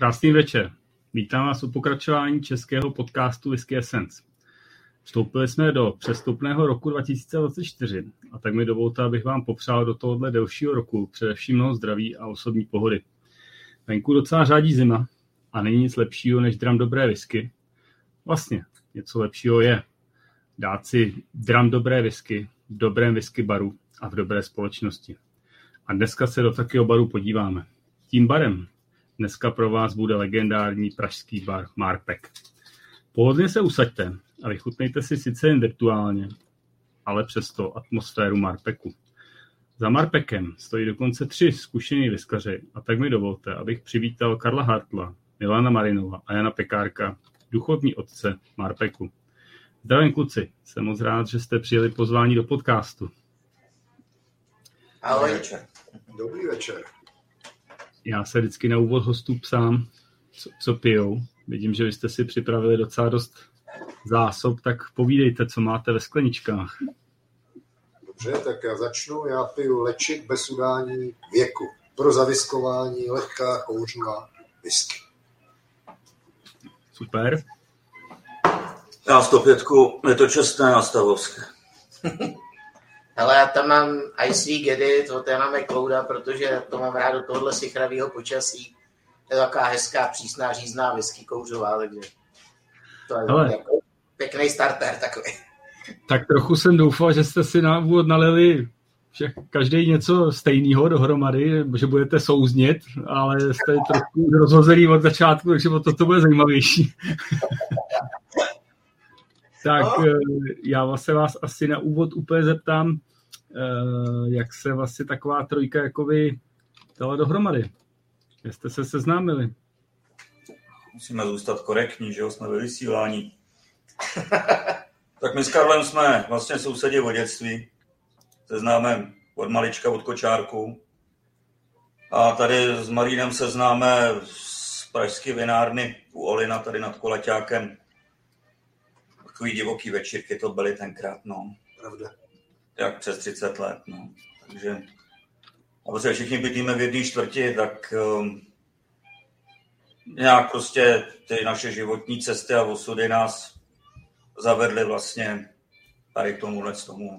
Krásný večer. Vítám vás u pokračování českého podcastu Whisky Essence. Vstoupili jsme do přestupného roku 2024 a tak mi dovolte, abych vám popřál do tohohle delšího roku především mnoho zdraví a osobní pohody. Venku docela řádí zima a není nic lepšího než dram dobré whisky. Vlastně něco lepšího je dát si dram dobré whisky v dobrém whisky baru a v dobré společnosti. A dneska se do takového baru podíváme. Tím barem dneska pro vás bude legendární pražský bar Marpek. Pohodlně se usaďte a vychutnejte si sice jen virtuálně, ale přesto atmosféru Marpeku. Za Marpekem stojí dokonce 3 zkušení whiskaři a tak mi dovolte, abych přivítal Karla Hartla, Milana Marinova a Jana Pekárka, duchovní otce Marpeku. Zdravím kluci, jsem moc rád, že jste přijeli pozvání do podcastu. Ahoj. Večer. Dobrý večer. Já se vždycky na úvod hostů psám, co pijou. Vidím, že vy jste si připravili docela dost zásob, tak povídejte, co máte ve skleničkách. Dobře, tak já začnu. Já piju lečik bez udání věku. Pro zaviskování, lehká kouřová whisky. Super. Já 105, je to čestné a stavovské. Hele, já tam mám Ice Gedy, to máme Clouda, protože to mám rád do tohohle sichravého počasí. Je taková hezká, přísná, řízná whisky kouřová, takže to je jako pěkný starter takový. Tak trochu jsem doufal, že jste si na úvod nalili každý něco stejného dohromady, že budete souznit, ale jste trochu rozhozený od začátku, takže to bude zajímavější. Tak já se vás asi na úvod úplně zeptám, jak se vlastně taková trojka jako vy dala dohromady. Jak jste se seznámili? Musíme zůstat korektní, že jo, jsme ve vysílání. Tak my s Karlem jsme vlastně sousedi od dětství. Se známe od malička, od kočárku. A tady s Marínem se známe z pražské vinárny u Olina, tady nad Kolaťákem. Takový divoký večírky to byly tenkrát, no. Pravda. Jak přes 30 let, no. Takže a protože všichni bydlíme v jedné čtvrti, tak nějak prostě ty naše životní cesty a osudy nás zavedly vlastně tady k tomu.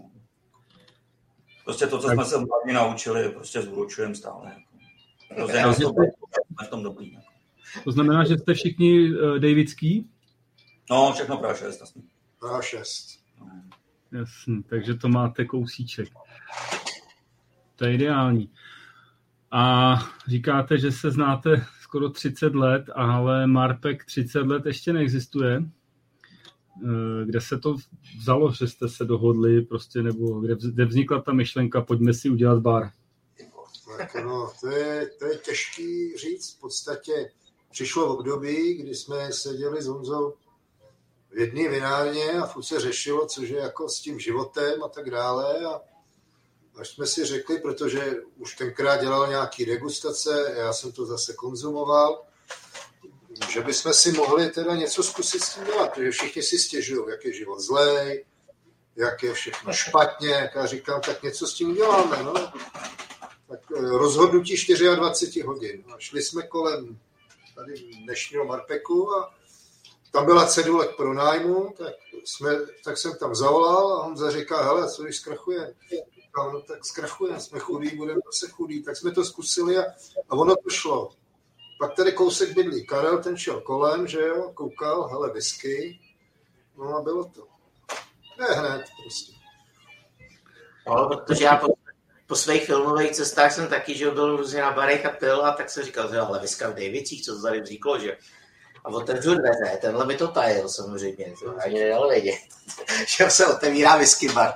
Prostě to, co jsme se hlavně naučili, prostě zúročujeme stále. Prostě nás to v tom dobrý. To znamená, že jste všichni davidský? No, všechno Praha 6. Jasný. Praha 6. Jasný, takže to máte kousíček. To je ideální. A říkáte, že se znáte skoro 30 let, ale Marpek 30 let ještě neexistuje. Kde se to vzalo, že jste se dohodli, prostě, nebo kde vznikla ta myšlenka, pojďme si udělat bar? Tak no, to je těžký říct. V podstatě přišlo období, kdy jsme seděli s Honzou v jedné vinárně a furt se řešilo, což je jako s tím životem a tak dále. A až jsme si řekli, protože už tenkrát dělal nějaký degustace, já jsem to zase konzumoval, že bychom si mohli teda něco zkusit s tím dělat, protože všichni si stěžují, jak je život zlej, jak je všechno špatně, jak já říkám, tak něco s tím uděláme. No. Tak rozhodnutí 24 hodin. A šli jsme kolem tady dnešního Marpeku a tam byla cedule k pronájmu, tak jsem tam zavolal a Honza říká, hele, co když zkrachuje? No, tak zkrachuje, jsme chudí, budeme zase chudí. Tak jsme to zkusili a ono to šlo. Pak tady kousek bydlí Karel, ten šel kolem, že jo, koukal, hele, whisky. No a bylo to. Ne hned prostě. No, protože já po svých filmových cestách jsem taky, že byl různě na barech a pil a tak jsem říkal, že ale whisky v Davicích, co to tady vzniklo, že? A otevřu dveře, tenhle mi to tajil samozřejmě, to ani nedalo vědět, že se otevírá whisky bar.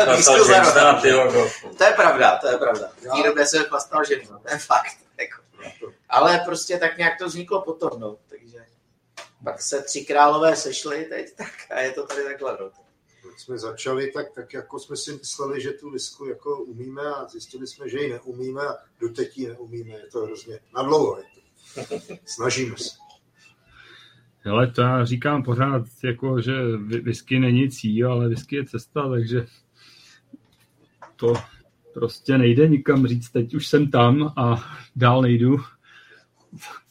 To je pravda. V té době jsem chlastal ženu, to je fakt. Jako. Ale prostě tak nějak to vzniklo potom, no, takže pak se 3 králové sešli teď tak a je to tady takhle, no. Když jsme začali, tak jako jsme si mysleli, že tu whisky jako umíme a zjistili jsme, že ji neumíme a doteď ji neumíme, je to hrozně nadlouho. Snažíme se. Ale to já říkám pořád, jako, že whisky není cíl, ale whisky je cesta, takže to prostě nejde nikam říct, teď už jsem tam a dál nejdu.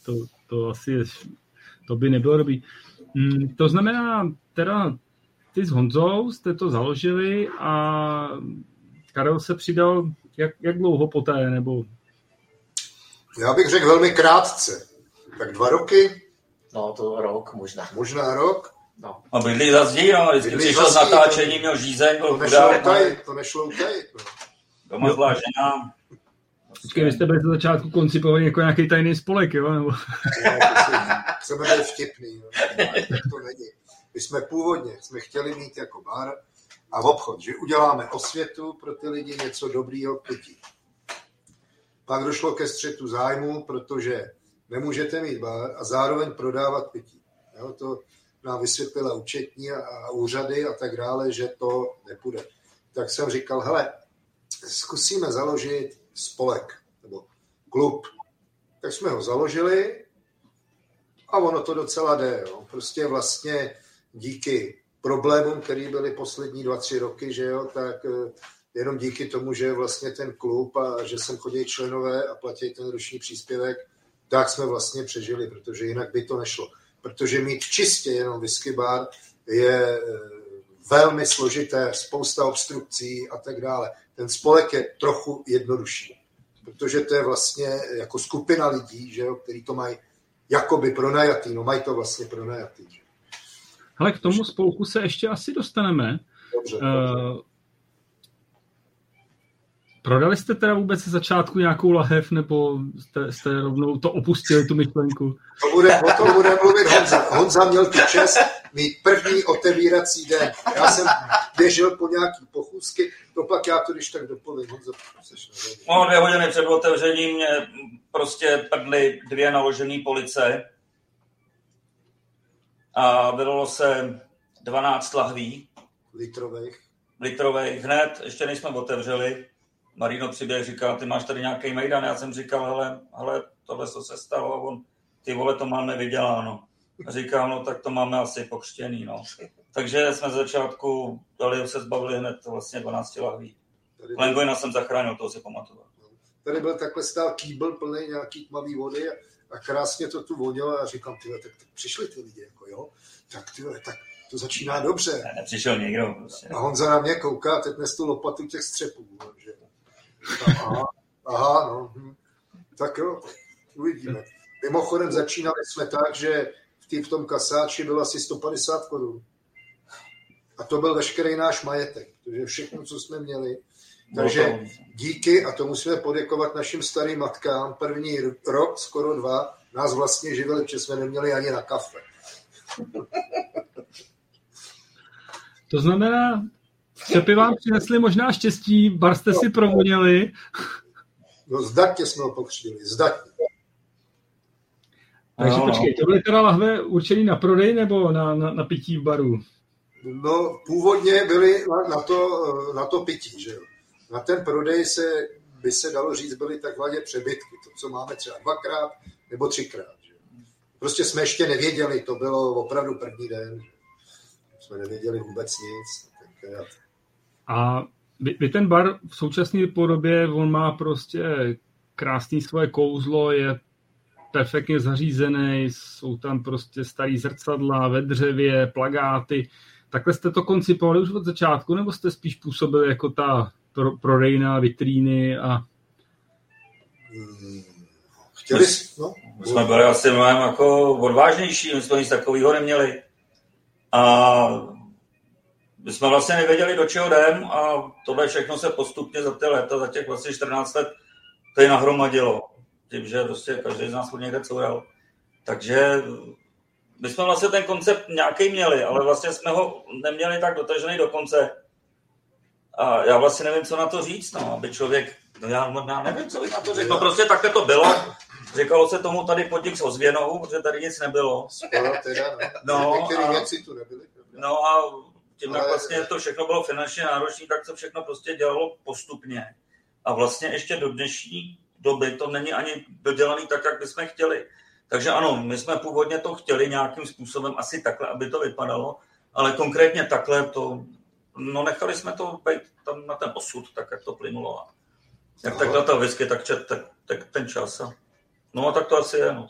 To by nebylo dobrý. To znamená, teda ty s Honzou jste to založili a Karel se přidal jak dlouho poté, nebo? Já bych řekl velmi krátce. Tak 2 roky. No, to rok možná. Možná rok. No. A bydlí za zdí, no. Vždycky přišel z natáčení, měl žízeň, byl chudák. To nešlo utajit. No. Doma zlá žena. Počkej, vy jste byli za začátku koncipovali jako nějaký tajný spolek, jo? Nebo? Chceme být vtipný. No. To není. My jsme původně chtěli mít jako bar a obchod, že uděláme osvětu pro ty lidi, něco dobrýho k pití. Pak došlo ke střetu zájmu, protože nemůžete mít bar a zároveň prodávat pití. Jo, to nám vysvětlila účetní a úřady a tak dále, že to nepůjde. Tak jsem říkal, hele, zkusíme založit spolek nebo klub. Tak jsme ho založili a ono to docela jde. Jo. Prostě vlastně díky problémům, které byly poslední 2-3 roky, že jo, tak jenom díky tomu, že vlastně ten klub a že sem chodí členové a platí ten roční příspěvek, tak jsme vlastně přežili, protože jinak by to nešlo. Protože mít čistě jenom whisky bar je velmi složité, spousta obstrukcí a tak dále. Ten spolek je trochu jednodušší, protože to je vlastně jako skupina lidí, že jo, který to mají jakoby pronajatý, no mají to vlastně pronajatý. Že? Hele, k tomu spolku se ještě asi dostaneme. Dobře. Prodali jste teda vůbec ze začátku nějakou lahev, nebo jste rovnou to opustili, tu myšlenku? O tom bude mluvit Honza. Honza měl tu čest mít první otevírací den. Já jsem běžel po nějaký pochůzky, to pak já to když tak dopovím. Honza, seš na vedě. No, 2 hodiny před otevřením mě prostě prdly 2 naložený police a vylilo se 12 lahví. Litrových hned, ještě než jsme otevřeli. Marino přiběh, říkal, ty máš tady nějaký mejdan. Já jsem říkal, hele, tohle co se stalo, a on, ty vole, to máme vyděláno. A říkal, no tak to máme asi pokřtěný, no. Takže jsme z začátku se zbavili hned vlastně 12 lahví. Lengojna jsem zachránil, toho si pamatoval. Tady byl takhle stál kýbl plný nějaký tmavý vody a krásně to tu vonilo a říkám, tyhle, tak přišli ty lidi, jako jo, tak tyhle, tak to začíná dobře. Nepřišel někdo. Prostě. A Honza na mě kouká, teď nes tu lopatu těch střepů, že aha, no. Tak jo, uvidíme. Mimochodem začínali jsme tak, že v tom kasáči bylo asi 150 korun. A to byl veškerý náš majetek, protože všechno, co jsme měli. Takže díky, a to musíme poděkovat našim starým matkám, první rok, skoro 2, nás vlastně živili, protože jsme neměli ani na kafe. To znamená, střepy vám přinesli možná štěstí, bar jste si provodili. No zdatně jsme ho pokřtili, zdatně. Takže počkej, to byly teda lahve určený na prodej nebo na pití v baru? No původně byly na to pití, že jo. Na ten prodej by se dalo říct, byly takzvaně přebytky. To, co máme třeba 2krát nebo 3krát. Že? Prostě jsme ještě nevěděli, to bylo opravdu první den. Že? Jsme nevěděli vůbec nic. A vy ten bar v současné podobě, on má prostě krásný svoje kouzlo, je perfektně zařízený, jsou tam prostě starý zrcadla ve dřevě, plakáty. Takhle jste to koncipovali už od začátku, nebo jste spíš působili jako ta prodejna, vitríny a... My jsme byli asi mnohem jako odvážnější, my jsme nic takového neměli. A my jsme vlastně nevěděli, do čeho jdem a tohle všechno se postupně za ty léta, za těch vlastně 14 let tady nahromadilo. Tím, že prostě každý z nás furt někde coural. Takže my jsme vlastně ten koncept nějaký měli, ale vlastně jsme ho neměli tak dotažený do konce. A já vlastně nevím, co na to říct, no, aby člověk, no já nevím, co bych na to řekl, no prostě takhle to bylo. Říkalo se tomu tady podnik s ozvěnou, protože tady nic nebylo. Skoro teda, no. Některé věci tu nebyly. No a tím, jak vlastně to všechno bylo finančně náročné, tak se všechno prostě dělalo postupně. A vlastně ještě do dnešní doby to není ani dodělaný tak, jak bychom chtěli. Takže ano, my jsme původně to chtěli nějakým způsobem asi takhle, aby to vypadalo, ale konkrétně takhle to, no nechali jsme to být tam na ten osud, tak jak to plynulo. Jak takhle ta whisky, tak ten čas. No a tak to asi je. No,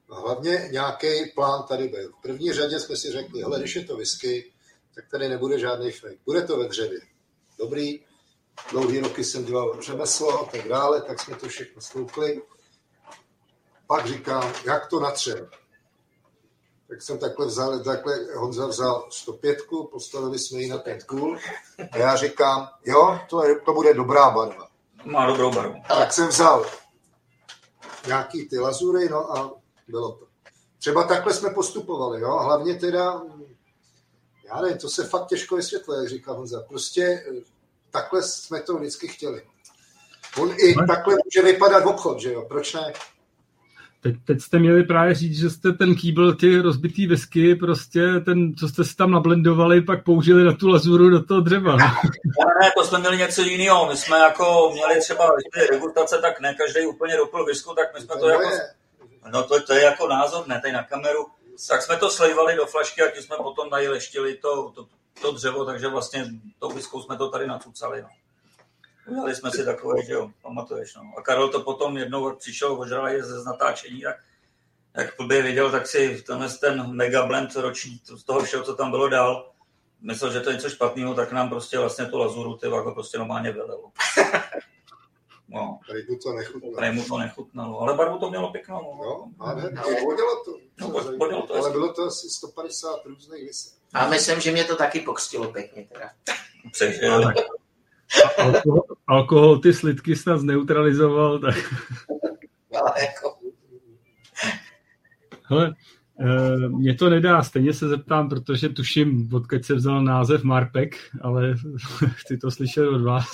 A hlavně nějaký plán tady byl. V první řadě jsme si řekli, hele, když je to whisky, tak tady nebude žádný fake. Bude to ve dřevě. Dobrý. Dlouhý roky jsem dělal řemeslo a tak dále, tak jsme to všechno sloukli. Pak říkám, jak to natřem. Tak jsem takhle Honza vzal 105, postavili jsme ji na 5 kůl a já říkám, jo, to bude dobrá barva. Má dobrou barvu. Tak jsem vzal nějaký ty lazury, no a bylo to. Třeba takhle jsme postupovali, jo, hlavně teda, já nevím, to se fakt těžko vysvětluje, jak říká Honza, prostě takhle jsme to vždycky chtěli. On i takhle může vypadat obchod, že jo, proč ne? Teď jste měli právě říct, že jste ten kýbl, ty rozbitý whisky, prostě ten, co jste si tam nablendovali, pak použili na tu lazuru do toho dřeva. Ne, to jsme měli něco jiného. My jsme jako měli třeba degustace, tak ne každý úplně dopil whisku, tak my jsme to jako... No to je jako názor, ne, tady na kameru. Tak jsme to slejvali do flašky a ti jsme potom tady leštili to dřevo, takže vlastně tou whiskou jsme to tady nacucali, no. Udělali jsme si takové, že jo, pamatuješ, no. A Karel to potom jednou přišel, ožralý z natáčení, tak jak blbě viděl, tak si ten mega blend roční z toho všeho, co tam bylo dál, myslel, že to je něco špatného, tak nám prostě vlastně tu lazuru, ty jako prostě normálně vylelo. No. Tady mu to nechutnalo, ale barvu to mělo pěknou. No. Jo, vodilo to. Vodilo to. Ale bylo to asi 150 různých visek. A myslím, že mě to taky pokřtilo pěkně teda. Alkohol ty slidky snad zneutralizoval, tak... Ale jako... Hele, mě to nedá, stejně se zeptám, protože tuším, odkud se vzal název Marpek, ale chci to slyšet od vás.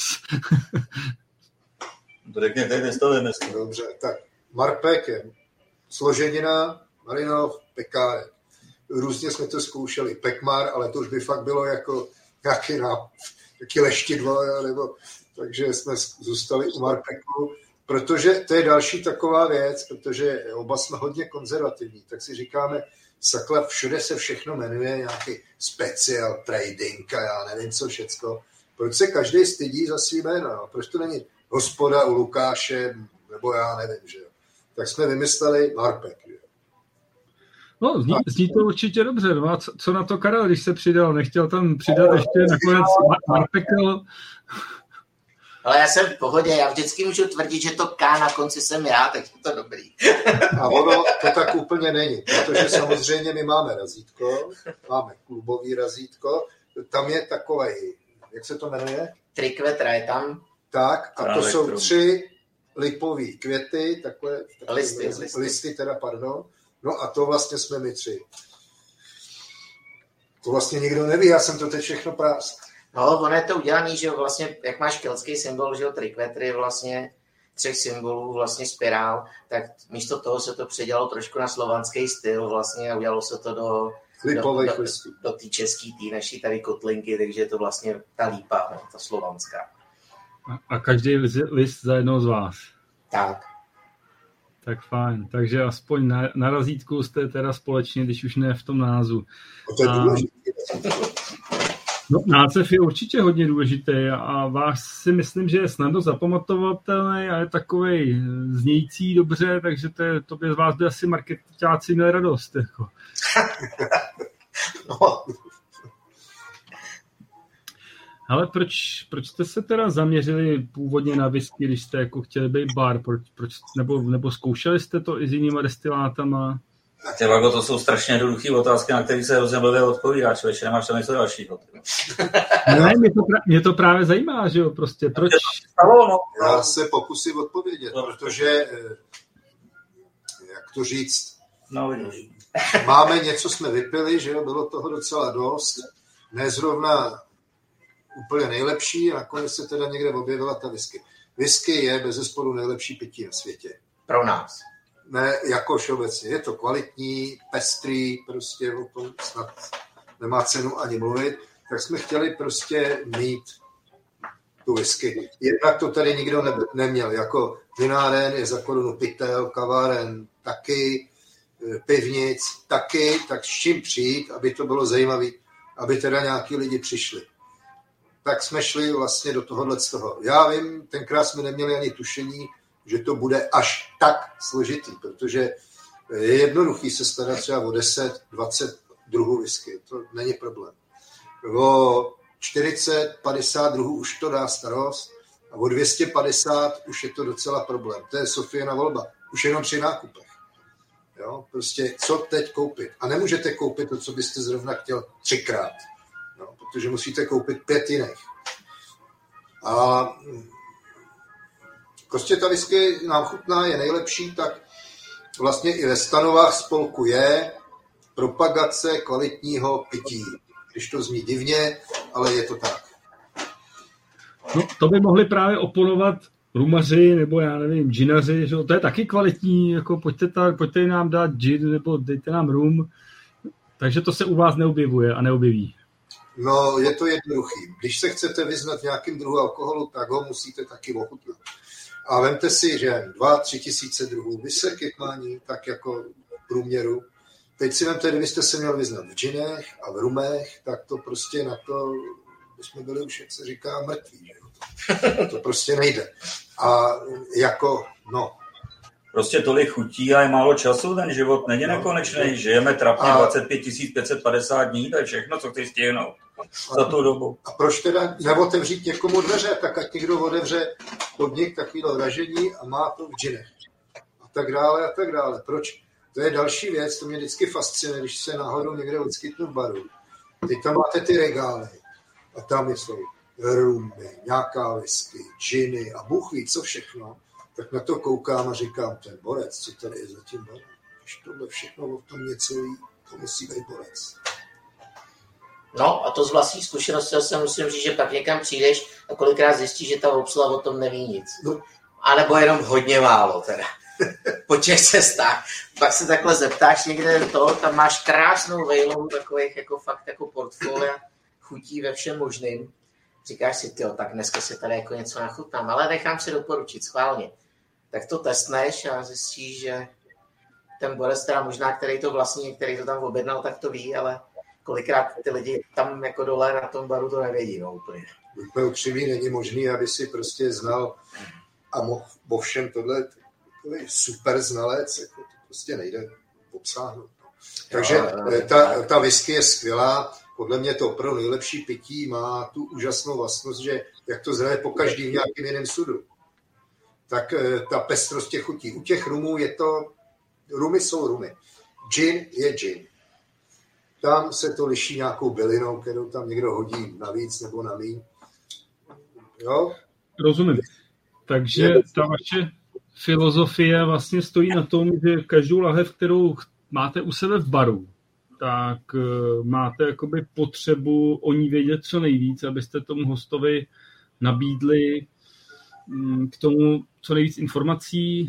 To řekněte, nestavíme si. Dobře, tak Marpek je složenina, Marinov, Pekárek. Různě jsme to zkoušeli. Pekmar, ale to už by fakt bylo jako nějaký leštidlo, nebo takže jsme zůstali u Marpeku, protože to je další taková věc, protože oba jsme hodně konzervativní, tak si říkáme, sakla, všude se všechno jmenuje nějaký special trading a já nevím co všecko. Proč se každý stydí za svý jméno? Proč to není hospoda u Lukáše, nebo já nevím, že jo. Tak jsme vymysleli Marpek. No, zní to určitě dobře. No a co na to Karel, když se přidal? Nechtěl tam přidat ještě nakonec Marpekl? Ale já jsem v pohodě, já vždycky můžu tvrdit, že to K na konci jsem já, tak je to dobrý. A ono to tak úplně není, protože samozřejmě my máme razítko, máme klubový razítko, tam je takovej, jak se to jmenuje? Trikvetra je tam. Tak, a to jsou 3 lipový květy, takové listy teda, pardon. No a to vlastně jsme my 3. To vlastně nikdo neví, já jsem to teď všechno prás. No, ono je to udělaný, že vlastně, jak máš keltský symbol, že jo, trikvetry vlastně 3 symbolů, vlastně spirál, tak místo toho se to předělalo trošku na slovanský styl vlastně a udělalo se to do té české, naší tady kotlinky, takže je to vlastně ta lípa, no, ta slovanská. A každý list za jednoho z vás. Tak. Tak fajn. Takže aspoň na razítku jste teda společně, když už ne v tom názvu. No, název je určitě hodně důležitý a vás si myslím, že je snadno zapamatovatelný a je takovej znějící dobře, takže to by z vás by asi marketáci měli radost. Jako. No. Ale proč jste se teda zaměřili původně na whisky, když jste jako chtěli být bar? Proč, nebo zkoušeli jste to i s jinýma destilátama? Tyvago, to jsou strašně jednoduché otázky, na které se hrozně blbě odpovídá, člověče, nemáš tam něco dalšího. Ne, mě to právě zajímá, že jo, prostě, proč? Já se pokusím odpovědět, protože, jak to říct, máme něco, jsme vypili, že jo, bylo toho docela dost, ne zrovna úplně nejlepší a nakonec se teda někde objevila ta whisky. Whisky je bezesporu nejlepší pití na světě. Pro nás. Ne, jako všeobecně. Je to kvalitní, pestrý, prostě o tom snad nemá cenu ani mluvit. Tak jsme chtěli prostě mít tu whisky. Jednak to tady nikdo neměl. Jako vináren je za korunu pytel, kaváren taky, pivnic taky, tak s čím přijít, aby to bylo zajímavé, aby teda nějaký lidi přišli. Tak jsme šli vlastně do tohohle z toho. Já vím, tenkrát jsme neměli ani tušení, že to bude až tak složitý, protože Je jednoduchý se starat třeba o 10, 20 druhů whisky, to není problém. O 40, 50 druhů už to dá starost a o 250 už je to docela problém. To je Sofiina volba. Už jenom při nákupech. Jo? Prostě co teď koupit? A nemůžete koupit to, co byste zrovna chtěl 3krát. No, protože musíte koupit 5 jiných. A prostě ta whisky nám chutná, je nejlepší, tak vlastně i ve stanovách spolku je propagace kvalitního pití. Když to zní divně, ale je to tak. No, to by mohli právě oponovat rumaři, nebo já nevím, džinaři, že to je taky kvalitní, jako pojďte nám dát džin, nebo dejte nám rum. Takže to se u vás neobjevuje a neobjeví. No, je to jednoduchý. Když se chcete vyznat nějakým druhu alkoholu, tak ho musíte taky ochutnat. A vemte si, že 2-3 tisíce druhů vysekykmání, tak jako v průměru. Teď si vemte, kdybyste se měl vyznat v džinech a v rumech, tak to prostě na to, jsme byli už, jak se říká, mrtví. Že? To prostě nejde. A jako, no. Prostě tolik chutí a je málo času, ten život není nekonečný. Žijeme trapně 25 550 dní, to je všechno, co chci stihnout za tu dobu. A proč teda neotevřít někomu dveře, tak ať někdo otevře podnik takového ražení a má to v džinech. A tak dále, a tak dále. Proč? To je další věc, to mě vždycky fascinuje, když se náhodou někde odskytnu v baru. Teď tam máte ty regály a tam jsou rumy, nějaká whisky, džiny a bůh ví, co všechno. Tak na to koukám a říkám, ten borec, co tady je za tím barem? Když tohle všechno o tom něco ví, to musí být borec. No a to z vlastní zkušenosti se musím říct, že pak někam přijdeš a kolikrát zjistíš, že ta obsluha o tom neví nic. No. A nebo jenom hodně málo teda. Po těch cestách. Pak se takhle zeptáš někde tam máš krásnou vejlohu takových jako fakt jako portfolia, chutí ve všem možným. Říkáš si, tyjo, tak dneska si tady jako něco nachutnám, ale nechám si doporučit schválně. Tak to testneš a zjistíš, že ten borec teda možná, který to vlastní, který to tam objednal, tak to ví, ale kolikrát ty lidi tam jako dole na tom baru to nevědí, no úplně. Úplně upřímný, není možný, aby si prostě znal a mohl o všem tohle super znalec, jako to prostě nejde obsáhnout. Takže ta whisky je skvělá, podle mě to opravdu nejlepší pití, má tu úžasnou vlastnost, že jak to zraje po každým nějakým jiném sudu, tak ta pestrost těch chutí. U těch rumů je to, rumy jsou rumy. Gin je gin. Tam se to liší nějakou bylinou, kterou tam někdo hodí navíc nebo na míň. Jo? Rozumím. Takže ta vaše filozofie vlastně stojí na tom, že každou lahev, kterou máte u sebe v baru, tak máte jakoby potřebu o ní vědět co nejvíc, abyste tomu hostovi nabídli k tomu co nejvíc informací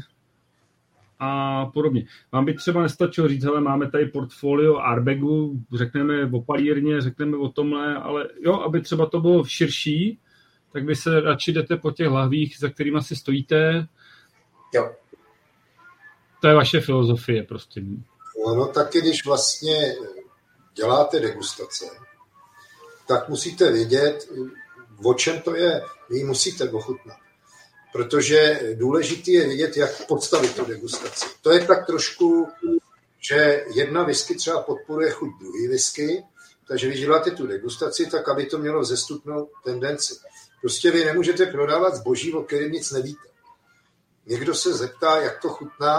a podobně. Vám by třeba nestačilo říct, hele, máme tady portfolio Arbegu, řekneme o palírně, řekneme o tomhle, ale jo, aby třeba to bylo širší, tak vy se radši jdete po těch lahvích, za kterými si stojíte. Jo. To je vaše filozofie prostě. No taky, když vlastně děláte degustace, tak musíte vědět, o čem to je. Vy musíte ochutnat. Protože důležité je vědět, jak podstavit tu degustaci. To je tak trošku, že jedna whisky třeba podporuje chuť druhý whisky, takže když děláte tu degustaci, tak aby to mělo vzestupnou tendenci. Prostě vy nemůžete prodávat zboží, o kterém nic nevíte. Někdo se zeptá, jak to chutná,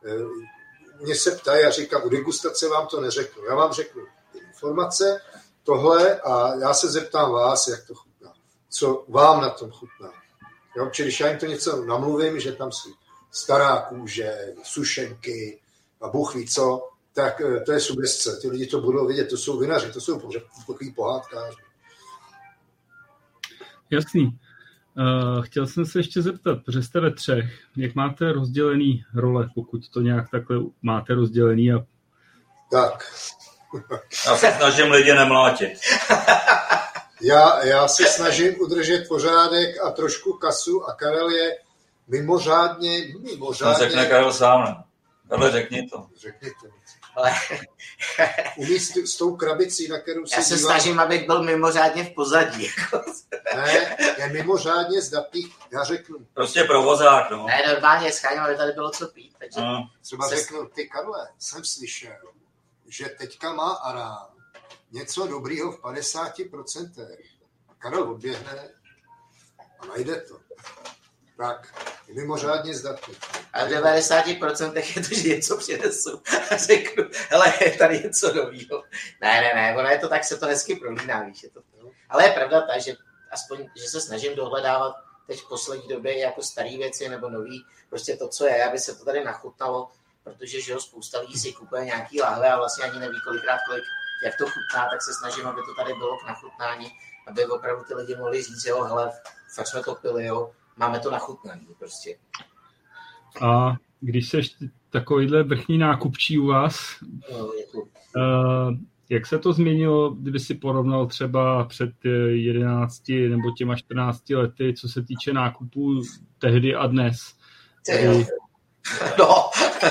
mě se ptají, já říkám, u degustace vám to neřeknu. Já vám řeknu informace, tohle a já se zeptám vás, jak to chutná. Co vám na tom chutná. Jo, čili když já jim to něco namluvím, že tam jsou stará kůže, sušenky a bůh ví co, tak to je sugestce. Ty lidi to budou vidět, to jsou vinaři, to jsou takový pohádkáři. Jasný. Chtěl jsem se ještě zeptat, protože jste ve 3, jak máte rozdělený role, pokud to nějak takhle máte rozdělený? A... Tak. Já se snažím lidi nemlátit. Já se snažím udržet pořádek a trošku kasu a Karel je mimořádně... To řekne Karel sám, ne? Karel, řekni to. Řekni to. Ale... Umí s tou krabicí, na kterou se já se snažím, abych byl mimořádně v pozadí. Ne, je mimořádně zdatný, já řeknu. Prostě provozák, no. Ne, normálně scháním, aby tady bylo co pít. Takže třeba řeknu, ty Karle, jsem slyšel, že teďka má Arán něco dobrýho v 50%. Karel odběhne a najde to. Tak, je mimořádně zdatný. A v 90% je to, že něco přinesu a řeknu, hele, je tady něco novýho. Ne, ono je to tak, se to hezky prolíná, víš. Je to. Ale je pravda ta, že aspoň, že se snažím dohledávat teď v poslední době jako staré věci nebo nový, prostě to, co je, aby se to tady nachutnalo, protože že jo, spousta lidí si kupuje nějaký láhve a vlastně ani neví kolikrát, jak to chutná, tak se snažím, aby to tady bylo k nachutnání, aby opravdu ty lidi mohli říct, jo, hele, fakt jsme to pili, jo, máme to nachutnaný prostě. A když seš takovýhle vrchní nákupčí u vás, jak se to změnilo, kdyby si porovnal třeba před 11 nebo těma 14 lety, co se týče nákupů tehdy a dnes? No.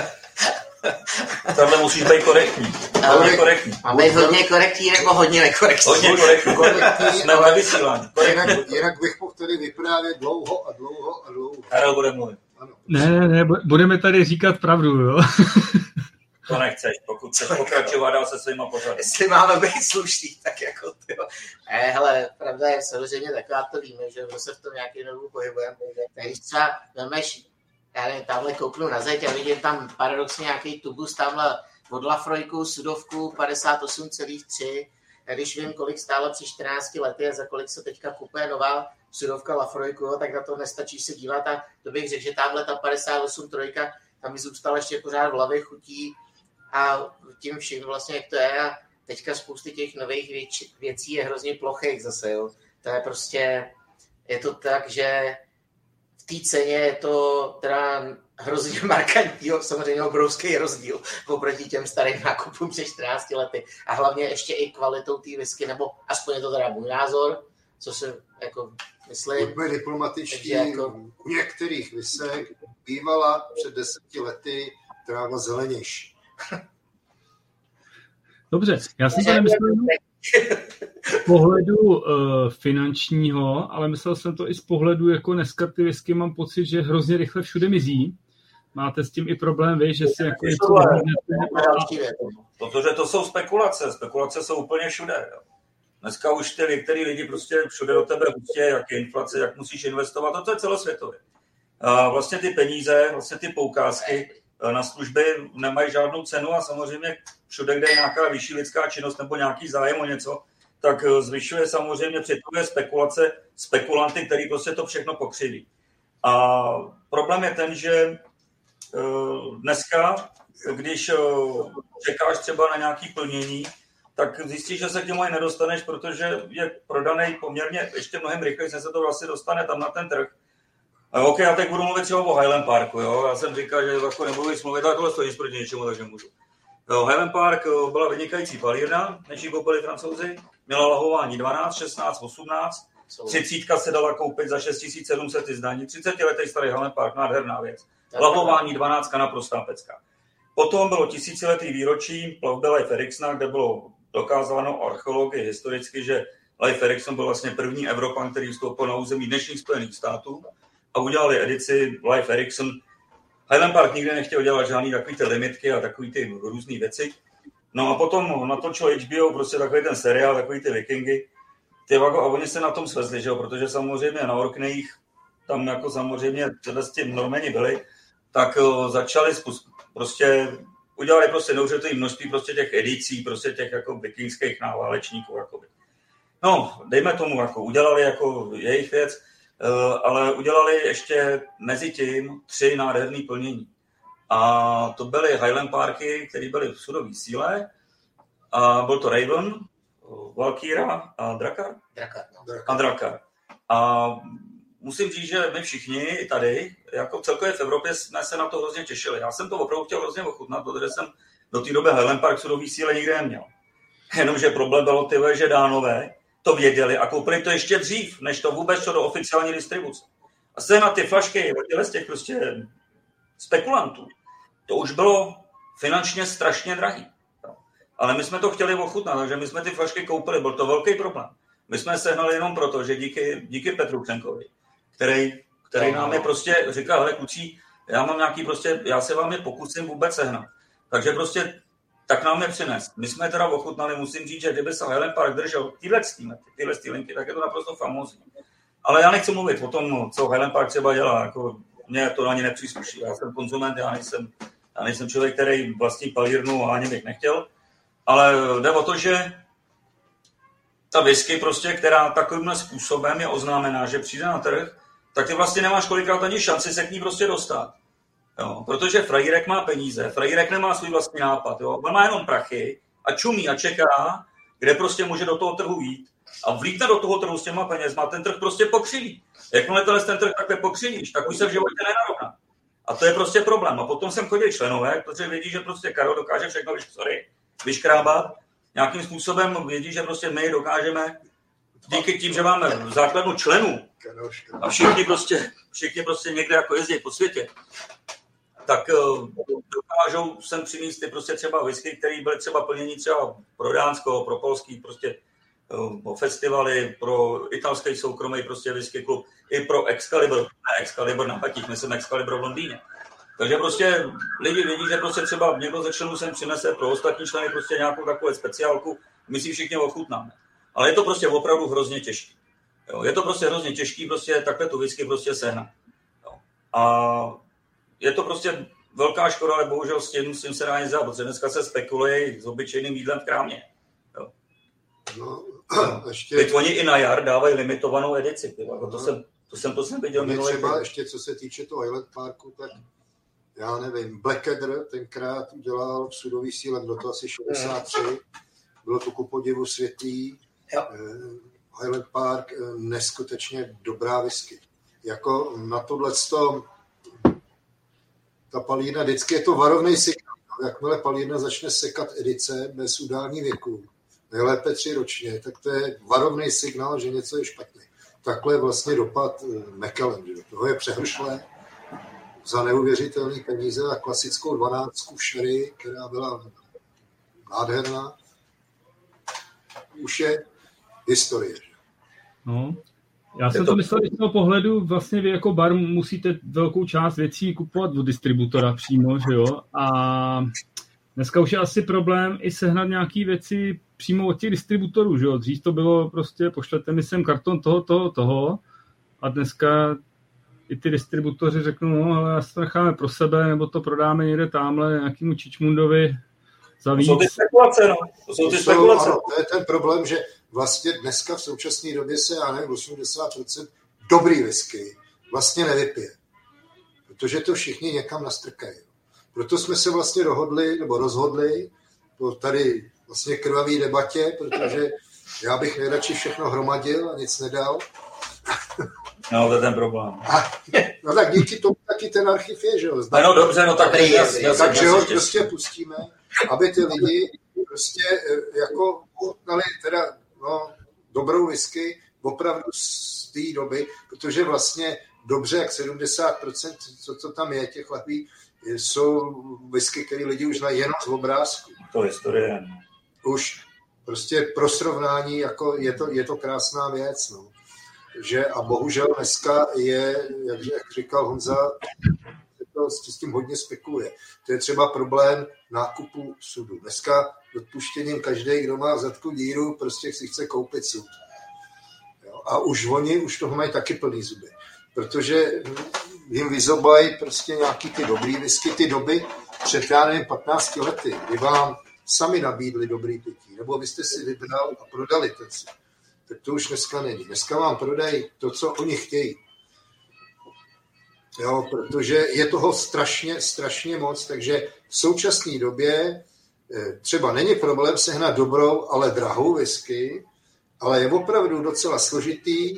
Tohle musíš být korektní. Máme hodně korektní nebo hodně nekorektní? Hodně korektní. Jsme ve vysílání. Jinak bych mohl tady vyprávět dlouho. Karel bude mluvit. Ne, budeme tady říkat pravdu, jo? To nechceš, pokud chceš pokračovat dál se svýma pořady. Jestli máme být slušný, tak jako tyjo. Hele, pravda je samozřejmě taková, to víme, že se v tom nějaký dobu pohybujeme. Tak když třeba vemeš, já nevím, tamhle kouknu na zeď a vidím tam paradoxně nějaký tubus tamhle od Lafroiku, sudovku 58,3. A když vím, kolik stálo při 14 lety a za kolik se teďka kupuje nová sudovka Lafroiku, tak na to nestačí se dívat a to bych řekl, že tamhle ta 58,3 tam mi zůstala ještě pořád v hlavě chutí a tím vším vlastně, jak to je a teďka spousty těch nových věcí je hrozně plochých zase, jo. To je prostě, je to tak, že v té ceně je to teda hrozně markantní, samozřejmě obrovský rozdíl oproti těm starým nákupům před 14 lety a hlavně ještě i kvalitou té whisky, nebo aspoň je to teda můj názor, co se jako myslím. Buďme diplomatičtí, jako... u některých whisek bývala před 10 lety tráva zelenější. Dobře, já jsem to nemyslel z pohledu finančního, ale myslel jsem to i z pohledu, jako dneska ty whisky mám pocit, že hrozně rychle všude mizí. Máte s tím i problém, vy, že si jako něco... Protože to jsou spekulace. Spekulace jsou úplně všude. Jo. Dneska už ty některý lidi prostě všude do tebe pustí, jak je inflace, jak musíš investovat. To je celosvětově. Vlastně ty peníze, vlastně ty poukázky na služby nemají žádnou cenu a samozřejmě všude, kde je nějaká vyšší lidská činnost nebo nějaký zájem o něco, tak zvyšuje samozřejmě přitahuje spekulace, spekulanty, který prostě to všechno pokřiví. A problém je ten, že dneska, když čekáš třeba na nějaké plnění, tak zjistíš, že se k němu nedostaneš, protože je prodaný poměrně ještě mnohem rychleji, než se to vlastně dostane tam na ten trh. OK, já teď budu mluvit třeba o Highland Parku, jo. Já jsem říkal, že jako nebudu mluvit, ale tohle stojí nic proti něčemu, takže můžu. Highland Park byla vynikající palírna, než ji koupili Francouzi. Měla lahování 12, 16, 18. 30 se dala koupit za 6700 zdaní. 30 letý starý Highland Park, nádherná věc. Lahování 12, naprostá pecka. Potom bylo 1000letý výročí plavby Leif Eriksona, kde bylo dokázáno archeologii historicky, že Leif Erikson byl vlastně první Evropan, který vstoupil na území dnešních Spojených států a udělali edici Leif Erikson. Highland Park nikdy nechtěl dělat žádný takový ty limitky a takový ty různý věci. No a potom natočil HBO, prostě takový ten seriál, takový ty Vikingy. A oni se na tom svezli, že jo, protože samozřejmě na Orkneyích, tam jako samozřejmě s tím Normani byli, tak začali udělali prostě neuvěřitelné množství prostě těch edicí, prostě těch jako vikingských náválečníků, jakoby. No, dejme tomu, jako udělali jako jejich věc, ale udělali ještě mezi tím 3 nádherné plnění. A to byly Highland Parky, které byly v sudové síle. A byl to Raven, Valkyra a Drakar. A Drakar. A musím říct, že my všichni tady, jako celkově v Evropě, jsme se na to hrozně těšili. Já jsem to opravdu chtěl hrozně ochutnat, protože jsem do té doby Highland Park sudové síle nikdy neměl. Jenomže problém bylo že Dánové to věděli a koupili to ještě dřív, než to vůbec šlo do oficiální distribuce. A se na ty flašky z těch prostě spekulantů, to už bylo finančně strašně drahý. ale my jsme to chtěli ochutnat, takže my jsme ty flašky koupili, byl to velký problém. My jsme sehnali jenom proto, že díky Petru Křenkovi, který nám je prostě říkal, hele kluci, já mám nějaký prostě, já se vám je pokusím vůbec sehnat. Takže prostě tak nám je přines. My jsme teda ochutnali, musím říct, že kdyby se Highland Park držel tyhle linky, tak je to naprosto famózní. Ale já nechci mluvit o tom, co Highland Park třeba dělá, jako mně to ani nepřísluší. Já jsem konzument, já nejsem člověk, který vlastní palírnu a ani bych nechtěl. Ale jde o to, že ta whisky prostě, která takovým způsobem je oznámená, že přijde na trh, tak ty vlastně nemáš kolikrát ani šanci se k ní prostě dostat. Jo, protože frajírek má peníze, frajírek nemá svůj vlastní nápad, jo. On má jenom prachy a čumí a čeká, kde prostě může do toho trhu jít a vlítne do toho trhu s těma penězma, ten trh prostě pokřiví. Jakmile ten trh takhle pokřivíš, tak už se v životě nenarovná. A to je prostě problém. A potom sem chodí členové, protože vědí, že prostě Karol dokáže všechno vyškrábat. Nějakým způsobem vědí, že prostě my dokážeme díky tím, že máme základnu členů a všichni prostě někde jako jezdí po světě, tak dokážou sem přinést ty prostě třeba whisky, které byly třeba plnění třeba pro Dánsko, pro polský prostě festivaly, pro italský soukromý prostě whisky klub, i pro Excalibur na Hatích, myslím Excalibur v Londýně. Takže prostě lidi vědí, že prostě třeba někdo ze členů sem přinese pro ostatní členy prostě nějakou takovou speciálku, my si všichni ochutnáme. Ale je to prostě opravdu hrozně těžké. Je to prostě hrozně těžké prostě takhle tu whisky prostě sehnat. A je to prostě velká škoda, ale bohužel s tím se dá nic dělat, protože dneska se spekuluje s obyčejným jídlem v krámě. Jo. No, ještě... Teď oni i na jar dávají limitovanou edici. To jsem viděl minulý. Třeba ještě co se týče toho Highland Parku, tak já nevím, Blackadder tenkrát udělal v sudový síle, bylo to asi 63, bylo to ku podivu světlý. Highland Park, neskutečně dobrá whisky. Jako na tohleto ta palírna, vždycky je to varovný signál. Jakmile palírna začne sekat edice bez udání věku, nejlépe 3 ročně, tak to je varovný signál, že něco je špatně. Takhle je vlastně dopad Macallan. Toho je přehršle za neuvěřitelné peníze a klasickou 12 sherry, která byla nádherná, už je historie. No. Já jsem to myslel z toho pohledu, vlastně vy jako bar musíte velkou část věcí kupovat od distributora přímo, že jo? A dneska už je asi problém i sehnat nějaký věci přímo od těch distributorů, že jo? Dřív to bylo prostě, pošlete mi sem karton toho a dneska i ty distributoři řeknou, no ale já si to necháme pro sebe, nebo to prodáme někde tamhle nějakému Čičmundovi za víc. To jsou ty spekulace, no. To je ten problém, že vlastně dneska v současné době se, já nevím, 80% dobrý whisky vlastně nevypije. Protože to všichni někam nastrkají. Proto jsme se vlastně rozhodli po tady vlastně krvavé debatě, protože já bych nejradši všechno hromadil a nic nedal. No, to je ten problém. No tak díky tomu taky ten archiv je, že jo? No dobře, no tak takže ho prostě pustíme, aby ty lidi prostě jako ochutnali teda dobrou whisky opravdu z té doby, protože vlastně dobře, jak 70%, co tam je, těch lahví, jsou whisky, které lidi už znají jenom z obrázku. To je historie. Už prostě pro srovnání, jako je to krásná věc, no. Že a bohužel dneska je, jak říkal Honza, to s tím hodně spekuluje. To je třeba problém nákupu sudu. Dneska odpuštěním každý, kdo má v zadku díru, prostě si chce koupit sud. Jo? A už toho mají taky plný zuby. Protože jim vyzobají prostě nějaký ty dobrý whisky, ty doby před, já nevím, 15 lety, kdy vám sami nabídli dobrý pití, nebo byste si vybral a prodali ten sud. Tak to už dneska není. Dneska vám prodají to, co oni chtějí. Jo, protože je toho strašně moc, takže v současné době třeba není problém sehnat dobrou, ale drahou whisky, ale je opravdu docela složitý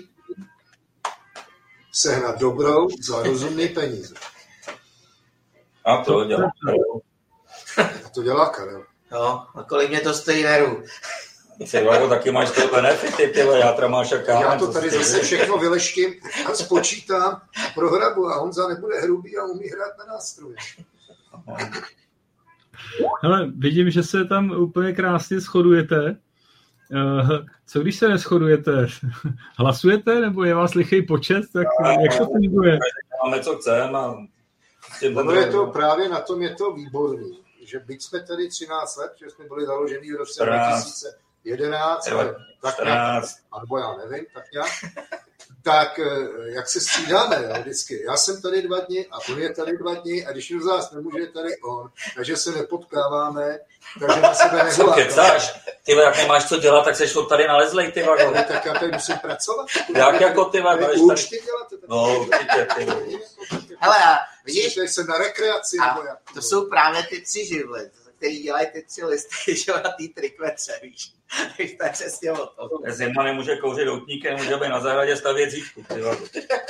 sehnat dobrou za rozumný peníze. A to dělá Karel. A to dělá Karel. No, a kolik mě to stojí Neru? Jako taky máš ty benefity, tyhle, játra máš a kámen. Já to tady zase všechno vyleštím a spočítám prohrabu a Honza nebude hrubý a umí hrát na nástroje. Hele, vidím, že se tam úplně krásně shodujete. Co když se neshodujete? Hlasujete, nebo je vás lichý počet? Tak jak to funguje? Máme, co chceme. Ono je to právě na tom, je to výborný, že byť jsme tady 13 let, že jsme byli založeni v roce 2011, tak nějak, nebo já nevím, tak nějak, tak jak se střídáme, jo, vždycky. Já jsem tady 2 dny a on je tady 2 dny a když někdo z nás nemůže, je tady on, takže se nepotkáváme, takže na sebe nevoláme. Co kecáš? Ty jak nemáš co dělat, tak seš tady nalezlej, ty vago. Tak já tady musím pracovat. Jak jako ty vago? Určitě dělat. No, určitě, ty. Hele, vidíš, jsem na rekreaci. To jsou právě ty 3 živly, který dělají ty 3 listy, že na té trikvece, víš. Takže to je přesně o tom. Zima nemůže kouřit doutníkem, může být na zahradě stavět říčku, ty vago.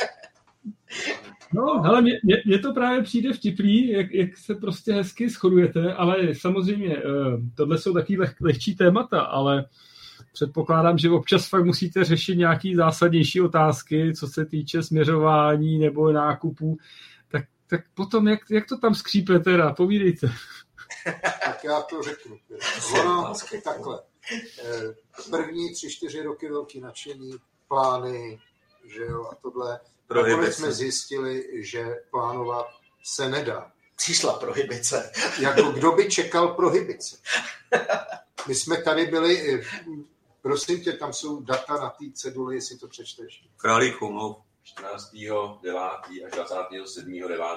No, hele, mně to právě přijde vtipný, jak se prostě hezky shodujete, ale samozřejmě tohle jsou taky lehčí témata, ale předpokládám, že občas fakt musíte řešit nějaký zásadnější otázky, co se týče směřování nebo nákupů, tak potom jak to tam skřípe teda, povídejte. Tak já to řeknu. Ono takhle. První 3-4 roky velký nadšení, plány, že jo, a tohle. Nakonec jsme zjistili, že plánovat se nedá. Přišla prohibice. Jako kdo by čekal prohibice? My jsme tady byli, prosím tě, tam jsou data na té ceduli, jestli to přečteš. Králíku, no. 14.9. až 27.9.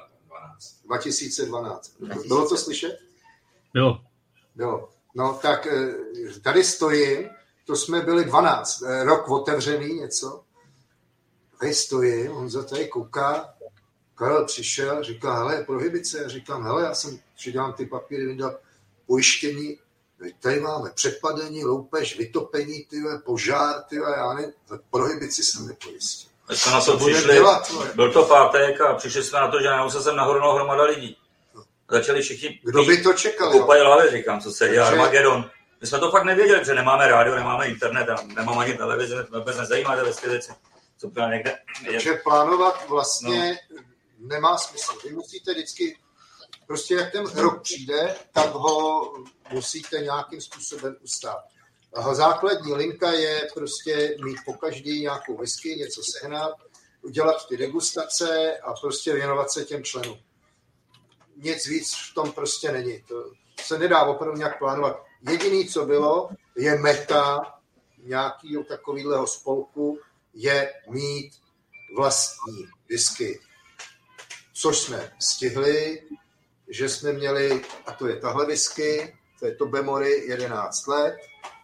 2012. Bylo to slyšet? Jo. No tak tady stojím, to jsme byli 12, rok otevřený něco. Tady stojím, on za tady kouká, Karel přišel, říká, hele, prohibice. Já říkám, hele, já jsem přidám ty papíry, vydal pojištění, tady máme přepadení, loupež, vytopení, požár, já ne, prohibici jsem nepojistil. Teď jsme na to přišli, byl to pátek a přišli jsme na to, že najednou se nahrnula hromada lidí. Začali všichni... Kdo by to čekal? Koupají hlavy, říkám, co se dělá, Armagedon. My jsme to fakt nevěděli, protože nemáme rádio, nemáme internet a nemám ani televizi, vůbec nezajímá ty věci. Takže plánovat vlastně nemá smysl. Vy musíte vždycky, prostě jak ten rok přijde, tak ho musíte nějakým způsobem ustát. A základní linka je prostě mít pokaždý nějakou whisky, něco sehnat, udělat ty degustace a prostě věnovat se těm členům. Nic víc v tom prostě není. To se nedá opravdu nějak plánovat. Jediný, co bylo, je meta nějakého takového spolku, je mít vlastní whisky. Což jsme stihli, že jsme měli, a to je tahle whisky, to je Tobermory 11 let,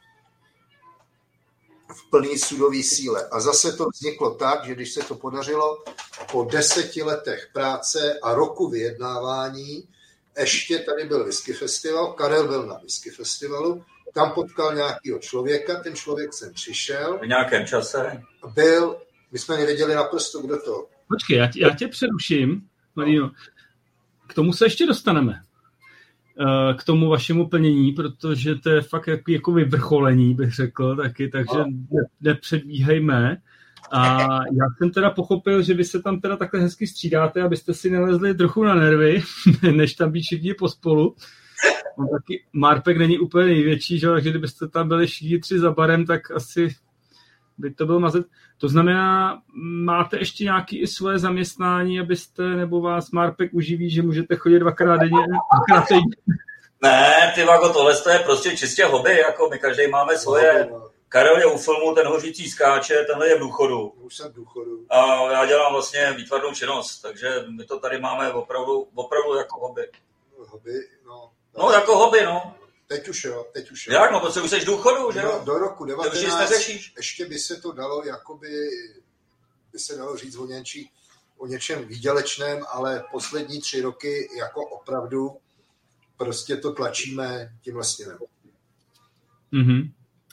v plný sudový síle. A zase to vzniklo tak, že když se to podařilo po 10 letech práce a roku vyjednávání, ještě tady byl whisky festival, Karel byl na whisky festivalu, tam potkal nějakého člověka, ten člověk sem přišel. V nějakém čase. My jsme nevěděli naprosto, kdo to. Počkej, já tě přeruším, Marino. K tomu se ještě dostaneme. K tomu vašemu plnění, protože to je fakt jako vyvrcholení, bych řekl taky, takže nepředbíhejme. A já jsem teda pochopil, že vy se tam teda takhle hezky střídáte, abyste si nalezli trochu na nervy, než tam být všichni pospolu. On taky Marpek není úplně největší, že? Takže kdybyste tam byli všichni 3 za barem, tak asi by to byl mazet. To znamená, máte ještě nějaké i svoje zaměstnání, abyste, nebo vás Marpek uživí, že můžete chodit 2krát denně? Ne, ty vago, tohle je prostě čistě hobby, jako my každý máme svoje. Karel je u filmu, ten hořící skáče, tenhle je v důchodu. Už jsem v důchodu. A já dělám vlastně výtvarnou činnost, takže my to tady máme opravdu jako hobby. No, jako hobby, no. Teď už jo. Jak, no, protože už jsi v důchodu, že jo? Do roku 19 ještě by se to dalo, jakoby, by se dalo říct o něčem výdělečném, ale poslední 3 roky jako opravdu prostě to tlačíme tím vlastně nebo. Mhm.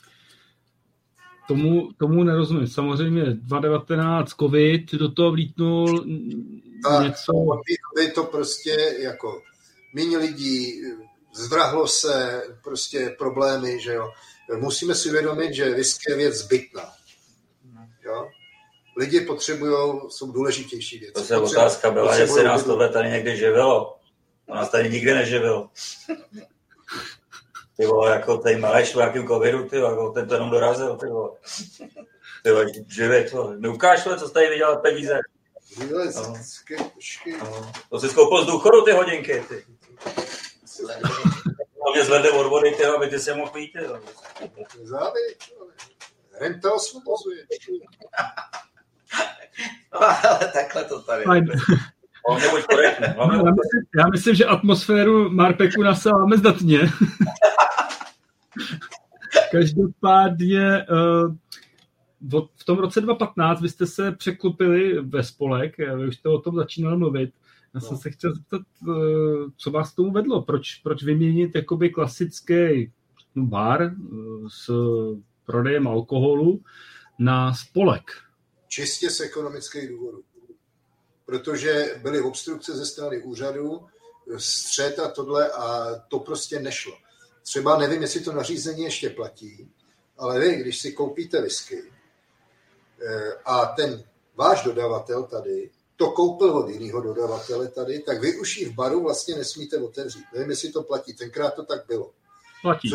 Tomu nerozumím. Samozřejmě 2019 covid do toho vlítnul něco. Je to prostě jako méně lidí, zvrhlo se, prostě problémy, že jo. Musíme si uvědomit, že whisky je věc zbytná. Jo? Lidi jsou důležitější věci. To se otázka byla, jestli nás tohle tady někdy živilo. On nás tady nikdy neživil. Ty vole, jako tady malé šlo nějakým covidu, ty vole, ten to jenom dorazil, ty vole. Ty vole, živit, vole. Neukáž, co jsi tady vydělat peníze. To si skoupil z důchodu, ty hodinky, ty. To mě zvedne od vody, ty, aby ty se mohl pít, ty. Renta osvobozuje. Ale takhle to tady. Já myslím, že atmosféru Marpeku nasáváme zdatně. Každopádně v tom roce 2015 vy jste se překlopili ve spolek, vy už jste o tom začínali mluvit. Já jsem se chtěl zeptat, co vás k tomu vedlo? Proč vyměnit jakoby klasický bar s prodejem alkoholu na spolek? Čistě z ekonomických důvodů. Protože byly obstrukce ze strany úřadu, střet a tohle a to prostě nešlo. Třeba nevím, jestli to nařízení ještě platí, ale vy, když si koupíte whisky a ten váš dodavatel tady to koupil od jiného dodavatele tady, tak vy už ji v baru vlastně nesmíte otevřít. Nevím, jestli to platí. Tenkrát to tak bylo. Platí.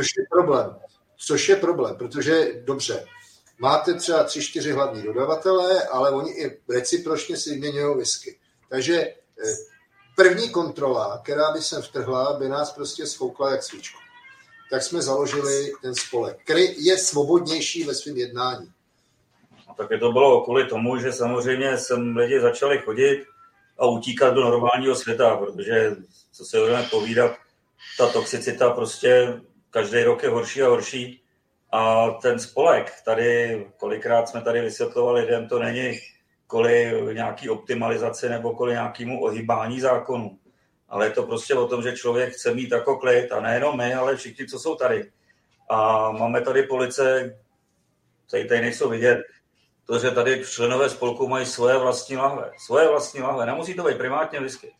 Což je problém, protože dobře, máte třeba 3-4 hlavní dodavatele, ale oni i recipročně si vyměňují whisky. Takže první kontrola, která by sem vtrhla, by nás prostě sfoukla jak svíčku. Tak jsme založili ten spolek, který je svobodnější ve svém jednání. Tak to bylo kvůli tomu, že samozřejmě sem lidi začali chodit a utíkat do normálního světa, protože, co si budeme povídat, ta toxicita prostě každý rok je horší a horší. A ten spolek, tady, kolikrát jsme tady vysvětlovali lidem, to není kvůli nějaký optimalizaci nebo kvůli nějakému ohýbání zákonu. Ale je to prostě o tom, že člověk chce mít jako klid, a nejenom my, ale všichni, co jsou tady. A máme tady police, tady nejsou vidět, to, že tady členové spolku mají svoje vlastní lahve. Nemusí to být primátně whisky.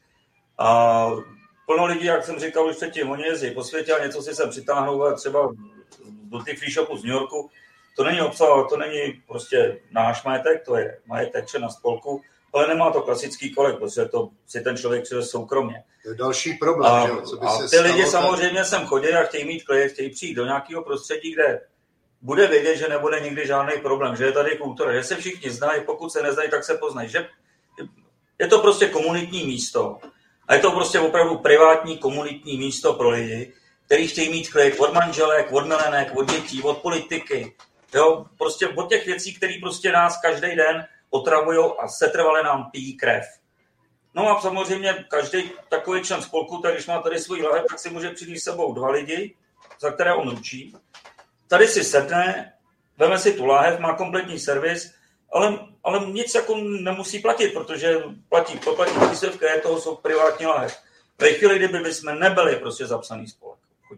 A plno lidí, jak jsem říkal už předtím, oni jezdí po světě a něco si sem přitáhnou, třeba do těch free shopů z New Yorku. To není obsah, to není prostě náš majetek, to je majetek člena spolku, ale nemá to klasický kolek, protože to si ten člověk přijde soukromně. To je další problém, že? Co by a se ty lidi stalo, samozřejmě sem chodí a chtějí mít klid, chtějí přijít do nějakého prostředí, kde bude vědět, že nebude nikdy žádný problém, že je tady kultura, že se všichni znají, pokud se neznají, tak se poznají, že je to prostě komunitní místo a je to prostě opravdu privátní komunitní místo pro lidi, kteří chtějí mít klid od manželek, od milenek, od dětí, od politiky, jo, prostě od těch věcí, které prostě nás každý den otravujou a setrvale nám pijí krev. No a samozřejmě každý takový člen spolku, tak když má tady svůj lahev, tak si může přijít s sebou 2 lidi, za které on ručí. Tady si sedne, veme si tu láhev, má kompletní servis, ale nic jako nemusí platit, protože platí příspěvky, toho jsou privátní láhev. Ve chvíli, kdyby bychom nebyli prostě zapsaný spolek,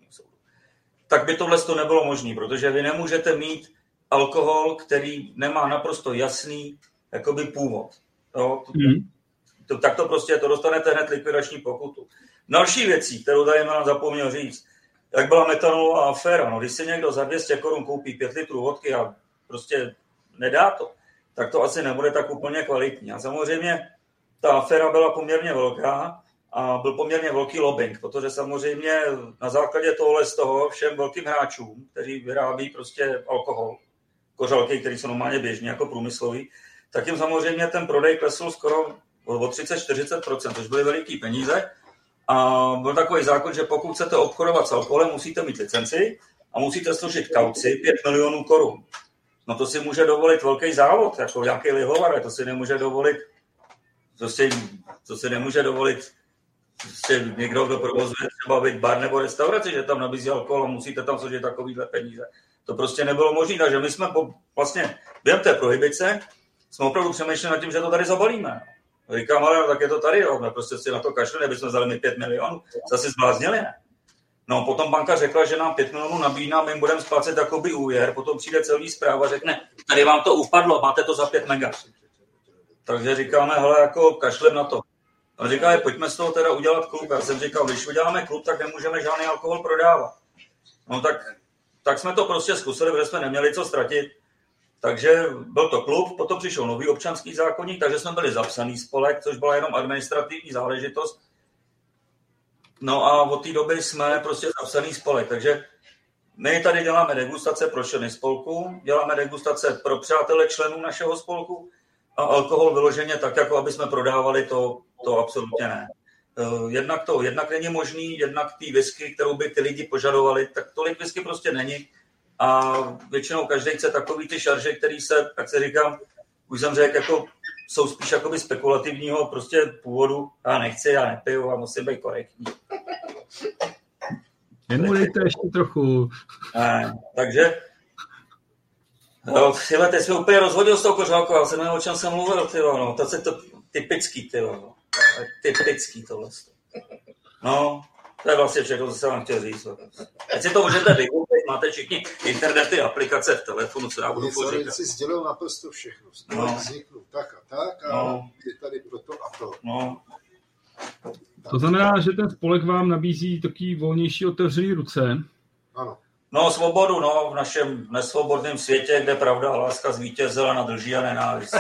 tak by tohle to nebylo možné, protože vy nemůžete mít alkohol, který nemá naprosto jasný jakoby původ. Jo? Tak to prostě, to dostanete hned likvidační pokutu. Další věcí, kterou tady mám zapomněl říct, jak byla metanolová aféra. No, když si někdo za 200 korun koupí 5 litrů vodky a prostě nedá to, tak to asi nebude tak úplně kvalitní. A samozřejmě ta aféra byla poměrně velká a byl poměrně velký lobbying, protože samozřejmě na základě tohle z toho všem velkým hráčům, kteří vyrábí prostě alkohol, kořalky, které jsou normálně běžní jako průmyslový, tak jim samozřejmě ten prodej klesl skoro o 30-40%, což byly veliký peníze. A byl takový zákon, že pokud chcete obchodovat s alkoholem, musíte mít licenci a musíte složit kauci 5 milionů korun. No to si může dovolit velký závod, jako nějaký lihovar, to si nemůže dovolit, to si nemůže dovolit prostě někdo, kdo provozuje třeba byt bar nebo restauraci, že tam nabízí alkohol a musíte tam složit takovýhle peníze. To prostě nebylo možné, takže my jsme vlastně během té prohibice jsme opravdu přemýšleli nad tím, že to tady zabalíme. Říkám, ale tak je to tady, my prostě si na to kašli, abychom vzali mi 5 milionů. Zase zbláznili, ne? No, potom banka řekla, že nám 5 milionů nabídná, my jim budeme splácet takový úvěr, potom přijde celý zpráva a řekne, tady vám to upadlo, máte to za 5 mega. Takže říkáme, hele, jako kašlem na to. A říká, pojďme z toho teda udělat klub. Já jsem říkal, když uděláme klub, tak nemůžeme žádný alkohol prodávat. No tak jsme to prostě zkusili, protože jsme neměli co ztratit. Takže byl to klub, potom přišel nový občanský zákoník, takže jsme byli zapsaný spolek, což byla jenom administrativní záležitost. No a od té doby jsme prostě zapsaný spolek, takže my tady děláme degustace pro členy spolku, děláme degustace pro přátele členů našeho spolku a alkohol vyloženě tak, jako aby jsme prodávali, to absolutně ne. Jednak není možný, jednak ty whisky, kterou by ty lidi požadovali, tak tolik whisky prostě není. A většinou každý chce takový ty šarže, který se, tak se říkám, už jsem řekl, jako jsou spíš jakoby spekulativního prostě původu. Já nechci, já nepiju a musím být korektní. Jen mu dejte ještě trochu. Takže tyhle, teď jsme úplně rozhodil z toho kořálku, já jsem nevím, o čem jsem mluvil, no, to je to typický, typický tohle. No, to je vlastně všechno, co jsem vám chtěl říct. Teď si to můžete vykoupit, máte všichni internety, aplikace v telefonu, co já budu použít. Si sdělil naprosto všechno. Vzniknu tak a tak a je tady proto a to. No. To znamená, že ten spolek vám nabízí takový volnější otevřený ruce. Ano. No, svobodu, no, v našem nesvobodném světě, kde pravda a láska zvítězila nad lží a nenávist.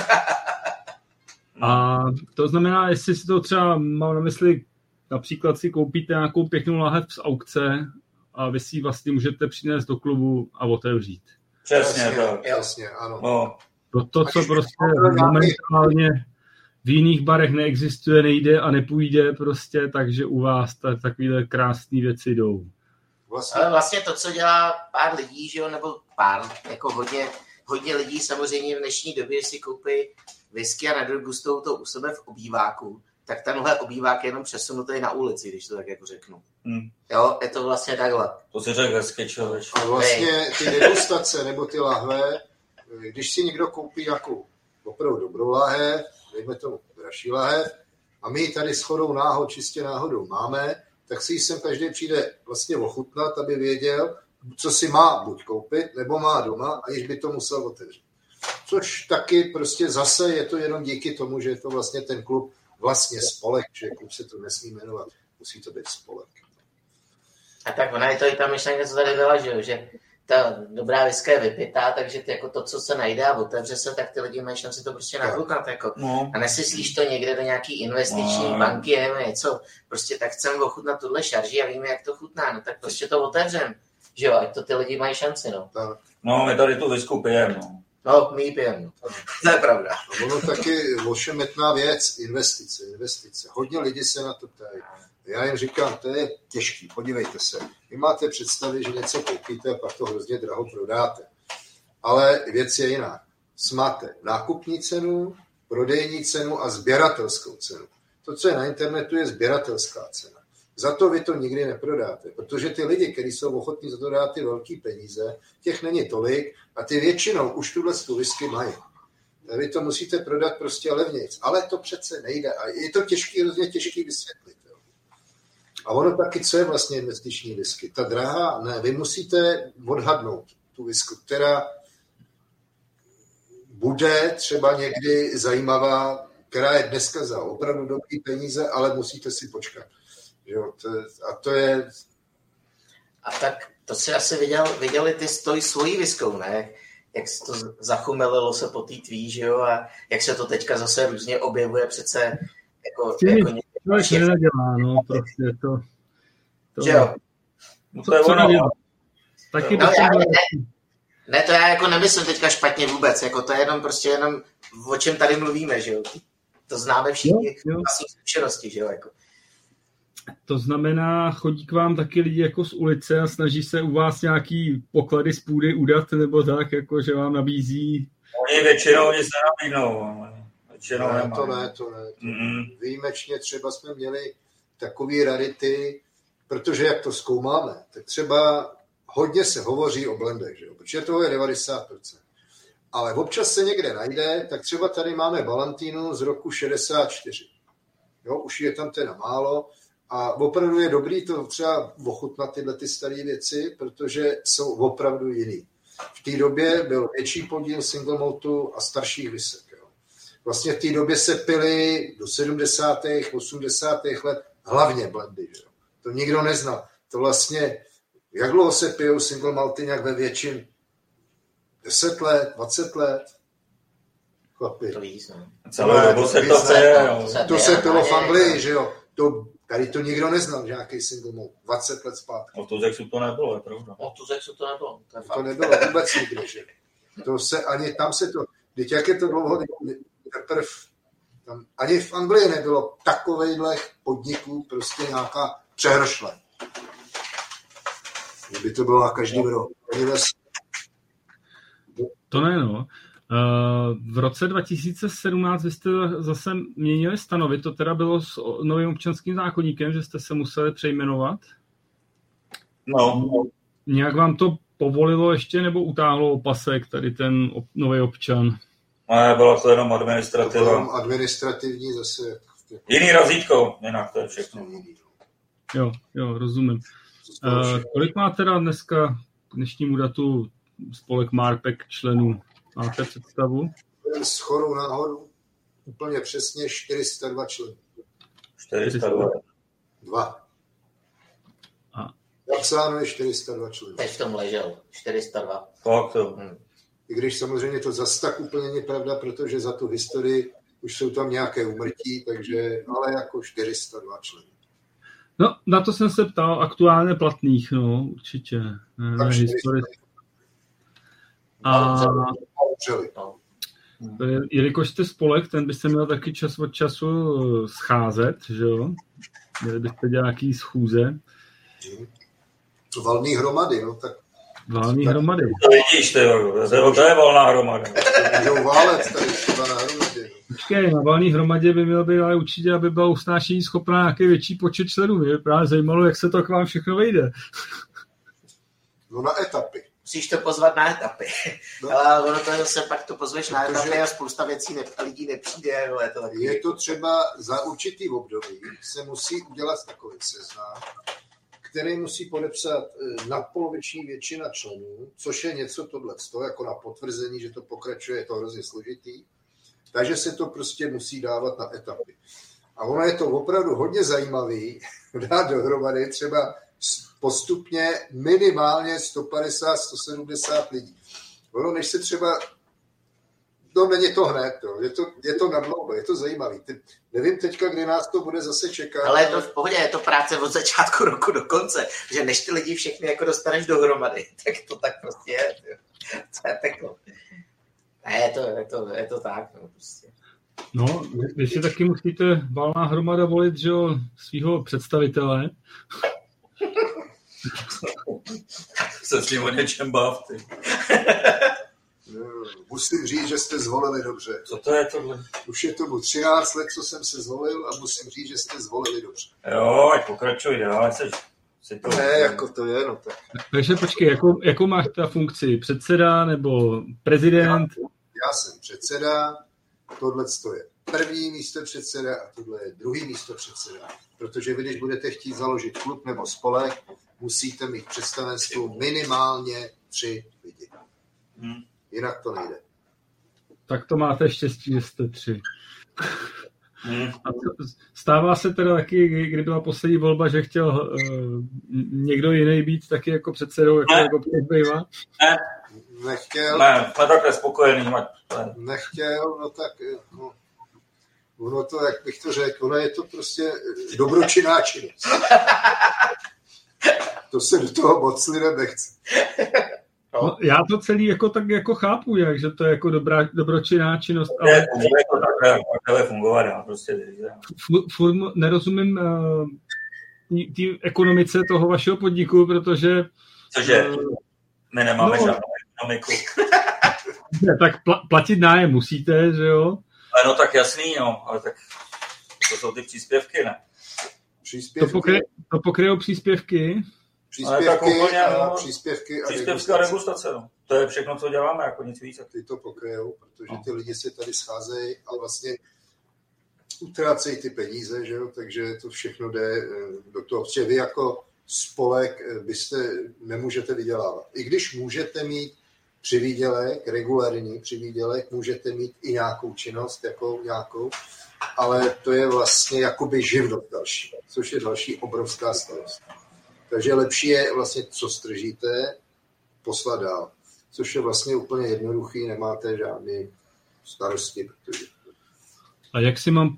A to znamená, jestli si to třeba mám na mysli, například si koupíte nějakou pěknou lahev z aukce a vy si ji vlastně můžete přinést do klubu a otevřít. Přesně tak. Jasně, ano. No. To, co prostě momentálně v jiných barech neexistuje, nejde a nepůjde prostě, takže u vás takovéhle krásné věci jdou. Ale vlastně to, co dělá pár lidí, že jo, nebo pár, jako hodně lidí samozřejmě v dnešní době si koupí whisky a nadegustujou to u sebe v obýváku, tak tenhle obývák je jenom přesunutý na ulici, když to tak jako řeknu. Jo, je to vlastně takhle. To si řekl hezky, člověk. A vlastně ty degustace nebo ty lahve, když si někdo koupí nějakou opravdu dobrou lahev, dejme tomu dražší lahev, a my ji tady shodou čistě náhodou máme, tak si ji sem každý přijde vlastně ochutnat, aby věděl, co si má buď koupit, nebo má doma, aniž by to musel otevřít. Což taky prostě zase je to jenom díky tomu, že je to vlastně ten klub vlastně spolek, že klub se to nesmí jmenovat, musí to být spolek. A tak ona je to i ta myšlenka, co tady byla, že ta dobrá whisky je vypitá, takže jako to, co se najde a otevře se, tak ty lidi mají šanci to prostě nachutnat. Jako. No. A nesyslíš to někde do nějaký investiční banky nebo něco, prostě tak chcem ochutnat tuhle šarži a víme, jak to chutná, no tak prostě to otevřem, že jo, ať to ty lidi mají šanci, no. Tak. No, my tady tu whisky pijeme, no. No, my ji pijeme, no. To je pravda. A ono taky ošemetná věc, investice. Hodně lidí se na to ptají. Já jim říkám, to je těžký, podívejte se. Vy máte představy, že něco koupíte a pak to hrozně draho prodáte. Ale věc je jiná. Máte nákupní cenu, prodejní cenu a sběratelskou cenu. To, co je na internetu, je sběratelská cena. Za to vy to nikdy neprodáte, protože ty lidi, kteří jsou ochotní za to dát ty velké peníze, těch není tolik a ty většinou už tuhle whisky mají. Vy to musíte prodat prostě levnějc, ale to přece nejde a je to hrozně těžký vysvětlit. Jo. A ono taky, co je vlastně investiční whisky? Ta drahá, ne, vy musíte odhadnout tu whisky, která bude třeba někdy zajímavá, která je dneska za opravdu dobrý peníze, ale musíte si počkat. Jo, to je... A tak to si asi viděli ty s tou svojí whiskou, ne? Jak se to zachumelilo se po té tvý, že jo? A jak se to teďka zase různě objevuje přece jako člověk nedělá, no, prostě to že jo? No to je ono. Taky ne, to já jako nemyslím teďka špatně vůbec, jako to je jenom o čem tady mluvíme, že jo? To známe všichni vlastní zkušenosti, že jo? Jako. To znamená, chodí k vám taky lidi jako z ulice a snaží se u vás nějaký poklady z půdy udat, nebo tak, jako že vám nabízí... Oni většinou nic nenabídnou. To ne. Výjimečně třeba jsme měli takový rarity, protože jak to zkoumáme, tak třeba hodně se hovoří o blendech, že jo? Protože toho je 90%. Ale občas se někde najde, tak třeba tady máme Ballantínu z roku 64. Jo, už je tam teda málo a opravdu je dobrý to třeba ochutnat tyhle ty staré věci, protože jsou opravdu jiný. V té době byl větší podíl single maltu a starších whisek. Jo. Vlastně v té době se pily do 70. 80. let hlavně blendy. Že jo. To nikdo neznal. To vlastně, jak dlouho se pijou single malty nějak ve většin? 10 let, 20 let? Chlapi. Celou dobu se to pije. To se pilo v Anglii, že jo. Tady to nikdo neznal, nějaký single mode. 20 let zpátky. O Tuzexu to nebylo, je pravda. O Tuzexu to nebylo. To nebylo vůbec nikde, že? To se ani tam se to... Teď jak je to dlouho, teprv tam ani v Anglii nebylo takovejhle podniků, prostě nějaká přehršle. Kdyby to bylo na každý rok. To ne, no. V roce 2017 vy jste zase měnili stanovy, to teda bylo s novým občanským zákoníkem, že jste se museli přejmenovat? No. Nějak vám to povolilo ještě, nebo utáhlo opasek tady ten nový občan? Ne, byla to jenom administrativa. To jenom administrativní zase. Jiný razítko, jinak to je všechno. Jo, rozumím. Kolik má teda dneska k dnešnímu datu spolek Marpek členů? Máte představu? S chorou náhodou úplně přesně 402 členů. 402. 2. Napsáno je 402 členů. Teď v tom ležel. 402. Tak to. I když samozřejmě to zas tak úplně není pravda, protože za tu historii už jsou tam nějaké úmrtí, takže ale jako 402 členů. No, na to jsem se ptal, aktuálně platných, no, určitě. A jelikož jste spolek, ten by se měl taky čas od času scházet, že jo? Měli byste dělat nějaký schůze. Valný hromady, no tak. Valný hromady. To vidíš, to je valná hromada. Můžou válet tady třeba na hromadě. Počkej, na valný hromadě by měl být ale určitě, aby byla usnášení schopná nějaký větší počet členů. Mě právě zajímalo, jak se to k vám všechno vejde. No na etapy. Musíš to pozvat na etapy. No. Ale ono to zase pak to pozveš na etapy a spousta věcí lidí nepřijde. No je to třeba za určitý období se musí udělat takový seznam, který musí podepsat nadpoloviční většina členů, což je něco tohleto, jako na potvrzení, že to pokračuje, je to hrozně složitý. Takže se to prostě musí dávat na etapy. A ono je to opravdu hodně zajímavý dát dohromady třeba postupně minimálně 150-170 lidí. Ono, než se třeba... No, není to hned, je to nadlouho, je to zajímavý. Nevím teďka, kdy nás to bude zase čekat. Ale je to v pohodě, je to práce od začátku roku do konce, že než ty lidi všechny jako dostaneš dohromady, tak to tak prostě je. To je peklo. Ne, je to tak, no prostě. No, vy si taky musíte valná hromada volit, že jo, svýho představitele. Se s ním o něčem bav, ty. Musím říct, že jste zvolili dobře. Co to je tohle? Už je tomu 13 let, co jsem se zvolil a musím říct, že jste zvolili dobře. Jo, ať pokračuj dál, si to... Ne, jako to je, no tak. Takže počkej, jakou máš ta funkci? Předseda nebo prezident? Já jsem předseda, tohle je první místopředseda a tohle je druhý místopředseda. Protože vy, když budete chtít založit klub nebo spolek, musíte mít představenstvu minimálně 3 lidi. Jinak to nejde. Tak to máte štěstí, že jste 3. A stává se teda taky, kdy byla poslední volba, že chtěl někdo jiný být taky jako předsedou, jako bývá? Ne. Nechtěl. Ne, jsme takhle spokojený. Nechtěl, no tak no, ono to, jak bych to řekl, ono je to prostě dobročinná činnost. To se do toho moc lidem nechce. No, já to celý jako tak jako chápu, že to je jako dobročinná činnost, ale to takhle fungovat, já prostě furt nerozumím té ekonomice toho vašeho podniku, protože... Cože? My nemáme žádnou ekonomiku. Ne, tak platit nájem musíte, že jo? No tak jasný, no, ale tak to jsou ty příspěvky, ne? To pokryjou příspěvky? Příspěvky a degustace. No. To je všechno, co děláme, jako nic víc. Ty to pokryjou, protože ty lidi se tady scházejí a vlastně utrácejí ty peníze, že jo? Takže to všechno jde do toho. Protože vy jako spolek nemůžete vydělávat. I když můžete mít přivýdělek, regulární přivýdělek, můžete mít i nějakou činnost, nějakou, ale to je vlastně jakoby živnost další, což je další obrovská starost. Takže lepší je vlastně, co stržíte, poslat dál. Což je vlastně úplně jednoduchý, nemáte žádný starosti. Protože... A jak si mám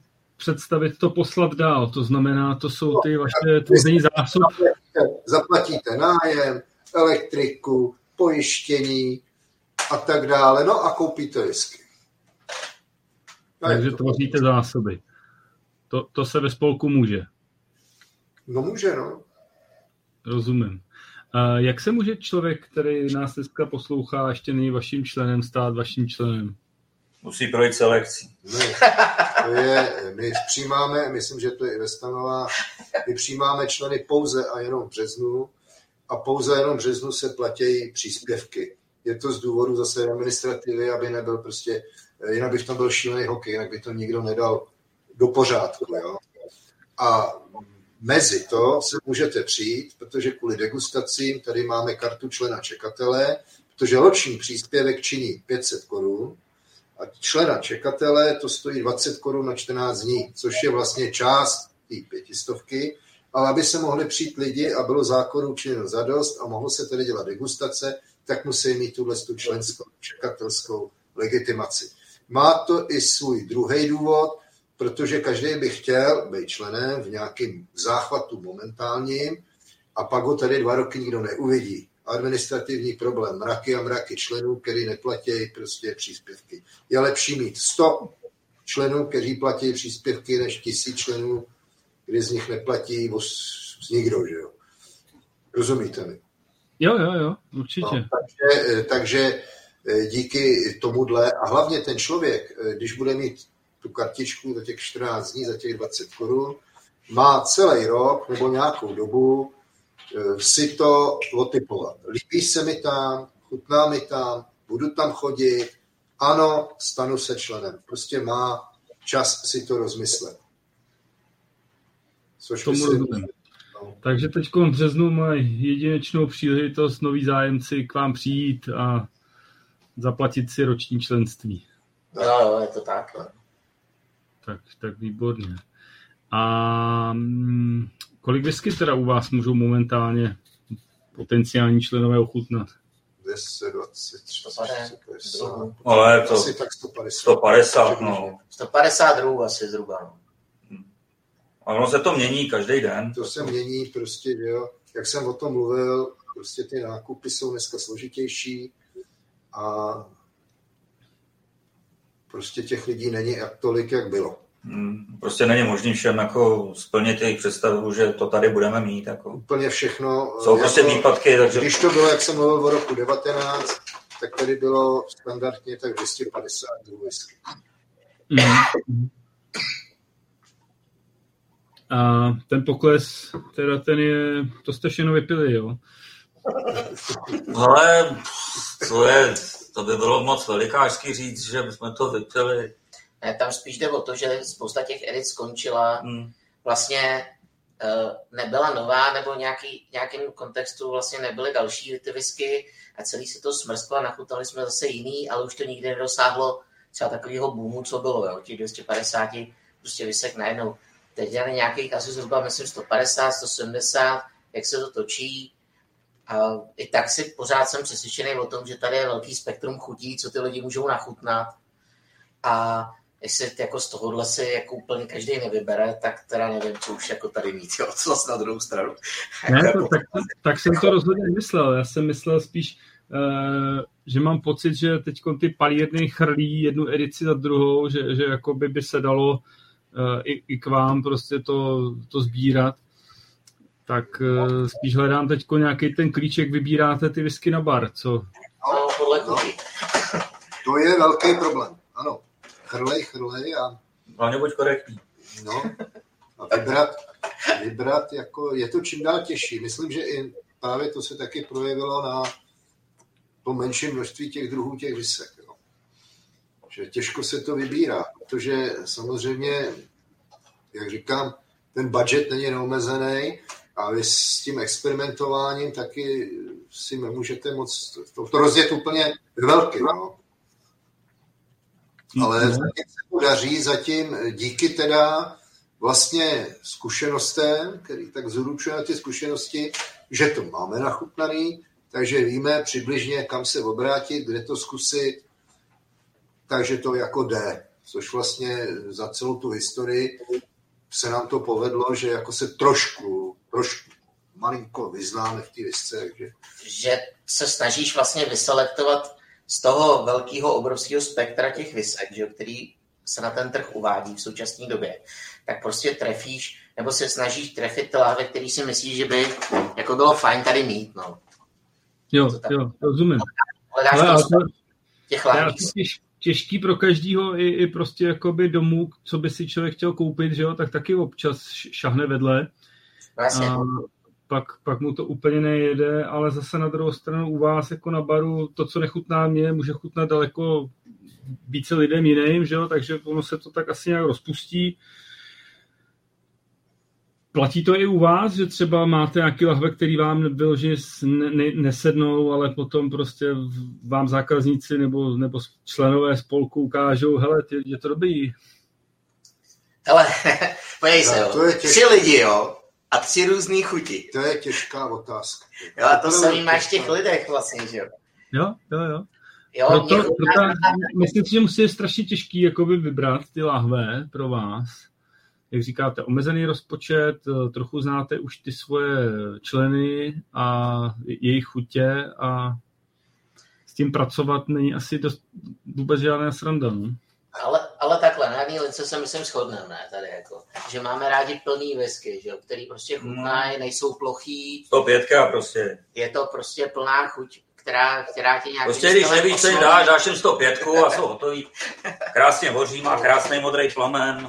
představit to poslat dál? To znamená, to jsou ty vaše tvoření zásob? Zaplatíte nájem, elektriku, pojištění a tak dále, no a koupíte whisky. Takže tvoříte zásoby. To se ve spolku může? No může, no. Rozumím. Jak se může člověk, který nás dneska poslouchá, ještě není vaším členem, stát vaším členem? Musí projít selekcí. My přijímáme, myslím, že to je i ve stanovách, my přijímáme členy pouze a jenom v březnu a pouze a jenom v březnu se platí příspěvky. Je to z důvodu zase administrativy, aby nebyl prostě, jinak by v tom byl šílený hokej, jinak by to nikdo nedal do pořádku. Jo? A mezi to se můžete přijít, protože kvůli degustacím tady máme kartu člena čekatele, protože roční příspěvek činí 500 korun a člena čekatele to stojí 20 korun na 14 dní, což je vlastně část té 500, ale aby se mohli přijít lidi a bylo zákonu učiněno zadost a mohlo se tady dělat degustace, tak musí mít tuhle členskou čekatelskou legitimaci. Má to i svůj druhý důvod, protože každý by chtěl být členem v nějakém záchvatu momentálním a pak ho tady 2 roky nikdo neuvidí. Administrativní problém, mraky a mraky členů, který neplatí prostě příspěvky. Je lepší mít 100 členů, kteří platí příspěvky, než 1000 členů, kdy z nich neplatí nikdo, že jo. Rozumíte mi? Jo, určitě. No, takže díky tomuhle a hlavně ten člověk, když bude mít tu kartičku za těch 14 dní, za těch 20 korun, má celý rok nebo nějakou dobu si to otypovat. Líbí se mi tam, chutná mi tam, budu tam chodit, ano, stanu se členem. Prostě má čas si to rozmyslet. Což rozumím. No. Takže teď v březnu mají jedinečnou příležitost noví zájemci k vám přijít a zaplatit si roční členství. Jo, je to tak. Tak výborně. A kolik whisky teda u vás můžou momentálně potenciální členové ochutnat? 10, 20, 30, 50. Ale je to asi tak 150, no. 150 druhů asi zhruba, no. A ono se to mění každý den. To se mění prostě, jo. Jak jsem o tom mluvil, prostě ty nákupy jsou dneska složitější a prostě těch lidí není tolik, jak bylo. Prostě není možný všem jako splnit jejich představu, že to tady budeme mít. Jako. Úplně všechno. Jsou prostě výpadky. Takže... Když to bylo, jak jsem mluvil o roku 19, tak tady bylo standardně tak 250 whisky. A ten pokles, teda to jste všechno vypili, jo? Ale to by bylo moc velikářský říct, že bychom to vypili. Tam spíš jde o to, že spousta těch edic skončila, vlastně nebyla nová, nebo nějakým kontextu vlastně nebyly další ty whisky a celý se to smrsklo a nachutali jsme zase jiný, ale už to nikdy nedosáhlo třeba takového boomu, co bylo, jo, těch 250 prostě whisek najednou. Teď je nějakých asi zhruba, myslím, 150, 170, jak se to točí. A i tak si pořád jsem přesvědčený o tom, že tady je velký spektrum chutí, co ty lidi můžou nachutnat. A jestli jako z tohohle si jako úplně každý nevybere, tak teda nevím, co už jako tady mít, jo, co na druhou stranu. Ne, tak jsem to rozhodně myslel. Já jsem myslel spíš, že mám pocit, že teď ty palírny chrlí jednu edici za druhou, že jako by se dalo i k vám prostě to sbírat. Tak spíš hledám teď nějaký ten klíček, vybíráte ty whisky na bar, co? No, podle chutí. To je velký problém, ano. Chrlej a... Hlavně buď korektní. No, a vybrat jako, je to čím dál těžší. Myslím, že i právě to se taky projevilo na to menším množství těch druhů těch whisek. Jo. Že těžko se to vybírá, protože samozřejmě, jak říkám, ten budget není neomezený a vy s tím experimentováním taky si nemůžete moc to rozjet úplně velký. No. Ale zatím se podaří, díky teda vlastně zkušenostem, který tak zručuje ty zkušenosti, že to máme nachutnaný, takže víme přibližně, kam se obrátit, kde to zkusit, takže to jako jde. což vlastně za celou tu historii se nám to povedlo, že jako se trošku malinko vyznáme v té visce. Takže... Že se snažíš vlastně vyselektovat z toho velkého, obrovského spektra těch visek, že, který se na ten trh uvádí v současné době, tak prostě trefíš, nebo se snažíš trefit ty láhve, který si myslíš, že by jako bylo fajn tady mít. No. Jo, rozumím. Hledáš těch láhví. Těžký pro každýho i prostě jakoby domů, co by si člověk chtěl koupit, že jo, tak taky občas šahne vedle. Vlastně. A pak mu to úplně nejede, ale zase na druhou stranu u vás jako na baru to, co nechutná mě, může chutnat daleko více lidem jiným, že jo, takže ono se to tak asi nějak rozpustí. Platí to i u vás, že třeba máte nějaký lahve, který vám vyloženě nesednou, ale potom prostě vám zákazníci nebo členové spolku ukážou, hele, je to dobrý. Hele, pojď se, jo. 3 lidi, jo, a 3 různý chuti. To je těžká otázka. Jo, a to samý máš v těch lidech vlastně, že jo. Jo. Proto myslím si, že musí být strašně těžký jakoby vybrat ty lahve pro vás. Jak říkáte, omezený rozpočet, trochu znáte už ty svoje členy a jejich chutě a s tím pracovat není asi vůbec žádná sranda. No? Ale takhle, na jedné lince se myslím shodneme, ne, tady jako, že máme rádi plný whisky, že jo, který prostě chutnají, nejsou plochý. 105 prostě. Je to prostě plná chuť, která ti nějaký... Prostě když nevíš, co jim dáš jim 105 a jsou hotový. Krásně hoří, má krásný modrý plamen.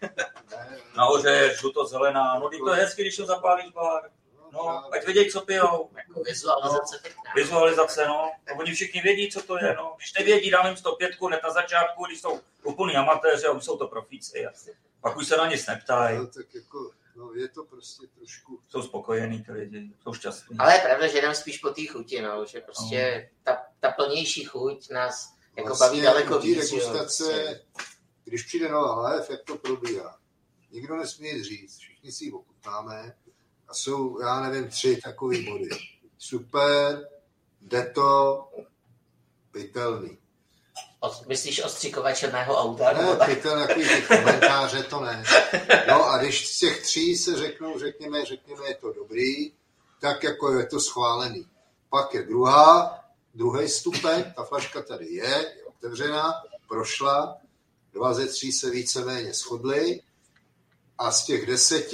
Nahoře žluto-zelená. No, to je hezky, když to zapálíš bar. No, ať vědějí, co pijou. Jako vizualizace pěkná. Vizualizace, no. A oni všichni vědí, co to je, no. Když nevědí, dám jim 105 hned na začátku, když jsou úplný amatéři a už jsou to profíci. Pak už se na nic neptají. No, tak jako, je to prostě trošku... Jsou spokojení ty lidi, jsou šťastní. Ale je pravda, že jdem spíš po té chuti, no. Že prostě ta plnější chuť nás jako vlastně baví daleko víc. Degustace, když přijde nová lahev, jak to probíhá. Nikdo nesmí říct, všichni si ji ochutnáme a jsou, já nevím, 3 takový body. Super, jde to, pitelný. Myslíš ostříkova černého auta? Ne, pitelný, takový ty komentáře, to ne. No a když z těch 3 se řekněme, je to dobrý, tak jako je to schválený. Pak je druhý stupeň, ta flaška tady je otevřená, prošla, 2 ze 3 se víceméně shodly, a z těch 10,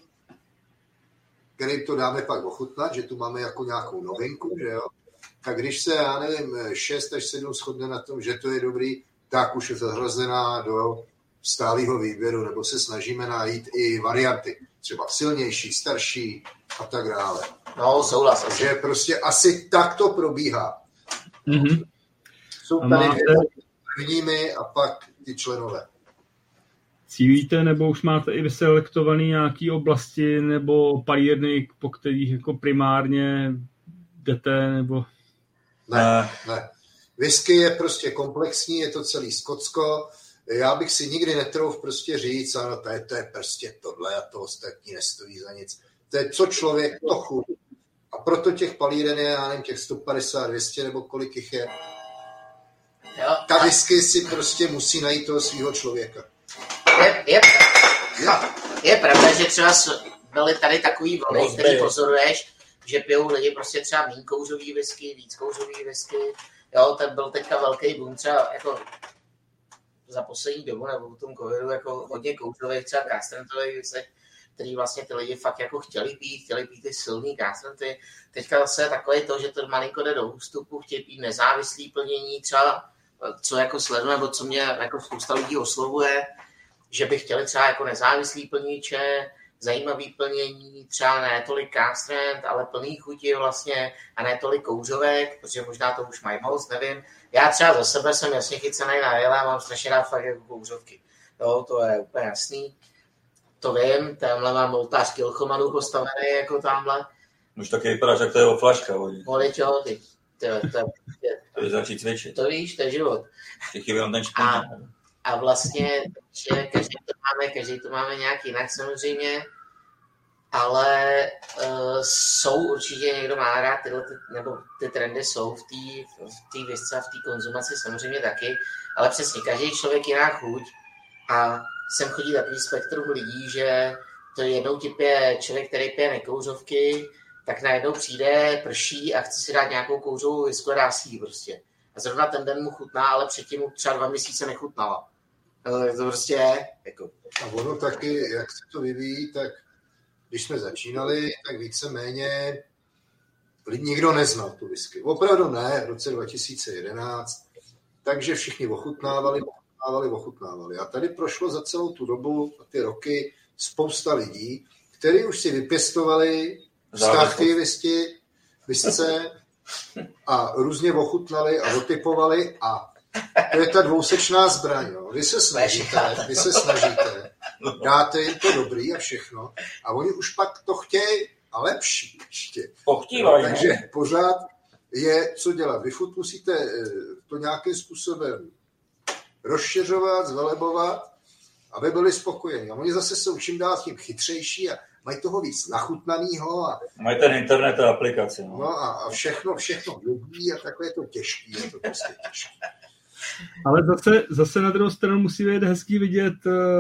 kterým to dáme pak ochutnat, že tu máme jako nějakou novinku, že jo? Tak když se, já nevím, 6 až 7 shodne na tom, že to je dobrý, tak už je zařazená do stálého výběru, nebo se snažíme najít i varianty, třeba silnější, starší a tak dále. No, souhlas. Takže prostě asi tak to probíhá. Mm-hmm. Jsou tady prvními a pak ty členové. Cílíte, nebo už máte i vyselektované nějaké oblasti nebo palírny, po kterých jako primárně jdete, nebo... Ne. Whisky je prostě komplexní, je to celý Skotsko. Já bych si nikdy netrouf prostě říct, ano, to je prostě tohle a to ostatní nestojí za nic. To je co člověk, to chuť. A proto těch palíren je, já nevím, těch 150, 200 nebo kolik jich je. Jo, ta whisky si prostě musí najít toho svýho člověka. Je pravda, že třeba byly tady takový vlny, který pozoruješ, že pijou lidi prostě třeba méně kouřový whisky, víc kouřový whisky. Jo, ten byl teďka velký boom třeba jako za poslední dobu nebo v tom covidu jako hodně kouřových, třeba kastrantových whisky, který vlastně ty lidi fakt jako chtěli pít ty silný kastranty. Teďka zase je takové to, že to malinko jde do ústupu, chtějí pít nezávislý plnění, třeba co jako sleduje, nebo co mě jako spousta lidí oslovuje, že by chtěli třeba jako nezávislý plníče, zajímavý plnění, třeba ne tolik castrant, ale plný chutí vlastně a ne tolik kouřovek, protože možná to už mají moc, nevím. Já třeba za sebe jsem jasně chycený na jele a mám strašně rád fakt jako kouřovky. Jo, to je úplně jasný. To vím, tamhle mám oltář Kilchomanu postavený jako tamhle. Už taky vypadáš, jak to je o flaška. Molit, jo, ty. To je začít cvičit. To víš, to je život. A vlastně, že každý to máme nějak jinak samozřejmě. ale jsou určitě, někdo má rád nebo ty trendy jsou v té whisce a v té konzumaci samozřejmě taky, ale přesně každý člověk jiná chuť a sem chodí takový spektrum lidí, že to jednou typ je člověk, který pije nekouřovky, tak najednou přijde, prší a chce si dát nějakou kouřovou whisky a dá si ji prostě. A zrovna ten den mu chutná, ale předtím mu třeba 2 měsíce nechutnala. Tak to prostě je. Jako. A ono taky, jak se to vyvíjí, tak když jsme začínali, tak víceméně nikdo neznal tu whisky. Opravdu ne, v roce 2011. Takže všichni ochutnávali. A tady prošlo za celou tu dobu, ty roky, spousta lidí, kteří už si vypěstovali vztah té whisce a různě ochutnali a otypovali a to je ta dvousečná zbraň. Jo. Vy se snažíte, dáte jim to dobrý a všechno a oni už pak to chtějí a lepší ještě. Takže pořád je co dělat. Vy furt musíte to nějakým způsobem rozšiřovat, zvelebovat, aby byli spokojení. A oni zase jsou čím dál tím chytřejší a mají toho víc nachutnanýho. A mají ten internet a aplikaci. No a všechno ľubí a takové je to těžké. Je to prostě těžké. Ale zase na druhou stranu musí být hezký vidět,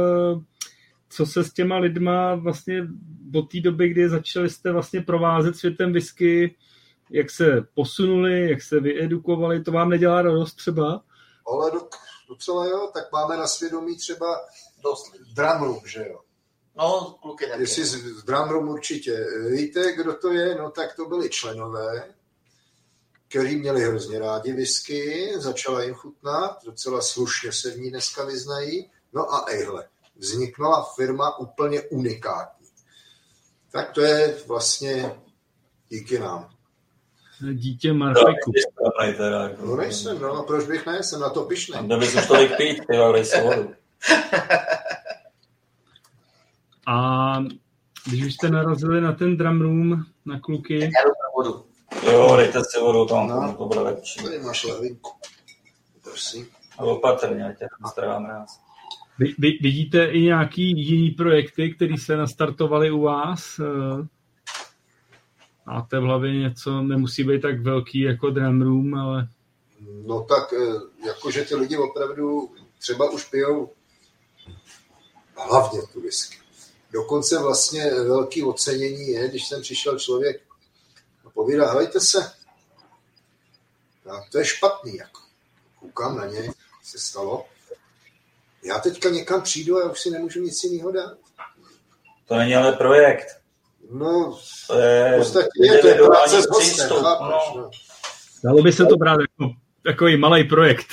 co se s těma lidma vlastně od té doby, kdy začali jste vlastně provázet světem whisky, jak se posunuli, jak se vyedukovali, to vám nedělá radost třeba? Ale docela jo, tak máme na svědomí třeba Drum, že jo? No, kluky taky. Jestli z Drum Room určitě. Víte, kdo to je? No tak to byli členové, kteří měli hrozně rádi whisky, začala jim chutnat, docela slušně se v ní dneska vyznají. No a ejhle, vznikla firma úplně unikátní. Tak to je vlastně díky nám. Dítě Marfiku. No nejsem, no a proč bych ne? Jsem na to pyšnej. Kde bys už tolik pít, dej si vodu. A když už jste narazili na ten Drum Room, na kluky... Já jdu na vodu. Jo, dejte si vodu tam, to bude lepší. Tady máš lavinku. Prosím. A opatrně, ať tě strávám ráz. Vidíte i nějaký jiný projekty, které se nastartovaly u vás? Máte v hlavě něco, nemusí být tak velký jako Drum Room, ale... No tak, jakože ty lidi opravdu třeba už pijou hlavně tu whisky. Dokonce vlastně velký ocenění je, když sem přišel člověk a povídá, hejte se, to je špatný, jako. Koukám na něj, se stalo. Já teďka někam přijdu a já už si nemůžu nic jiného dát. To není ale projekt. No, to je to je práce s hostem, chápeš, no. Dalo by se to brát jako takový malý projekt.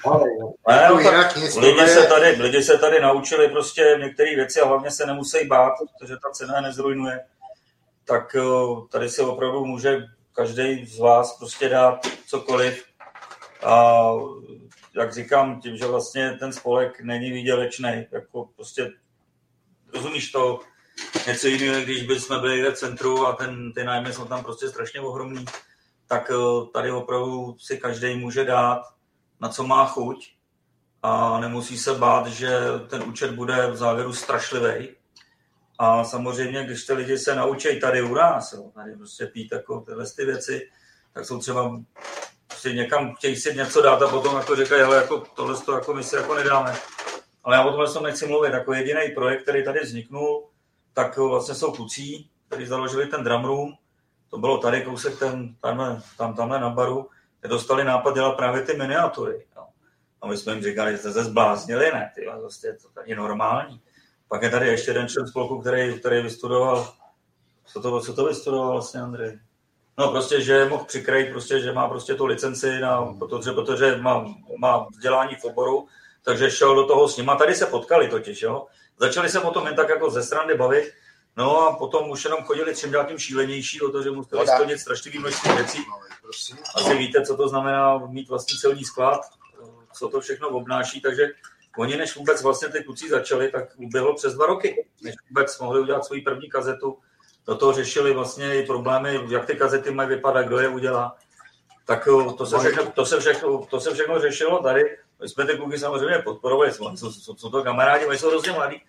Lidi se tady naučili prostě některé věci a hlavně se nemusí bát, protože ta cena nezrujnuje. Tak tady si opravdu může každý z vás prostě dát cokoliv. A jak říkám, tím, že vlastně ten spolek není výdělečný, jako prostě rozumíš to, něco jiného, když bychom byli v centru a ty nájmy jsou tam prostě strašně ohromný, tak tady opravdu si každý může dát, na co má chuť a nemusí se bát, že ten účet bude v závěru strašlivý. A samozřejmě, když ty lidi se naučí tady u nás, jo, tady prostě pít jako tyhle ty věci, tak jsou třeba si někam chtějí si něco dát a potom jako říkají, hele, jako tohle to jako my si jako nedáme. Ale já o tomhle nechci mluvit, jako jediný projekt, který tady vzniknul, tak vlastně jsou kluci, kteří založili ten Drum Room. To bylo tady kousek tamhle na baru, kde dostali nápad dělat právě ty miniatury. Jo. A my jsme jim říkali, že jste se zbláznili, ne? Ty, vlastně to tady normální. Pak je tady ještě jeden člen spolku, který vystudoval, co to vystudoval vlastně, Andrej? No prostě, že mohl přikrýt, prostě, že má prostě tu licenci, protože má vzdělání v oboru, takže šel do toho s nima. Tady se potkali totiž, jo. Začali se potom jen tak jako ze srandy bavit, no a potom už jenom chodili čím dál tím šílenější, protože museli splnit strašlivý množství věcí. Asi víte, co to znamená mít vlastní celní sklad, co to všechno obnáší, takže oni než vůbec vlastně ty kluci začali, tak uběhlo přes 2 roky, než vůbec mohli udělat svoji první kazetu. Do toho řešili vlastně i problémy, jak ty kazety mají vypadat, kdo je udělá. Tak to se všechno řešilo tady. My jsme ty kluky samozřejmě podporovali, jsou to kamarádi, oni jsou hrozně mladí.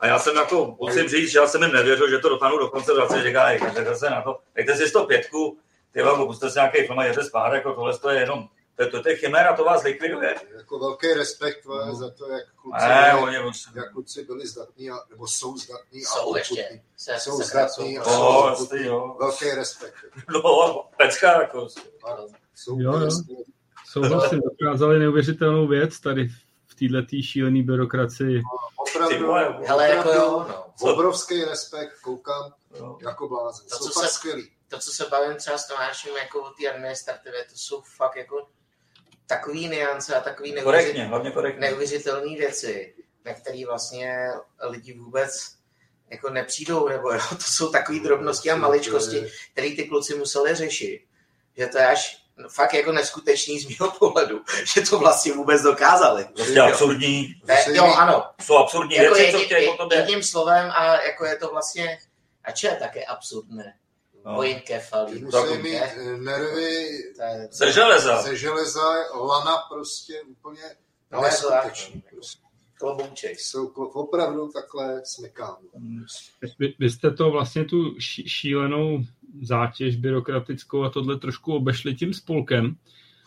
A já jsem jako, musím říct, že já jsem jim nevěřil, že to dotáhnu do konce, vlastně říká, dejte se na to, dejte si 105, ty vám puste si nějaký film a jděte spát, jako tohle to je jenom, to je chimera, to vás likviduje. Jako velký respekt za to, jak kluci byli zdatní, nebo jsou zdatní. Jsou ještě. Jsou zdatní a velký respekt. No, pecka jako. Jo. Souhlasím, dokázali neuvěřitelnou věc tady v této šílený byrokracii. Opravdu obrovský respekt, koukám jako blázen. Jsou fakt skvělý. To, co se bavím třeba s Tomášem jako o té administrativě, to jsou fakt jako takový nuance a takový neuvěřitelné věci, na které vlastně lidi vůbec jako nepřijdou, nebo to jsou takové drobnosti a maličkosti, které ty kluci museli řešit, že to je až fakt jako neskutečný z mého pohledu, že to vlastně vůbec dokázali. Prostě absurdní. Jo, ano. Jsou absurdní jako věci, co chtějí potom jde. Jedním slovem a jako je to vlastně, a čo je také absurdné? Vojinkefalí. Musí mít nervy ze železa, lana prostě úplně neskutečný. Klobouček. Jsou opravdu takhle smykám. Vy jste to vlastně tu šílenou zátěž byrokratickou a tohle trošku obešli tím spolkem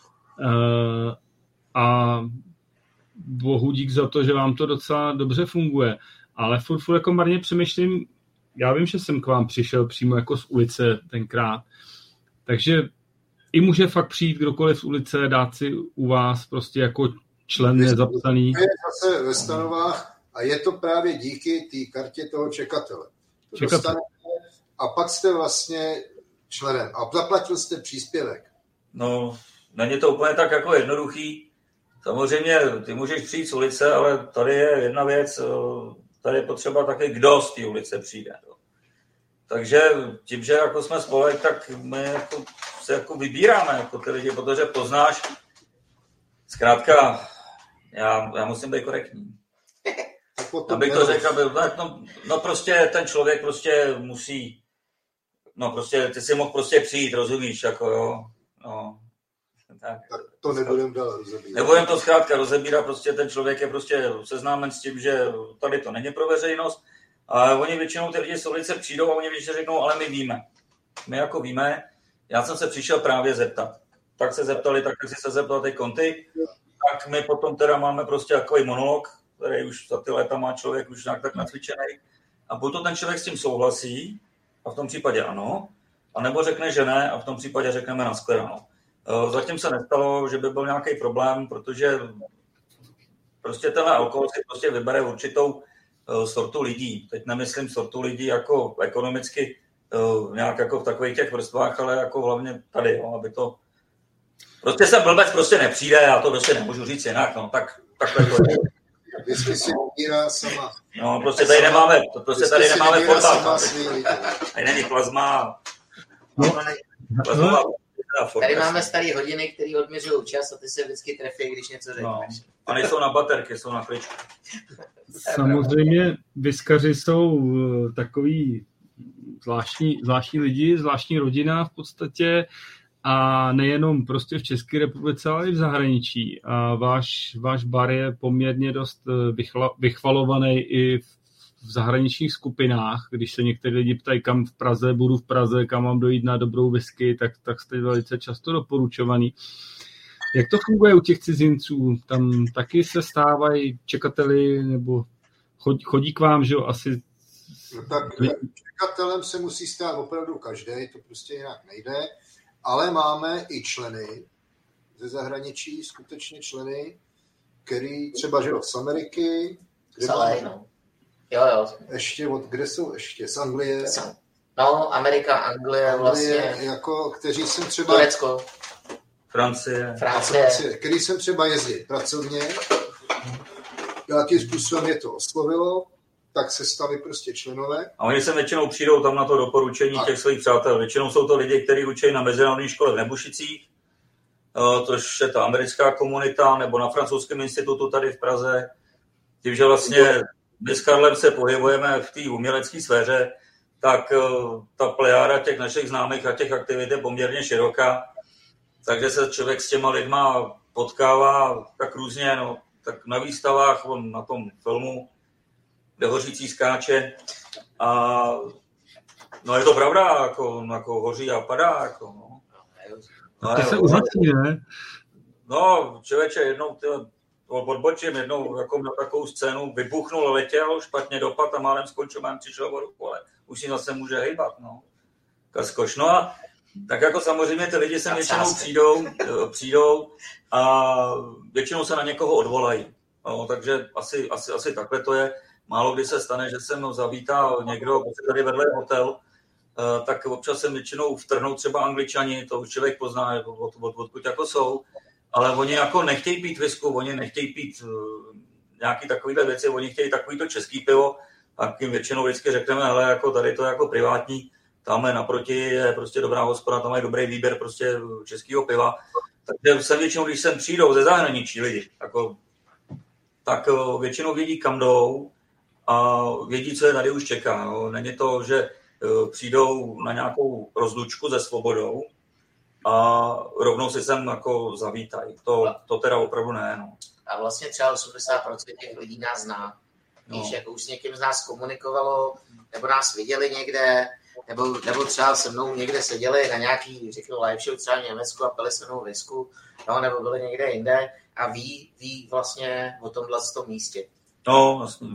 a bohu dík za to, že vám to docela dobře funguje, ale furt jako marně přemýšlím, já vím, že jsem k vám přišel přímo jako z ulice tenkrát, takže i může fakt přijít kdokoliv z ulice, dát si u vás prostě jako člen nezapsaný. Je zase ve stanovách a je to právě díky té kartě toho čekatele. A pak jste vlastně členem a zaplatil jste příspěvek. No, není to úplně tak jako jednoduchý. Samozřejmě ty můžeš přijít z ulice, ale tady je jedna věc, tady je potřeba taky, kdo z té ulice přijde. Takže tím, že jako jsme spolek, tak my jako se jako vybíráme jako ty lidi, protože poznáš, zkrátka, já musím být korektní. Abych to řekl, no prostě ten člověk prostě musí, no prostě ty si mohl prostě přijít, rozumíš, jako jo, no. Tak to nebudem dál rozebírat. Nebudem to zkrátka rozebírat, prostě ten člověk je prostě seznámen s tím, že tady to není pro veřejnost a oni většinou ty lidi z ulice přijdou a oni většinou řeknou, ale my víme. My jako víme, já jsem se přišel právě zeptat. Tak se zeptali, tak si se zeptal ty konty, tak my potom teda máme prostě takový monolog, který už za ty léta má člověk už nějak tak nacvičený a buď to ten člověk s tím souhlasí a v tom případě ano, anebo řekne, že ne a v tom případě řekneme nashledanou. Zatím se nestalo, že by byl nějaký problém, protože prostě tenhle alkohol si prostě vybere určitou sortu lidí. Teď nemyslím sortu lidí jako ekonomicky nějak jako v takových těch vrstvách, ale jako hlavně tady, jo, aby to... Prostě sem blbec prostě nepřijde, já to prostě nemůžu říct jinak, no, takhle to je. Vždycky si vybírá sama. No, prostě tady nemáme, portál. Tady není plazma. Tady máme staré hodiny, které odměřují čas a ty se vždycky trefí, když něco řekneš. No. A nejsou na baterky, jsou na kličku. Samozřejmě viskaři jsou takový zvláštní lidi, zvláštní rodina v podstatě a nejenom prostě v České republice, ale i v zahraničí. A váš bar je poměrně dost vychvalovaný i v zahraničních skupinách. Když se některé lidi ptají, kam v Praze, budu v Praze, kam mám dojít na dobrou whisky, tak jste velice často doporučovaný. Jak to funguje u těch cizinců? Tam taky se stávají čekateli, nebo chodí k vám, že jo, asi... No tak čekatelem se musí stát opravdu každý, to prostě jinak nejde, ale máme i členy ze zahraničí, skutečně členy, který třeba, že z Ameriky, kde Jo. Ještě kde jsou ještě? Z Anglie? No, Amerika, Anglie vlastně. Jako, kteří jsem třeba... Turecko. Francie. Který jsem třeba jezdil pracovně. Jakým způsobem je to oslovilo, tak se staví prostě členové. A oni se většinou přijdou tam na to doporučení těch svých přátel. Většinou jsou to lidi, kteří učí na mezinárodní škole v Nebušicích, což je ta americká komunita, nebo na francouzském institutu tady v Praze. Tím, že vlastně my s Karlem se pohybujeme v té umělecké sféře, tak ta plejáda těch našich známých a těch aktivit je poměrně široká. Takže se člověk s těma lidma potkává tak různě, no, tak na výstavách, na tom filmu, kde hořící skáče a no je to pravda, jako hoří a padá, jako no. No to se uhatí, ne? No, člověče, jednou odbočím, jednou jako na takovou scénu vybuchnul, letěl, špatně dopad a málem skončil, mám přišel o ruku, ale už si zase může hejbat, no. Kaskoš. No a tak jako samozřejmě ty lidi sem většinou přijdou a většinou se na někoho odvolají. No, takže asi takhle to je. Málo kdy se stane, že sem zavítá někdo, tady vedle hotel, tak občas sem většinou vtrhnou třeba Angličani, to už člověk pozná, odkud jako jsou, ale oni jako nechtějí pít whisky, oni nechtějí pít nějaký takovýhle věci, oni chtějí takovýto český pivo, a tím většinou vždycky řekneme, hele, jako tady to je jako privátní, tamhle naproti je prostě dobrá hospoda, tam je dobrý výběr prostě českého piva. Takže sem většinou, když sem přijdou ze zahraničí lidi, tak většinou vědí, kam jdou a vědí, co je tady už čeká. No. Není to, že přijdou na nějakou rozlučku se svobodou a rovnou si sem jako zavítají. To teda opravdu ne. No. A vlastně třeba 80% těch lidí nás zná. Víš, jako už s někým z nás komunikovalo, nebo nás viděli někde, nebo třeba se mnou někde seděli na nějaký, řeknu, live show třeba v Německu a pili se mnou whisku, no, nebo byli někde jinde a ví vlastně o tomhle místě. No, vlastně.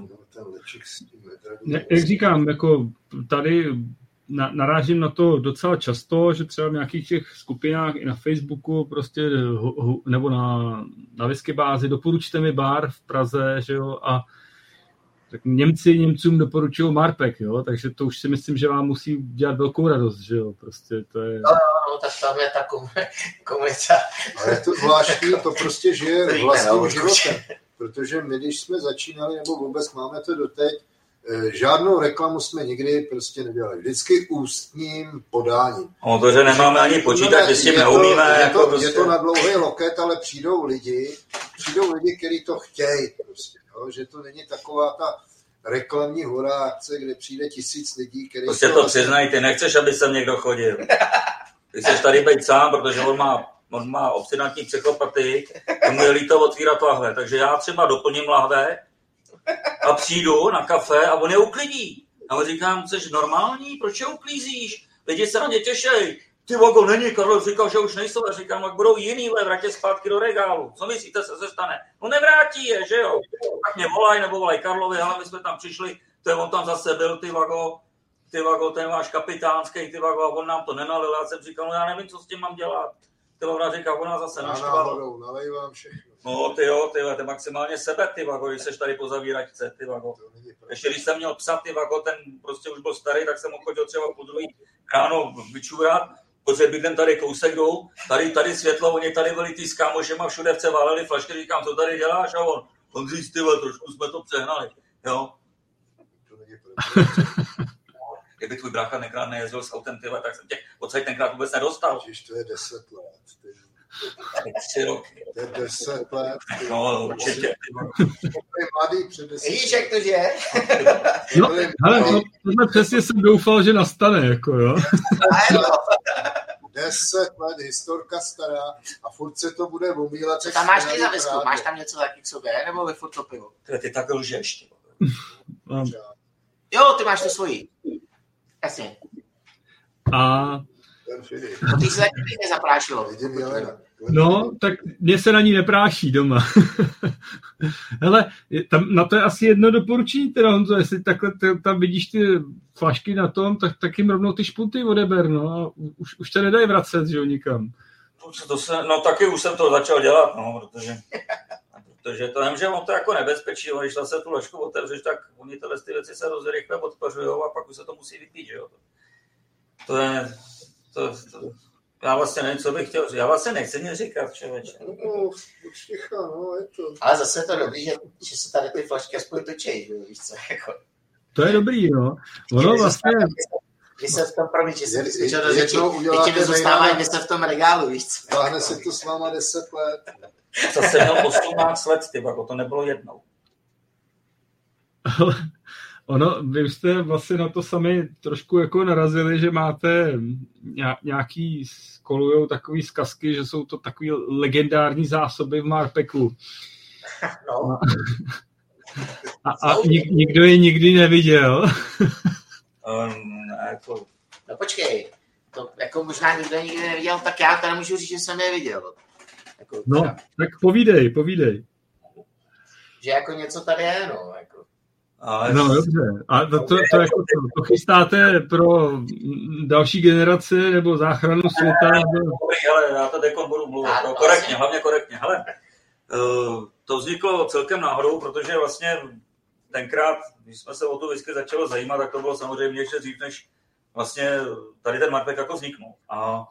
Jak říkám, jako tady narážím na to docela často, že třeba v nějakých těch skupinách i na Facebooku prostě, nebo na whisky bázi doporučte mi bar v Praze, že jo, a tak Němcům doporučují Marpek, jo, takže to už si myslím, že vám musí dělat velkou radost, že jo, prostě to je... No, tak tam je ta komunita. Ale je to zvláštní, to prostě žije vlastním životem, protože my, když jsme začínali, nebo vůbec máme to doteď, žádnou reklamu jsme nikdy prostě nedělali. Vždycky ústním podáním. No to, že nemáme ani počítat, že s tím neumíme. Je to na dlouhý loket, ale přijdou lidi, kteří to chtějí prostě. Jo, že to není taková ta reklamní hora akce, kde přijde 1000 lidí, který... Prostě to přiznaj, ty nechceš, aby sem někdo chodil. Ty chceš tady být sám, protože on má obsedantní psychopatii, tomu je líto otvírat lahve. Takže já třeba doplním lahve a přijdu na kafe a on je uklidí. A on říkám, jsi normální? Proč je uklízíš? Lidi se na ně těšej. Ty vago, není, Karlo říkal, že už nejsou. A říkám, jak budou jiný, vrátě zpátky do regálu. Co myslíte, se stane? No nevrátí je, že jo? Tak mě nebo volaj Karlovi, ale my jsme tam přišli, to je on tam zase byl, ty vago, ten váš kapitánský, ty vago, a on nám to nenalil. Já jsem říkal, no já nevím, co s tím mám dělat. Ty vago říká, on nás zase naštval. Nalej vám všechno. No ty maximálně sebe, ty vago, když seš tady po zavíračce, ty vago. Ještě když jsem měl psa, ty vago, ten prostě už byl starý, tak jsem ho chodil třeba po druhý ráno vyčůrat. Protože bydlím tady kousek dolů, tady světlo, oni tady byli ty s kámošema, všude vce váleli flašky, říkám, co tady děláš? A on říct, tyhle, trošku jsme to přehnali, jo. Kdyby tvůj brácha tenkrát nejezdil s autem, tyhle, tak jsem tě odsaď tenkrát vůbec nedostal. Ježiš, to je 10 let. 3 roky. To je 10 let. No, určitě. Mladý před 10 let. Víš, jak to je? No, hele, tohle přesně jsem doufal, že nastane, jako jo. 10 let, historka stará a furt se to bude omílat. Co tam máš ty za visku? Máš tam něco taky k sobě, nebo vy furt to pivo? Ty tak lžeš. Jo, ty máš to svojí. Jasně. A... To ty se taky nezaprášilo. No, tak mě se na ní nepráší doma. Hele, na to je asi jedno doporučení, teda Honzo, jestli takhle tam vidíš ty flašky na tom, tak jim rovnou ty špunty odeber, no, a už se nedají vracet, že jo, nikam. No taky už jsem to začal dělat, no, protože to nevím, že on to jako nebezpečí, když zase tu lašku otevřeš, tak oni tyhle ty věci se rychle odpařujou a pak už se to musí vypít, že jo. To je... Já vlastně nevím, co bych chtěl říct. Já vlastně nechci nic říkat, člověče. No, je to. Ale zase je to dobrý, že se tady ty flašky aspoň točí, že víš co, jako. To je dobrý, no. Ono vlastně... Vy se v tom, promiň, že jsem vyskočil do řeči, teď mi zůstávají, vy jste v tom regálu, víš co. Táhne se to s váma 10 let. Zase měl 18 let, ty bako, to nebylo jednou. Ono, vy jste vlastně na to sami trošku jako narazili, že máte nějaký, kolujou takový zkazky, že jsou to takový legendární zásoby v Marpeku. No. A nikdo je nikdy neviděl? No počkej, to jako možná nikdo nikdy neviděl, tak já teda můžu říct, že jsem je viděl. Jako, no, tak povídej. Že jako něco tady je, no. Jako. No dobře. A to chystáte pro další generace nebo záchranu světa? Ale já to teď budu mluvit. Korektně, hlavně korektně. Hele, to vzniklo celkem náhodou, protože vlastně tenkrát, když jsme se o tu whisky začalo zajímat, tak to bylo samozřejmě ještě dřív, než vlastně tady ten Marpek jako vzniknul. A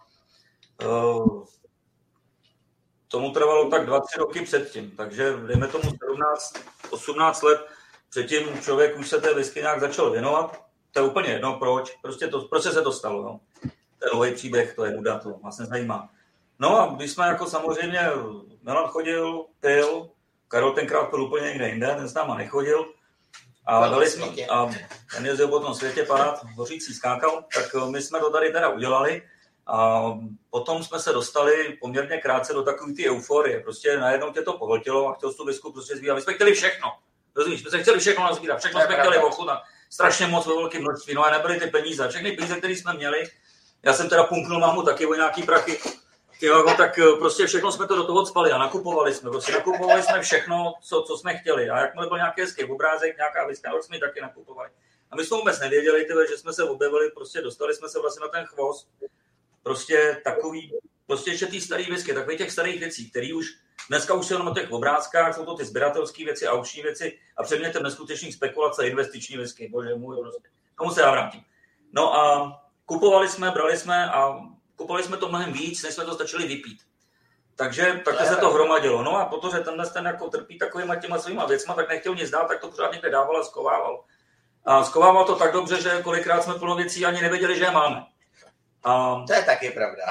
tomu trvalo tak 2-3 roky předtím, takže dejme tomu 17-18 let předtím člověk už se té whisky nějak začal věnovat. To je úplně jedno, proč. Proč se to stalo. No? To je dlouhý příběh, to je nuda, to vás nezajímá. No a když jsme jako samozřejmě, Milan chodil, pil, Karol tenkrát byl úplně někde jinde, ten s náma nechodil. A dali jsme, a ten jezdil po tom světě padat, hořící skákal, tak my jsme to tady teda udělali. A potom jsme se dostali poměrně krátce do takové ty euforie. Prostě najednou tě to pohltilo a chtěl tu whisku prostě zbírat. My jsme chtěli všechno. Rozumíš, my jsme chtěli všechno nazbírat. Všechno jsme chtěli ochutnat. Strašně moc ve velkém množství. No a nebyly ty peníze. Všechny peníze, které jsme měli, já jsem teda punknul mámu taky o nějaký prachy. Tak prostě všechno jsme to do toho cpali a nakupovali jsme. Prostě nakupovali jsme všechno, co jsme chtěli. A jakmile byl nějaký hezký obrázek, nějaká whisky, tak jsme ji taky nakupovali. A my jsme vůbec nevěděli, že jsme se objevili, prostě dostali jsme se vlastně na ten chvost. Prostě takový, prostě ještě ty starý whisky, takových těch starých věcí, které už dneska už jsou jenom na těch obrázkách, jsou to ty sběratelské věci, aukční věci a předmětem neskutečných spekulací investiční whisky. Bože můj, prostě. Tomu se já vrátím. No a kupovali jsme, brali jsme a kupovali jsme to mnohem víc, než jsme to stačili vypít. Takže takhle se to hromadilo. No a protože ten jako trpí takovýma těma svýma věcma, tak nechtěl nic dát, tak to pořád někde dával a schovával. A schovával to tak dobře, že kolikrát jsme plno věcí ani nevěděli, že je máme. To je taky pravda.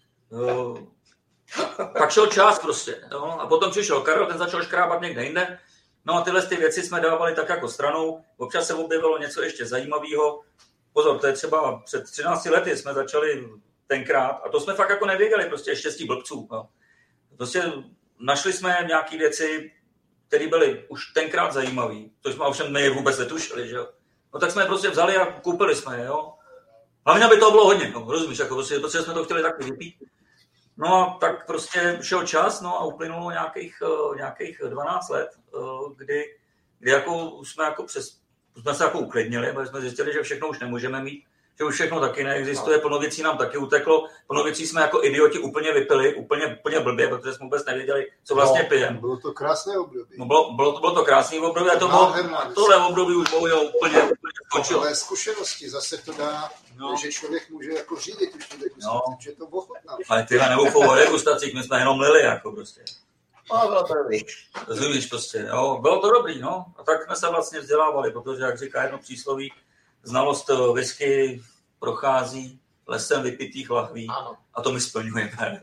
Pak šel čas prostě. Jo? A potom přišel Karel, ten začal škrábat někde jinde. No a tyhle ty věci jsme dávali tak jako stranou. Občas se objevilo něco ještě zajímavého. Pozor, to je třeba před 13 lety jsme začali tenkrát. A to jsme fakt jako nevěděli, prostě štěstí blbců. Jo? Prostě našli jsme nějaké věci, které byly už tenkrát zajímavé. To jsme ovšem my vůbec netušili, že jo. No tak jsme je prostě vzali a koupili jsme je, jo. Hlavně, aby toho bylo hodně, no, rozumíš, jako protože jsme to chtěli taky vypít. No a tak prostě šel čas, no a uplynulo nějakých 12 let, kdy jako jsme se jako uklidnili, protože jsme zjistili, že všechno už nemůžeme mít, že už všechno taky neexistuje, plno věcí nám taky uteklo, plno věcí jsme jako idioti úplně vypili, úplně blbě, protože jsme vůbec nevěděli, co vlastně pijeme. Bylo to krásné období. No, bylo to krásné období a tohle období už bohužel úplně skončilo. Ale zkušenosti zase to dá, že člověk může jako řídit už tu degustaci, že to ochotná. Ale tyhle neufou o degustacích, my jsme jenom lili jako prostě. No, bylo to dobrý. Rozumíš prostě, jo, bylo to dobrý, no. A tak jsme se vlastně vzdělávali, protože, jak říká jedno přísloví, znalost whisky prochází lesem vypitých lahví. Ano. A to my splňujeme.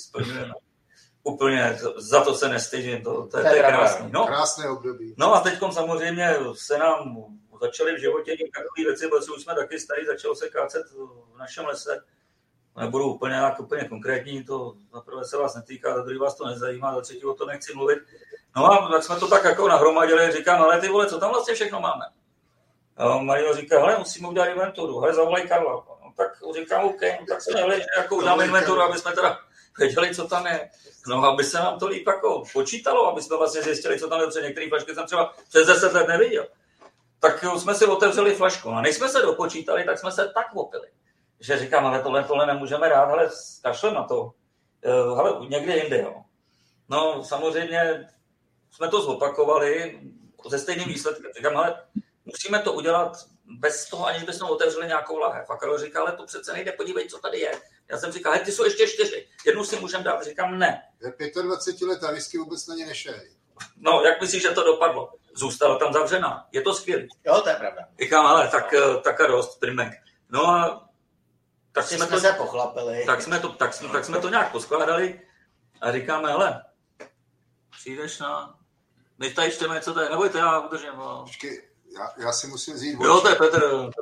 Úplně, za to se nestydím, to je krásný. No. Krásné období. No a teď samozřejmě se nám začaly v životě dít takové věci, protože už jsme taky starý, začalo se kácet v našem lese. Nebudu úplně konkrétní, to zaprvé se vás netýká, za druhý vás to nezajímá, za třetí o tom nechci mluvit. No a tak jsme to tak jako nahromadili, říkám, ale ty vole, co tam vlastně všechno máme? A Mario říká, hele, musíme udělat inventuru, hele, zavolej Karla. No, tak říkám, OK, no, tak jsme jeli, že jako uděláme inventuru, aby jsme teda věděli, co tam je. No, aby se nám to líp jako počítalo, aby jsme vlastně zjistili, co tam je, protože některé flašky jsem třeba přes 10 let neviděl. Tak jsme si otevřeli flašku. No, než jsme se dopočítali, tak jsme se tak opili, že říkám, ale tohle nemůžeme rád, hele, kašlem na to. Hele, někde jinde, jo. No, samozřejmě jsme to zopakovali se stejným výsledkem. Říkám, hele, musíme to udělat bez toho, aniž bychom otevřeli nějakou lahev. A Karel říká, ale to přece nejde, podívej, co tady je. Já jsem říkal, ty jsou ještě 4. Jednu si můžeme dát. Říkám, ne. Je 25 let a whisky vůbec na ně nešají. No, jak myslíš, že to dopadlo? Zůstala tam zavřená. Je to skvělý. Jo, to je pravda. Říkám, ale tak a dost, primek. No a tak jsme to se pochlapili. Tak jsme to nějak poskládali a říkáme, hele, přijdeš na... My tady čteme, co to je, nebojte, já udržím. No. Já si musím vzít Jo, to je Petr.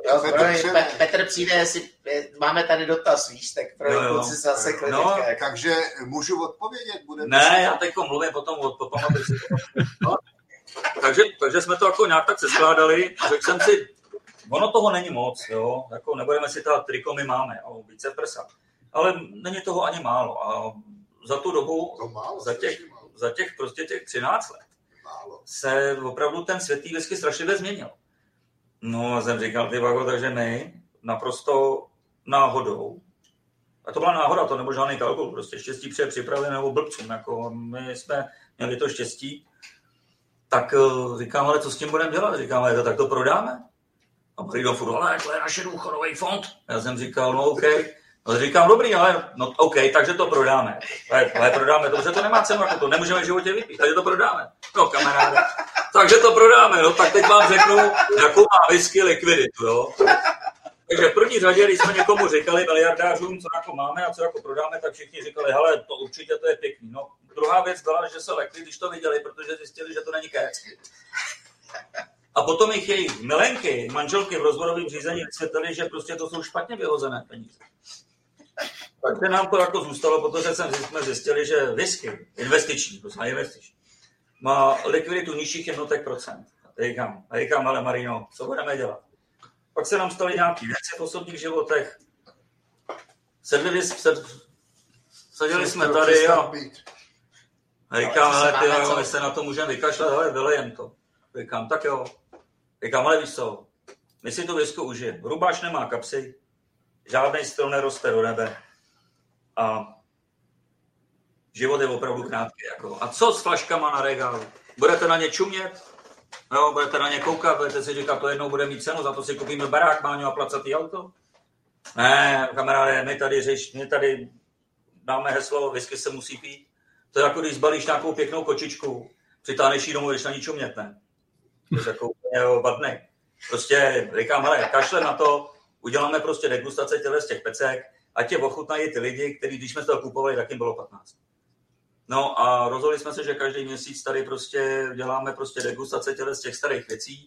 Petr přijde, jestli máme tady dotaz, víš, tak pro kluci se zasekli. No, takže můžu odpovědět? Ne, já teď mluvím potom o takže jsme to jako nějak tak seskládali a řekl jsem si, ono toho není moc, jo, jako nebudeme si tahat triko, my máme, jo, více prsa. Ale není toho ani málo a za tu dobu, za těch prostě těch 13 let se opravdu ten světlý whisky strašlivě změnil. No a jsem říkal, ty vago, takže my naprosto náhodou, a to byla náhoda, to nebyl žádný kalkul, prostě štěstí připravili nebo blbcům, jako my jsme měli to štěstí, tak říkám, ale co s tím budeme dělat? Říkám, ale tak to prodáme. A Marino furt, ale to je naš důchodový fond. Já jsem říkal, no OK. No říkám, dobrý, ale no OK, takže to prodáme. Ale prodáme, dobře, to nemá cenu, jako to nemůžeme v životě vypít, takže to prodáme. No kamaráde, takže to prodáme, no tak teď vám řeknu, jakou má whisky likviditu, jo. Takže v první řadě, když jsme někomu říkali miliardářům, co jako máme a co jako prodáme, tak všichni říkali, hele, to určitě to je pěkný. No, druhá věc byla, že se lekli, když to viděli, protože zjistili, že to není kec. A potom jejich milenky, manželky v rozvodovém řízení vysvětlili, že prostě to jsou špatně vyhozené peníze. Takže nám to jako zůstalo, protože jsme zjistili, že whisky, investiční, to znamená investiční, má likviditu nižších jednotek procent. A říkám, ale Marino, co budeme dělat? Pak se nám staly nějaké věci v osobních životech. Seděli jsme tady a říkám, ale my se na to můžeme vykašlat, ale vylejem to. Říkám, tak jo. Říkám, ale víš co, my si tu whisky užijeme. Rubáš nemá kapsy, žádný strom neroste do nebe. A život je opravdu krátký. Jako. A co s flaškama na regálu? Budete na ně čumět? Jo, budete na ně koukat, budete si říkat, to jednou bude mít cenu, za to si koupíme barák, Máňo, a placatý auto? Ne, kamaráde, my tady dáme heslo, whisky se musí pít. To je jako když zbalíš nějakou pěknou kočičku, přitáhneš jí domů, když na ní čumět, ne? To je jako úplně vadný. Prostě říkám, hele, kašle na to, uděláme prostě degustace z těch pecek, ať tě ochutnají ty lidi, kteří, když jsme to kupovali, tak jim bylo 15. No a rozhodli jsme se, že každý měsíc tady prostě děláme prostě degustace z těch starých věcí.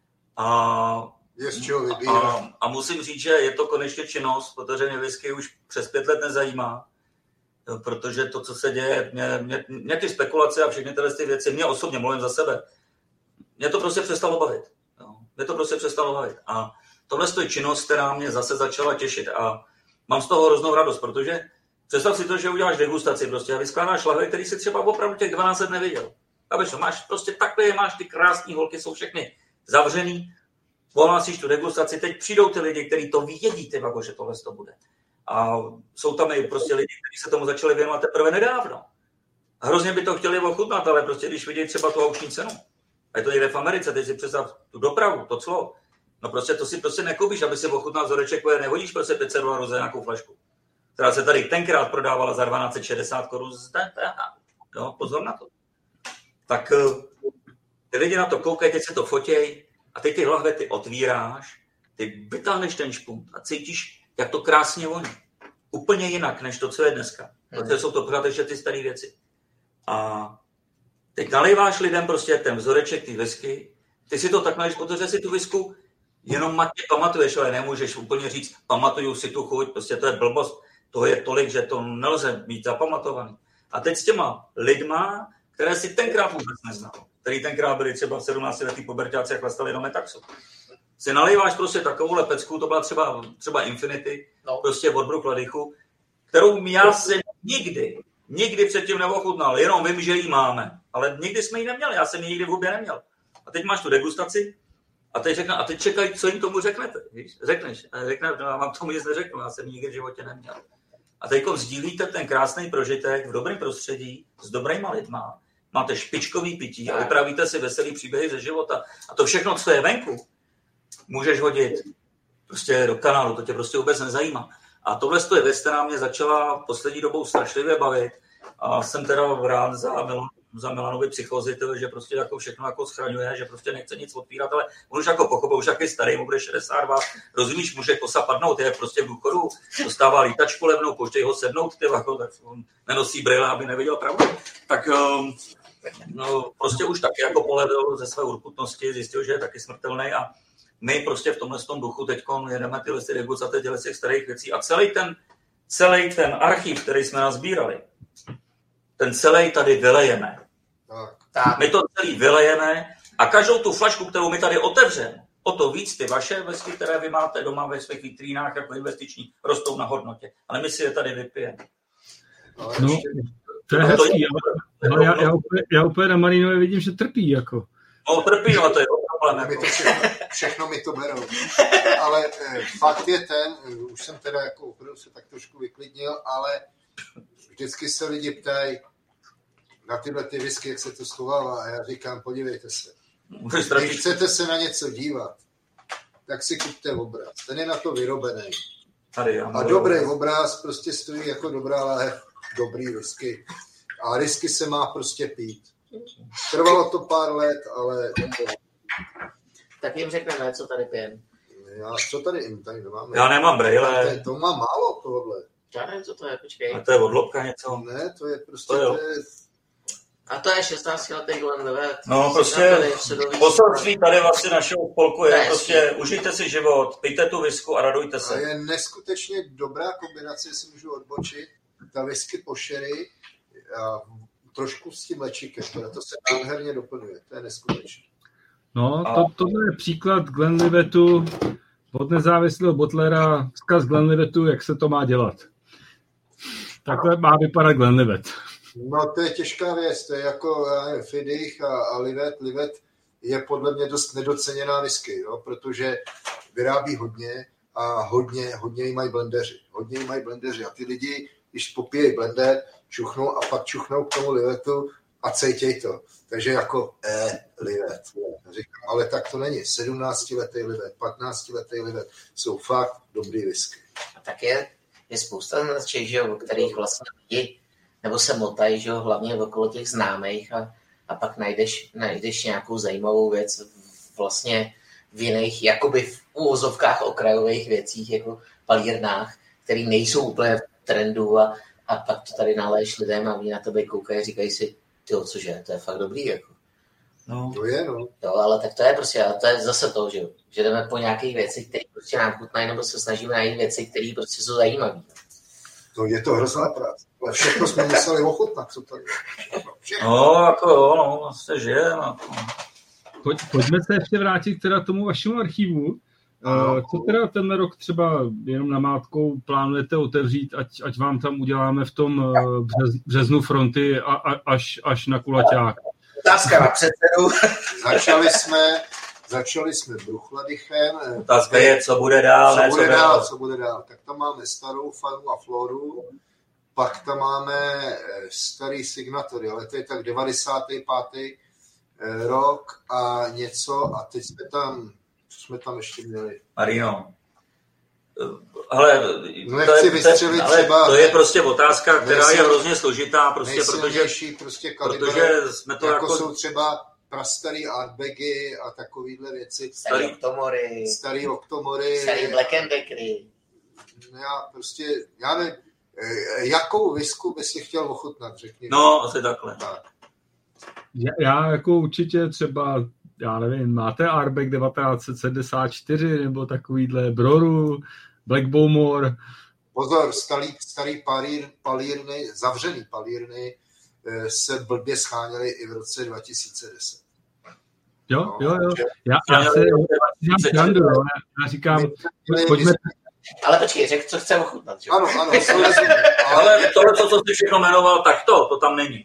A musím říct, že je to konečně činnost, protože mě whisky už přes 5 let nezajímá, protože to, co se děje, mě ty spekulace a všechny ty věci, mě osobně, mluvím za sebe, mě to prostě přestalo bavit. A tohle je činnost, která mě zase začala těšit a mám z toho hroznou radost, protože představ si to, že uděláš degustaci prostě a vyskládáš lahve, který si třeba opravdu těch 12 let neviděl. A máš prostě takhle, máš ty krásné holky, jsou všechny zavřený, volásíš tu degustaci, teď přijdou ty lidi, kteří to vědí, že tohle to bude. A jsou tam i prostě lidi, kteří se tomu začali věnovat teprve nedávno. A hrozně by to chtěli ochutnat, ale prostě když vidějí třeba tu aukční cenu, a je to někde v Americe, teď si představ tu dopravu, to clo, no prostě to si prostě nekoupíš, aby si ochutnal vzoreček, protože nehodíš prostě $500 za nějakou flašku, která se tady tenkrát prodávala za 1260 korun z DPH. No, pozor na to. Tak ty lidi na to koukají, teď se to fotěj a teď ty lahve ty otvíráš, ty vytáhneš ten špunt a cítíš, jak to krásně voní. Úplně jinak, než to, co je dneska. Protože jsou to pořád ještě ty staré věci. A teď naléváš lidem prostě ten vzoreček, ty whisky, ty si to tak najíš, protože si tu whisky jenom matně pamatuješ, ale nemůžeš úplně říct, pamatuju si tu chuť, prostě to je blbost, toho je tolik, že to nelze mít zapamatovaný. A teď s těma lidma, které si tenkrát vůbec neznal, který tenkrát byli třeba v 17letý puberťáci a chlastali do Metaxu, si naléváš prostě takovouhle pecku, to byla třeba Infinity, prostě od Bruichladdich, kterou já jsem nikdy předtím neochutnal, jenom vím, že ji máme, ale nikdy jsme ji neměli, já jsem ji nikdy v hubě neměl. A teď máš tu degustaci a teď čekají, co jim tomu řeknete, víš? Řekneš, no, já vám tomu nic neřeknu, já jsem ji nikdy v životě neměl. A teď sdílíte ten krásný prožitek v dobrém prostředí, s dobrýma lidma, máte špičkový pití a vypravíte si veselý příběhy ze života. A to všechno, co je venku, můžeš hodit prostě do kanálu, to tě prostě vůbec nezajímá. A tohle je věc, která mě začala poslední dobou strašlivě bavit. A jsem teda rád za Milanovi psychozy, že prostě jako všechno jako schraňuje, že prostě nechce nic otvírat, ale on už jako pochopil, už jaký starý, mu bude 62, rozumíš, může kosa padnout, je prostě v důchodu, dostává lítačku levnou, pouštěj ho sednout, tak on nenosí brýle, aby neviděl pravdu. Tak no, prostě už taky jako polevil ze své urputnosti, zjistil, že je taky smrtelný a my prostě v tomhle duchu teď jedeme tyhle degustace těch starých věcí a celý ten archiv, který jsme nazbírali, ten celý tady vylejeme. Tak. My to celý vylejeme A každou tu flašku, kterou my tady otevřeme, o to víc ty vaše whisky, které vy máte doma ve svých vitrínách jako investiční, rostou na hodnotě. Ale my si je tady vypijeme. No, to je hezký, ale já úplně na Marinové vidím, že trpí jako. No, trpí, no, to je problém. Jako. Všechno mi to berou. Ale fakt je ten, už jsem teda jako opravdu se tak trošku vyklidnil, ale vždycky se lidi ptají na tyhle ty whisky, jak se to schovává. A já říkám, podívejte se. Když chcete se na něco dívat, tak si kupte obraz. Ten je na to vyrobený. A dobrý obraz prostě stojí jako dobrá láhev, dobrý whisky. A whisky se má prostě pít. Trvalo to pár let, ale... Tak jim řekneme, co tady pijem. Co tady nemáme? Já nemám brejle. To má málo tohle. Já nevím, co to je, počkej. A to je od Lobka něco? Ne, to je prostě... A to je 16letý Glenlivet. No prostě poselství tady vlastně našeho spolku je prostě užijte si život, pijte tu whisku a radujte se. A je neskutečně dobrá kombinace, jestli můžu odbočit, ta whisky po sherry a trošku s tím mléčikem, to se nádherně doplňuje, to je neskutečné. No, tohle je příklad Glenlivetu od nezávislého botlera, vzkaz Glenlivetu, jak se to má dělat. Takhle má vypadat Glenlivet. No, to je těžká věc, to je jako Fidych a Livet. Livet je podle mě dost nedoceněná whisky, jo? Protože vyrábí hodně a hodně jí mají blendeři. A ty lidi, když popíjejí blender, čuchnou a pak čuchnou k tomu Livetu a cejtěj to. Takže jako Livet. Říkám, ale tak to není. 17letý Livet, 15letý Livet jsou fakt dobrý whisky. A tak je spousta značek, že jo, o kterých vlastně lidi nebo se motají, že jo, hlavně okolo těch známých a pak najdeš nějakou zajímavou věc vlastně v jiných, jakoby v úvozovkách okrajových věcích, jako palírnách, které nejsou úplně v trendu a pak to tady naléješ lidem a oni na tebe koukají a říkají si, tyjo, cože, to je fakt dobrý, jako. No, to je, no. Jo, ale tak to je prostě, ale to je zase to, že jdeme po nějakých věcích, které prostě nám chutnají, nebo se snažíme najít věci, které prostě jsou zajímavé. To je to hrozná práce. Ale všechno jsme museli ochutnat, co tady je. No, jako jo, no, vlastně žijeme. Jako. Pojďme se ještě vrátit teda tomu vašemu archivu. Co teda tenhle rok třeba jenom namátkou plánujete otevřít, ať vám tam uděláme v tom březnu fronty až na kulaťák? Otázka na předsedu. Začali jsme Bruchladichem. Otázka je, co bude dál. Co bude dál. Tak tam máme starou faunu a floru, pak tam máme starý signatory, ale to je tak 95. rok a něco a teď jsme tam ještě měli. Marino. Hele, to je prostě otázka, která je hrozně složitá, prostě, protože jsme to jako jsou třeba prastarý artbagy a takovýhle věci. Starý oktomory. Starý Blackenbackery. Já nevím, jakou whisku bys si chtěl ochutnat, řekni. No, asi takhle. Tak. Já jako určitě třeba, já nevím, máte Artback 1974 nebo takovýhle Broru, Black Bowmore. Pozor, starý palírny, zavřený palírny se blbě scháněly i v roce 2010. Jo. Já říkám, pojďme. Ale počkej, řekl, co chce ochutnat. Ano, ale tohle, co jsi všechno jmenoval, tak to tam není.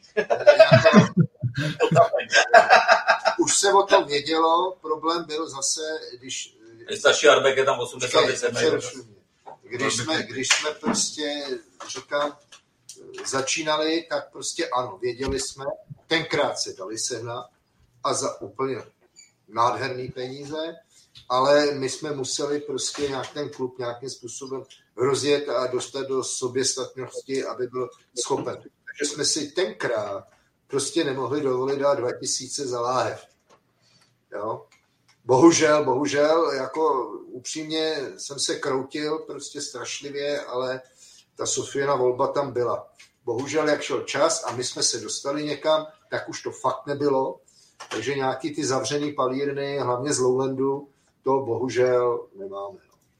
Už se o tom vědělo, problém byl zase, když... Starší Artback je tam 87. Když jsme prostě, říkám, začínali, tak prostě ano, věděli jsme, tenkrát se dali sehnat a za úplně nádherný peníze, ale my jsme museli prostě nějak ten klub nějakým způsobem rozjet a dostat do soběstačnosti, aby byl schopen. Takže jsme si tenkrát prostě nemohli dovolit dát 2000 za láhev. Jo? Bohužel, jako upřímně jsem se kroutil prostě strašlivě, ale ta Sofína volba tam byla. Bohužel, jak šel čas a my jsme se dostali někam, tak už to fakt nebylo. Takže nějaký ty zavřený palírny, hlavně z Lowlandu, to bohužel nemáme.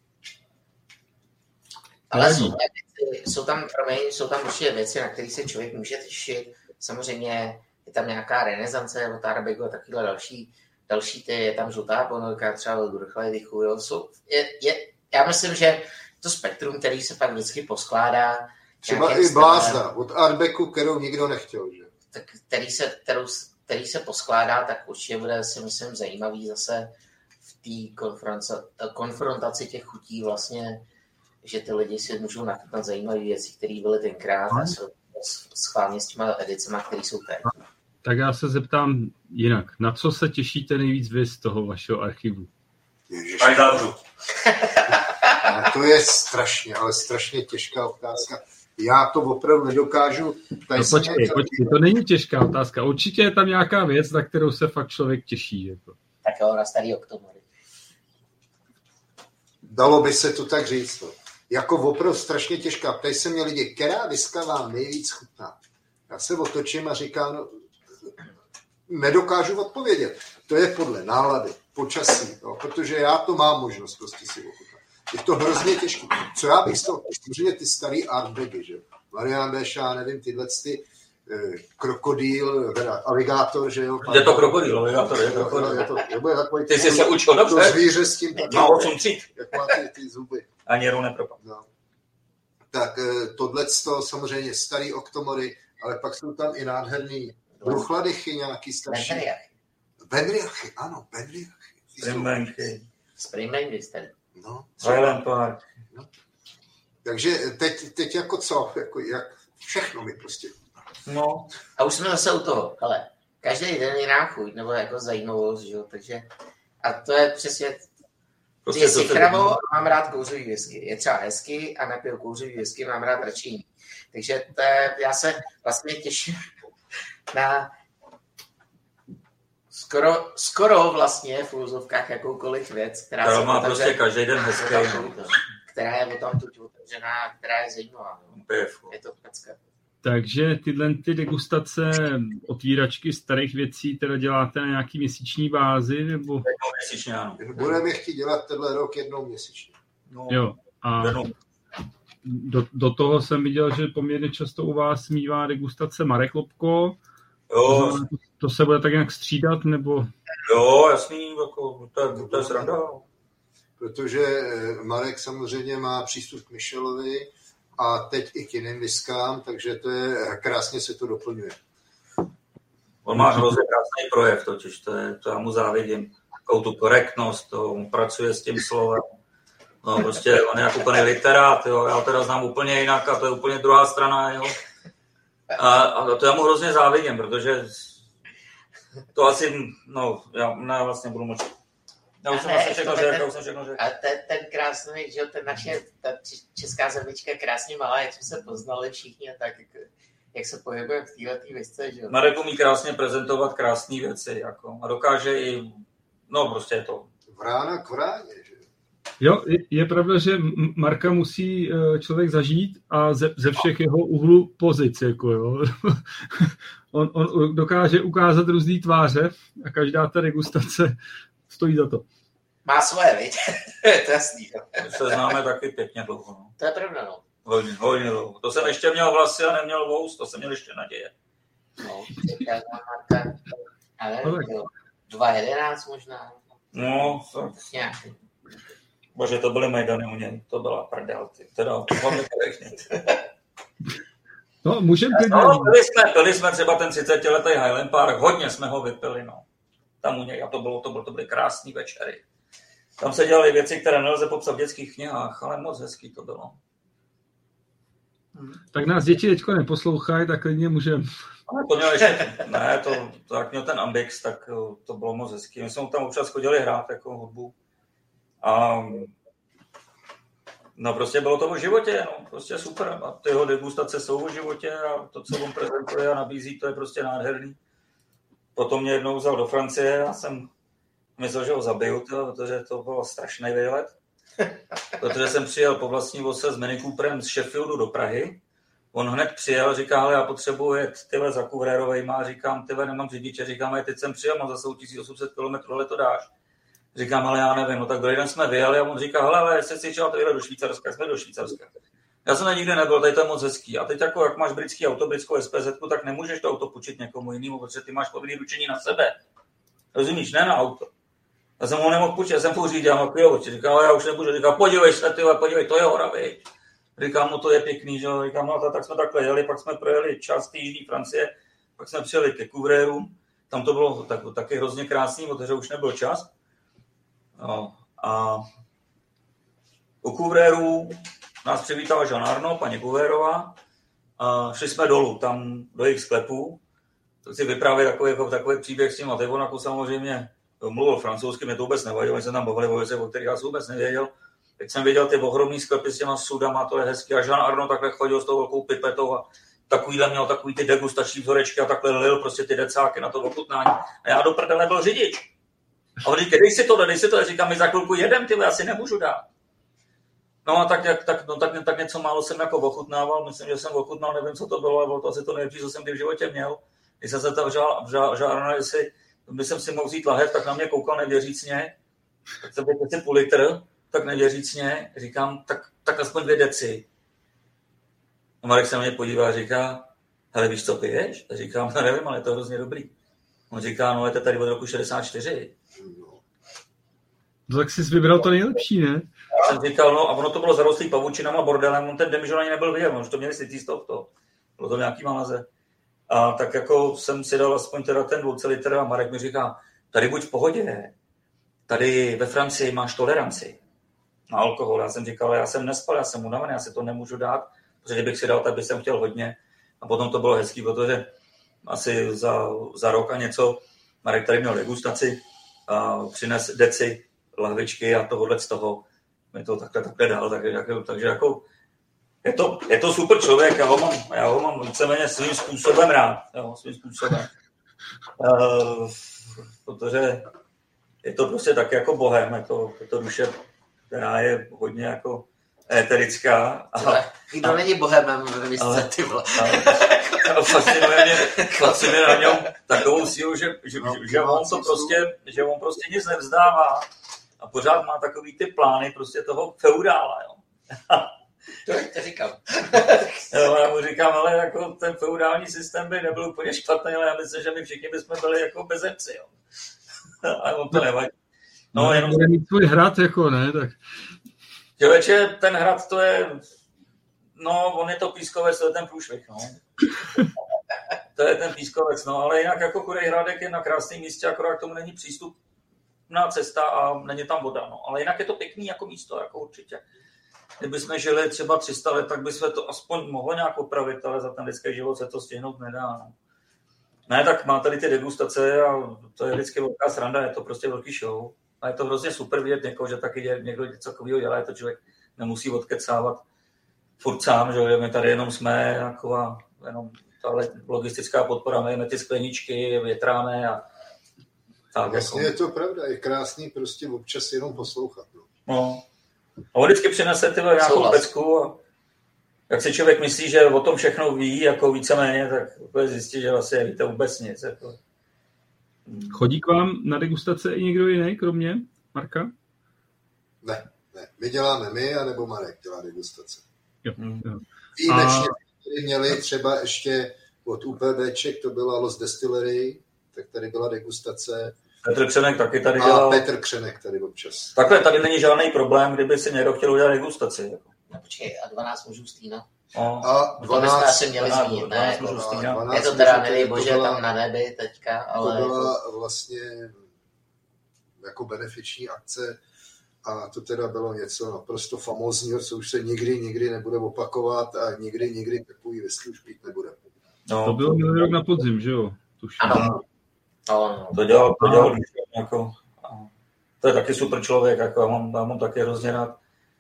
Ale jsou tam určitě věci, na kterých se člověk může těšit. Samozřejmě je tam nějaká renesance od Arbegu a takovýhle další další je tam žlutá ponorka, třeba rychle dychu. Já myslím, že to spektrum, který se pak vždycky poskládá. Třeba i Blázna od Arbeku, kterou nikdo nechtěl, že? Tak, který se poskládá, tak určitě bude, si myslím, zajímavý zase v té konfrontaci těch chutí vlastně, že ty lidi si můžou nachutnat zajímavé věci, které byly tenkrát a jsou schválně s těma edicema, které jsou teď. Tak já se zeptám jinak. Na co se těšíte nejvíc vy z toho vašeho archivu? To je strašně těžká otázka. Já to opravdu nedokážu. Počkej, to není těžká otázka. Určitě je tam nějaká věc, na kterou se fakt člověk těší. Jako. Tak jo, na starý oktober. Dalo by se to tak říct. To. Jako opravdu strašně těžká. Ptají se mě lidi, která viska vám nejvíc chutná? Já se otočím a říkám, no, nedokážu odpovědět. To je podle nálady, počasí, no, protože já to mám možnost prostě si ochutnat. Je to hrozně těžké. Co já bych z toho, samozřejmě ty starý artbagy, že Marian Béša, nevím, tyhle ty krokodýl, aligátor, že jo. Je to krokodýl, aligátor, je krokodýl. Ty jsi se učil dobře? To zvíře s tím. Má 8 tříd. Jak má ty zuby. Ani jednou nepropadl. No. Tak tohleto samozřejmě starý oktomory, ale pak jsou tam i nádherný bruchladichy, nějaký starší. Benriachy, ano, Benriachy. Springbanky starý. No. Highland Park. No. Takže teď jako co? Jako jak všechno mi prostě. No. A už jsme zase u toho, ale každý den jiná chuť, nebo jako zajímavost, že jo, takže a to je přesně prostě jestli chravo a mám rád kouřový whisky. Je třeba hezky a nepiju kouřový whisky, mám rád radši jiný. Takže já se vlastně těším na skoro vlastně v úvozovkách jakoukoliv věc, která má prostě každý den hezký. Která je o tom tuď otevřená, která je zajímavá. Je to pecka. Takže tyhle ty degustace, otvíračky starých věcí teda děláte na nějaký měsíční bázi, nebo? Jednou měsíčně, ano. Budeme chtít dělat tenhle rok jednou měsíčně. No. Jo, a do toho jsem viděl, že poměrně často u vás mívá degustace Marek Lobko. Jo. To se bude tak nějak střídat, nebo? Jo, jasný, jako, to je sranda. Protože Marek samozřejmě má přístup k Michelovi a teď i k jiným viskám, takže to je, krásně se to doplňuje. On má hrozně krásný projev, totiž to já mu závidím. Takovou tu korektnost, on pracuje s tím slovem. No prostě on je jako úplný literát, jo, já ho teda znám úplně jinak a to je úplně druhá strana, jo. A to já mu hrozně závidím, protože to asi, no, já vlastně budu mlčet. Já už jsem vlastně všechno řekl. A ten krásný, že ta česká zemička krásně malá, jak jsme se poznali všichni a tak, jak se pohybuje v této věci, že jo. Marek umí krásně prezentovat krásné věci, jako, a dokáže i, no prostě je to. Vrána k vráně, že? Jo, je pravda, že Marka musí člověk zažít a ze všech jeho úhlů pozic, jako jo. on dokáže ukázat různý tváře a každá ta degustace stojí za to. Má svoje, viď? To je jasný. Se známe taky pěkně dlouho, no. To je pravda, no. Hodně dlouho. To jsem ještě měl vlasy a neměl vous, to jsem měl ještě naděje. No, já znám Marka, ale 2.11 možná. No, nějaký. Bože, to byly Majdany u něj, to byla prdel, ty. Teda, hlavně korektně. No, můžeme pili jsme třeba ten 30letý Highland Park, hodně jsme ho vypili, no. Tam u něj, a to byly krásný večery. Tam se dělaly věci, které nelze popsat v dětských knihách, ale moc hezký to bylo. Tak nás děti teďko neposlouchají, tak klidně můžeme. To měl ještě, ne, jak měl ten Ambix, tak to bylo moc hezký. My jsme tam občas chodili hrát jako hudbu. A no prostě bylo to o životě, no, prostě super. A ty jeho degustace jsou o životě a to, co on prezentuje a nabízí, to je prostě nádherný. Potom mě jednou vzal do Francie, já jsem myslel, že ho zabiju, protože to bylo strašný výlet. Protože jsem přijel po vlastní voze s Mini Cooperem z Sheffieldu do Prahy. On hned přijel, říká, ale já potřebuji jet za Kuvrérovejma, říkám, nemám řidiče, říkám, ale teď jsem přijel, mám zase 1800 km, ale to dáš. Říkám, ale já nevím, no tak druhý den jsme vyjeli a on říká, hele, ale jestli si chtěl do Švýcarska, jsme do Švýcarska. Já jsem nikdy nebyl, tady to je moc hezký. A teď jako, jak máš britský auto, britskou SPZ, tak nemůžeš to auto půjčit někomu jinému, protože ty máš povinný ručení na sebe. Rozumíš, ne na auto. Já jsem ho nemohl půjčit, já jsem furt řídil, mám takový oči. Říkal, ale já už nemůžu. Říkal, podívej se, podívej, to je hora, viď. Říkám, no to je pěkný, že jo. Říkám, no tak jsme takhle jeli, pak jsme projeli část té jižní Francie, pak jsme přijeli ke Couvrérům. Tam to bylo taky hrozně krásný, protože už nebyl čas. No, a u Couvrérů nás přivítal Jean Arnaud, paní Couvérová. A šli jsme dolů, tam do jejich sklepů. To si vyprávět takový příběh s tím a Tevonaku samozřejmě mluvil francouzsky, mě to vůbec nevadilo, jsme tam bavili o věcech, o kterých já jsem vůbec nevěděl. Teď jsem viděl ty ohromný sklepy s těma sudama, to je hezký. A Jean Arnaud takhle chodil s tou velkou pipetou a takovýhle měl takový ty degustační vzorečky a takhle lil prostě ty decáky na to ochutnání. A já do prdele byl řidič. A on říká, dej si to. Já říkám, my za chvilku jedem, já si nemůžu dát. No a tak něco málo jsem jako ochutnával, myslím, že jsem ochutnal, nevím, co to bylo, ale bylo to asi to nejlepší, co jsem kdy v životě měl. Když jsem se tam žádal, jestli jsem si mohl vzít lahev, tak na mě koukal nevěřícně, tak jsem byl asi půl litr, tak nevěřícně, říkám, tak aspoň 2 deci. A Marek se na mě podívá a říká, hele, víš, co piješ? A říkám, no nevím, ale je to hrozně dobrý. On říká, no, je to tady od roku 64. No tak jsi vybral to nejlepší, ne? Já jsem říkal, no a ono to bylo zarostlý pavučinama, bordelem, on ten demižon ani nebyl vidět, on už to měli City Stop, to. Bylo to nějaký malaze. A tak jako jsem si dal aspoň teda ten 2 litr a Marek mi říká, tady buď v pohodě, tady ve Francii máš toleranci na alkohol. Já jsem říkal, já jsem nespal, já jsem unavený, já si to nemůžu dát, protože kdybych si dal, tak bych jsem chtěl hodně. A potom to bylo hezký, protože asi za rok a něco Marek tady měl degustaci a přines deci lahvičky a tohohle z toho mi to takhle dal, takže jako je to super člověk, já ho mám víceméně svým způsobem rád, protože je to prostě tak jako bohem, je to duše, která je hodně jako éterická. Kdo není bohemem ve misce, ty vole. Fascinuje na něm takovou sílu, že on prostě nic nevzdává a pořád má takový ty plány prostě toho feudála, jo. To říkám. Já mu říkám, ale jako ten feudální systém by nebyl úplně špatný, ale já myslím, že my všichni bychom byli jako bezemci, jo. A on to nevadí. No jenom bude mít svůj hrad, jako ne, tak. Člověče, ten hrad to je, no, on je to pískovec, to je ten průšvih, no. To je ten pískovec, no, ale jinak jako Kurejhradek je na krásném místě, akorát k tomu není přístupná cesta a není tam voda, no. Ale jinak je to pěkný jako místo, jako určitě. Kdybychom žili třeba 300 let, tak bychom to aspoň mohli nějak opravit, ale za ten lidský život se to stihnout nedá, no. Ne, tak má tady ty degustace a to je vždycky velká sranda, je to prostě velký show. A je to hrozně super vidět někoho, že taky někdo něco takového dělá, to člověk nemusí odkecávat furt sám, že my tady jenom jsme jako jenom tahle logistická podpora, máme ty skleničky, větráme a tak. Vlastně jako. je to pravda, je krásný prostě občas jenom poslouchat. No. A on vždycky přinese nějakou pecku a jak si člověk myslí, že o tom všechno ví, jako víceméně, tak zjistí, že vlastně víte vůbec nic. Jako. Chodí k vám na degustace i někdo jiný, kromě Marka? Ne. My děláme anebo Marek dělá degustace. Jo. Výjimečně tady měli třeba ještě od UPBček, to byla Lost Distillery, tak tady byla degustace. Petr Křenek taky tady dělal. A Petr Křenek tady občas. Takhle, tady není žádný problém, kdyby si někdo chtěl udělat degustaci. Jako. No, počkej, a 12 mužů stýna? A 12, to bychom asi měli zmínit, ne? Je to teda, nedej bože, tam na nebi teďka, ale... To byla vlastně jako benefiční akce a to teda bylo něco naprosto famózního, co už se nikdy nebude opakovat a nikdy takový whisky už pít nebude. No. To bylo minulý rok na podzim, že jo? Ano. To dělal jako, to je taky super člověk, jako já mám taky hrozně rád.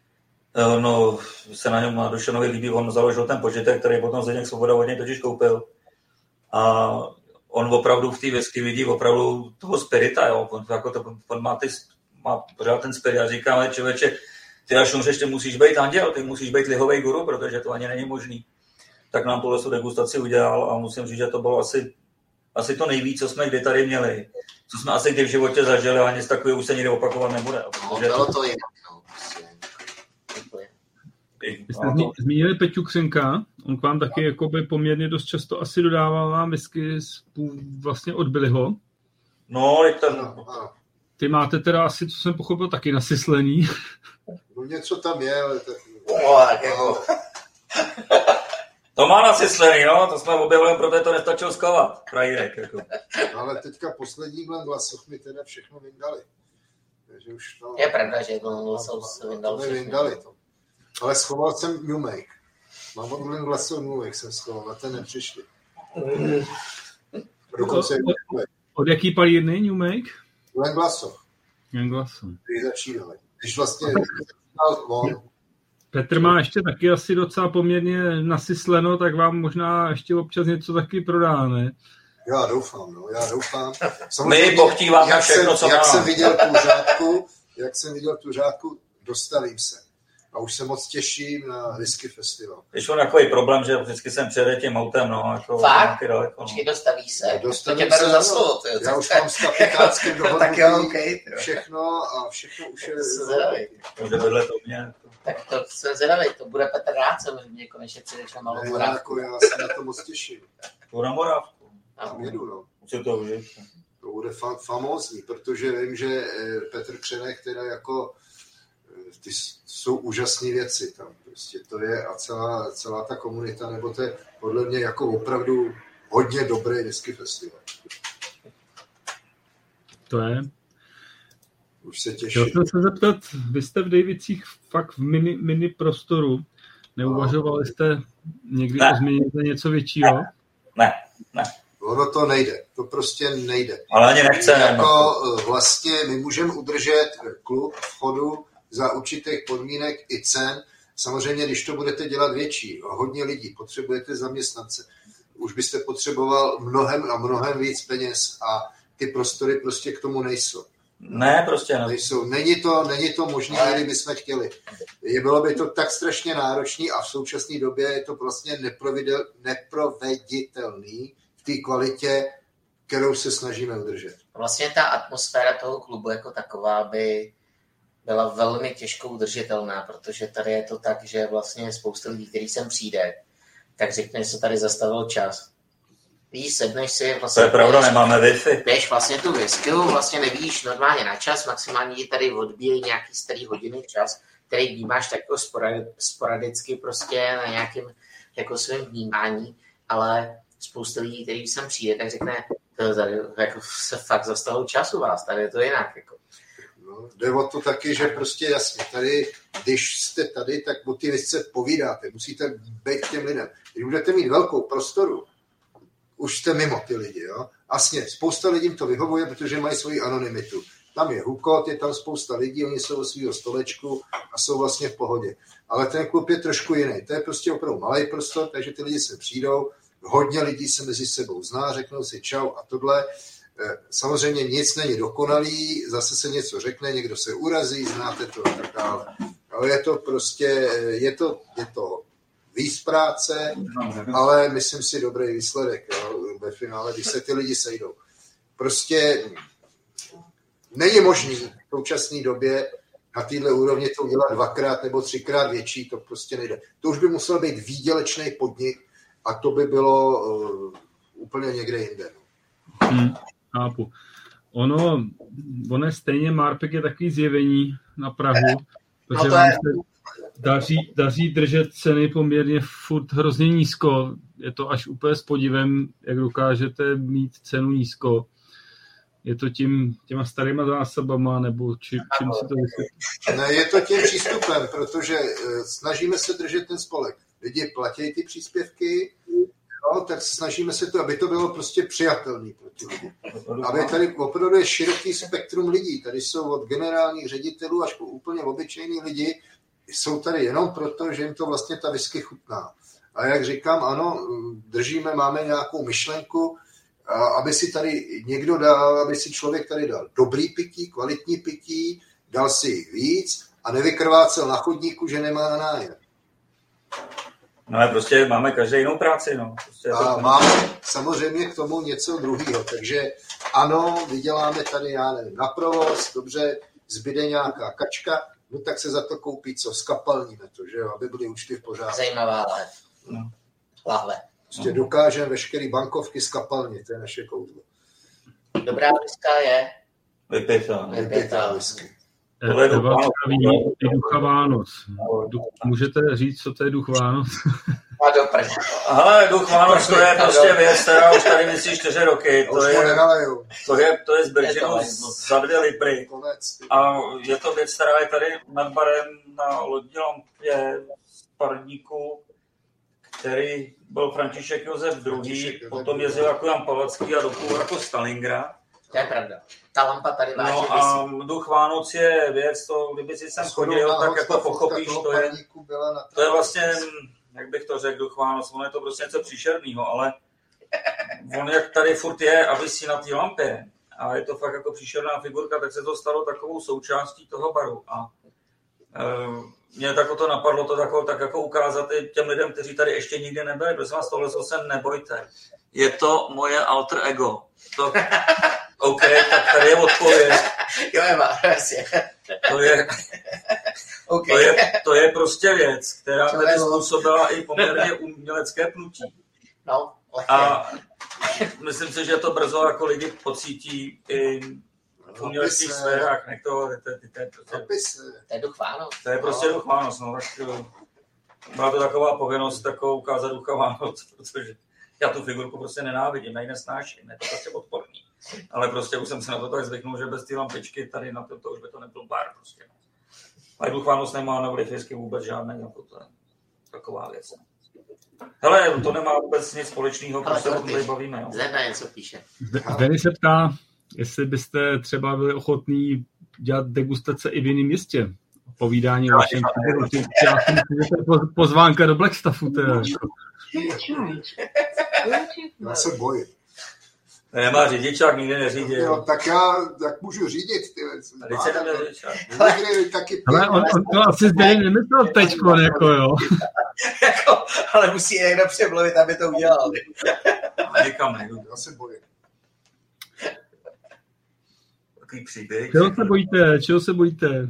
No, se na něm Dušanovi líbí, on založil ten požitek, který potom Zdeněk Svoboda od něj totiž koupil. A on opravdu v té whisky vidí opravdu toho spirita, jo. On má pořád ten spirit a říká, ale člověče, ty až umřeš, ty musíš být anděl, ty musíš být lihovej guru, protože to ani není možný. Tak nám tuhle degustaci udělal a musím říct, že to bylo asi to nejvíc, co jsme kdy tady měli. Co jsme asi kdy v životě zažili, ale nic takového už se nikdy opakovat nebude. No, bylo to jinak, no. Vy jste zmínili Peťu Křenka, on k vám taky jakoby poměrně dost často asi dodával vám whisky vlastně od Billyho. No, Ty máte teda asi, co jsem pochopil, taky nasyslený. No něco tam je, ale tak... To má nasyslený, no, to jsme objevili, proto to nestačilo skovat, frajírek. Jako. Ale teďka poslední Glengllassoch mi teda všechno vyndali. Takže už to... Je pravda, že Glengllassoch se vyndali to. Ale schoval jsem New Make. Mám od Glengllassoch New Make jsem schoval, na ten nepřišli. Od jaký palírny New Make? Glengllassoch. Když začínali. Když vlastně on. Petr má ještě taky asi docela poměrně nasysleno, tak vám možná ještě občas něco taky prodá, ne? Já doufám. My pochtíváme všechno, co jak jsem viděl tu řádku, dostavím se. A už se moc těším na whisky festival. Když on takový problém, že vždycky jsem přijede tím autem, no. Jako fakt? Daleko, no. Počkej, dostaví se? Dostavím se, za slovo. Já už mám s kapitánským dohodnutí všechno a všechno už je... Takže vedle to mě. Tak to jsem zvědavý, to bude Petr rád, že mě konečně přijdeš na Malou Moravku. Já se na to moc těším. Tu na Moravku. Tam jedu, no. Co to užít? To bude famózní, protože vím, že Petr Křenek teda jako ty jsou úžasné věci tam. Prostě to je a celá ta komunita, nebo to je podle mě jako opravdu hodně dobrý whisky festival. To je. Už se těším. Chtěl jsem se zeptat, vy jste v Davicích fakt v mini prostoru. Neuvažovali jste někdy o změně něco většího? Ne. Ono to nejde, to prostě nejde. Ale ani nechceme. Jako vlastně my můžeme udržet klub v chodu za určitých podmínek i cen. Samozřejmě, když to budete dělat větší, hodně lidí, potřebujete zaměstnance, už byste potřeboval mnohem víc peněz a ty prostory prostě k tomu nejsou. Ne, prostě ne. Nejsou. Není to možné, kdybychom chtěli. Bylo by to tak strašně náročný a v současné době je to vlastně neproveditelný v té kvalitě, kterou se snažíme udržet. Vlastně ta atmosféra toho klubu jako taková by byla velmi těžko udržitelná, protože tady je to tak, že vlastně spousta lidí, který sem přijde, tak řekne, že se tady zastavil čas. Víš, sedneš si vlastně... To je pravda, nemáme Wi-Fi. Piješ vlastně tu whisky, vlastně nevíš normálně na čas, maximálně ti tady odbíjí nějaký starý hodiny čas, který vnímáš tak jako sporadicky prostě na nějakém jako svém vnímání, ale spousta lidí, který sem přijde, tak řekne, tady jako se fakt zastavil čas u vás, tady je to jinak. Jako. No, jde o to taky, že prostě jasně, tady, když jste tady, tak o ty věci povídáte, musíte být těm lidem. Když budete mít velkou prostoru, už jste mimo ty lidi, jo. Jasně, spousta lidí to vyhovuje, protože mají svoji anonymitu. Tam je hukot, je tam spousta lidí, oni jsou u svého stolečku a jsou vlastně v pohodě. Ale ten klub je trošku jiný. To je prostě opravdu malý prostor, takže ty lidi se přijdou, hodně lidí se mezi sebou zná, řeknou si čau a tohle. Samozřejmě nic není dokonalý, zase se něco řekne, někdo se urazí, znáte to a tak dále. Ale je to prostě, je to víc práce, ale myslím si dobrý výsledek, jo, ve finále, když se ty lidi sejdou. Prostě není možný v současné době na téhle úrovni to udělat 2x nebo 3x větší, to prostě nejde. To už by musel být výdělečný podnik a to by bylo úplně někde jinde. Chápu. Ono je stejně, Marpek je takový zjevení na Prahu, protože vám se daří držet ceny poměrně furt hrozně nízko. Je to až úplně s podivem, jak dokážete mít cenu nízko. Je to těma starýma zásobama, nebo čím si to vysvětlí? Ne, je to tím přístupem, protože snažíme se držet ten spolek. Lidi platí ty příspěvky, no, tak snažíme se to, aby to bylo prostě přijatelné pro ty lidi. Aby tady opravdu je široký spektrum lidí. Tady jsou od generálních ředitelů až po úplně obyčejní lidi, jsou tady jenom proto, že jim to vlastně ta whisky chutná. A jak říkám, ano, máme nějakou myšlenku, aby si tady někdo dal, aby si člověk tady dal dobrý pití, kvalitní pití, dal si jich víc a nevykrvácel na chodníku, že nemá na nájem. No ale prostě máme každý jinou práci, no. Prostě a máme samozřejmě k tomu něco druhého, takže ano, vyděláme tady, já nevím, na provoz, dobře, zbyde nějaká kačka, no tak se za to koupí co, skapalníme to, že jo, aby byly účty v pořádku. Zajímavá lahve. Prostě dokážeme veškerý bankovky skapalnit, to je naše kouzlo. Dobrá whisky je Vypětá. whisky. Eva zdraví i ducha Vánoc. Můžete říct, co to je duch Vánoc? Hele, duch Vánoc, to je prostě věc, která už tady myslí 4 roky. To je z Bridgenu za 2 litry. A je to věc, která je tady nad barem na Lodní lampě z Parníku, který byl František Josef II. Potom jezdil jako Jan Palacký a dokud jako Stalingrad. To je pravda. Ta lampa tady vážně No a duch Vánoc je věc, to kdyby si sem chodil, tak jako pochopíš, to je vlastně, jak bych to řekl, duch Vánoc, ono je to prostě něco příšernýho, ale on jak tady furt je a visí na té lampě a je to fakt jako příšerná figurka, tak se to stalo takovou součástí toho baru a mě tak to napadlo to tak jako ukázat i těm lidem, kteří tady ještě nikdy nebyli, prosím vás, tohle se nebojte. Je to moje alter ego. OK, tak tady je odpověď. Jo, Eva, jasně. To je prostě věc, která tady způsobila i poměrně umělecké pnutí. No, a myslím si, že to brzo jako lidi pocítí i v uměleckých sférách. To je duch Vánoc. To je prostě duch Vánoc. No, tak byla to taková povinnost takovou ukázat ducha Vánoc, protože já tu figurku prostě nenávidím, já ji nesnáším, je to prostě odporný. Ale prostě už jsem se na to tak zvyknul, že bez té lampičky tady na to už by to nebyl bar prostě. A duch Vánoc nemá na vliv whisky vůbec žádný, jako to je taková věc. Hele, to nemá vůbec nic společného, protože se o tom tady bavíme. Jo. Zedna něco píše. Denny se ptá, jestli byste třeba byli ochotní dělat degustace i v jiném městě. Povídání o vašem pozvánka do Blackstaffu. Já se bojím. Nemá řidičák, nikdy neřídil. No, tak já tak můžu řídit ty věci. Tady se neměl řidičák. Ale on to asi zde nemyslel teďko, jako jo. Ale musí někdo přemluvit, aby to udělal. Někam nejdu. Já se bojím. Takový příběh. Čeho se bojíte?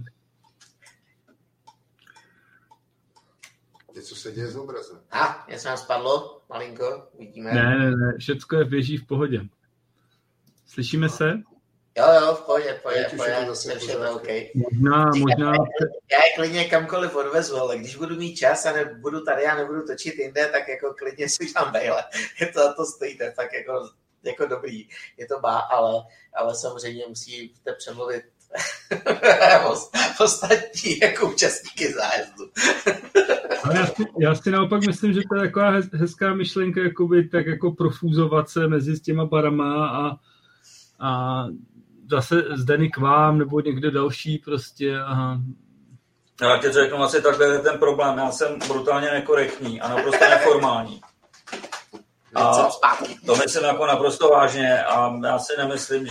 Něco se děje s obrazem. Něco nám spadlo, malinko, vidíme. Ne, všecko je běží v pohodě. Slyšíme se? Jo, v pohodě, je OK. Možná... Já je klidně kamkoliv odvezu, ale když budu mít čas a nebudu tady a nebudu točit jinde, tak jako klidně si tam bejle. Je to za to stojíte, tak jako dobrý. Je to ale samozřejmě musíte přemluvit ostatní jako účastníky zájezdu. Já si naopak myslím, že to je taková hezká myšlenka, jakoby, tak jako profúzovat se mezi těma barama a zase z Denny k vám, nebo někde další prostě. Aha. Já ti řeknu asi takhle je ten problém. Já jsem brutálně nekorektní a naprosto neformální. A to myslím jako naprosto vážně a já si nemyslím,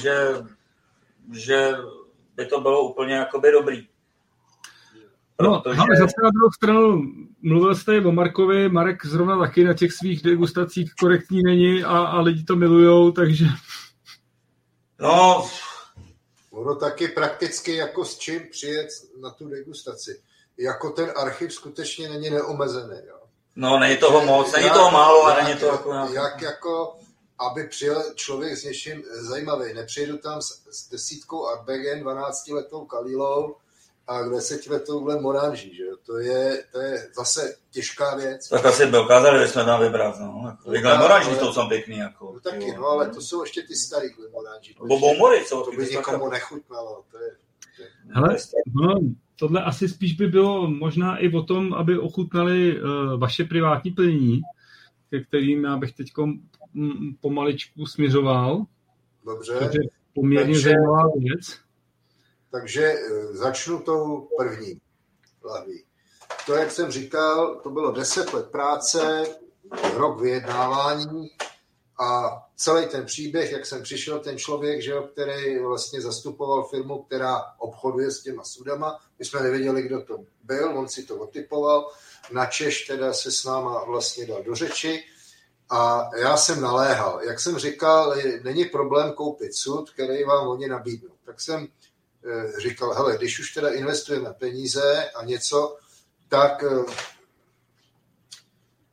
že by to bylo úplně jakoby dobrý. Protože... No, ale zase na druhou stranu mluvil jste o Markovi, Marek zrovna taky na těch svých degustacích korektní není a lidi to milujou, takže... No... Ono taky prakticky jako s čím přijet na tu degustaci. Jako ten archiv skutečně není neomezený. Jo. No, není toho moc, není toho málo, ale není to jako... Jak jako, aby přijel člověk s něčím zajímavý. Nepřijdu tam s 10 Ardbegen, 12letou Kalilou a 10letou Moranží, že jo. To je zase těžká věc. Tak asi by ukázali, že jsme tam vybrat, no. Moranží jsou tam pěkný, jako. No taky, no, ale to jsou ještě ty starý Moranží. Bobomory, co? To by někomu nechutnalo, to je... Hele, no, tohle asi spíš by bylo možná i o tom, aby ochutnali vaše privátní plnění, ke kterým já bych teď pomaličku směřoval. Dobře. To je poměrně zajímavá věc. Takže začnu tou první lahví. To, jak jsem říkal, to bylo 10 let práce, rok vyjednávání a celý ten příběh, jak jsem přišel, ten člověk, že jo, který vlastně zastupoval firmu, která obchoduje s těma sudama. My jsme nevěděli, kdo to byl, on si to otypoval. Načež teda se s náma vlastně dal do řeči a já jsem naléhal. Jak jsem říkal, není problém koupit sud, který vám oni nabídnou. Tak jsem říkal, hele, když už teda investujeme peníze a něco, tak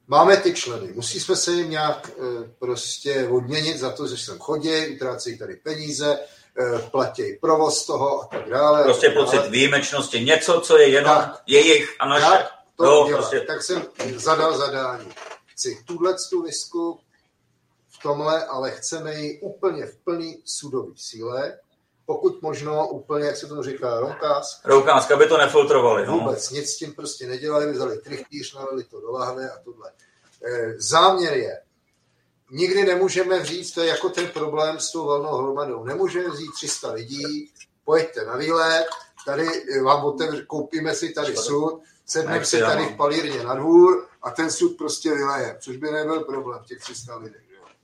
máme ty členy, musíme se jim nějak prostě odměnit za to, že sem chodí, utrácejí tady peníze, platí provoz toho a tak dále. Prostě pocit výjimečnosti, něco, co je jenom tak, jejich a naše. Tak to prostě. Tak jsem zadal zadání. Chci tu whisku v tomhle, ale chceme ji úplně v plný sudový síle, pokud možno úplně, jak se tomu říká, roukářka, aby to nefiltrovali. Vůbec nic s tím prostě nedělali, vzali trichtýř, nalili to do lahve a tohle. Záměr je, nikdy nemůžeme říct, to je jako ten problém s tou valnou hromadou, nemůžeme vzít 300 lidí, pojďte na výlet, tady vám koupíme si tady sud, sedneme si tady v palírně na dvůr a ten sud prostě vyleje, což by nebyl problém těch 300 lidí.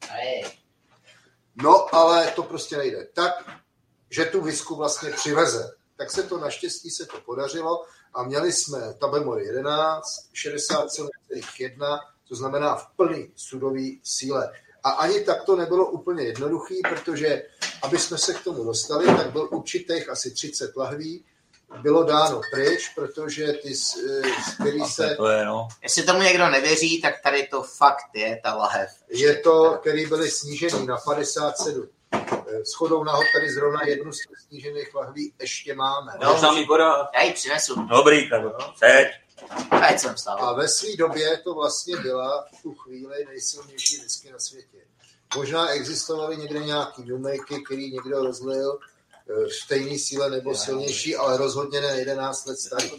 No, ale to prostě nejde. Tak, že tu whisku vlastně přiveze. Tak se to naštěstí podařilo a měli jsme Tabemore 11, 60,1, to znamená v plný sudový síle. A ani tak to nebylo úplně jednoduchý, protože aby jsme se k tomu dostali, tak byl určitých asi 30 lahví, bylo dáno pryč, protože ty, který se... To je, no. Jestli tomu někdo nevěří, tak tady to fakt je ta lahev. Je to, který byly snížený na 57. Shodou náhod tady zrovna jednu z snížených lahví ještě máme. Já ji přinesu. Dobrý, tak teď. Teď jsem stál. A ve své době to vlastně byla v tu chvíli nejsilnější whisky na světě. Možná existovaly někde nějaký newmakey, který někdo rozlil v stejné síle nebo silnější, ale rozhodně ne 11 let starý.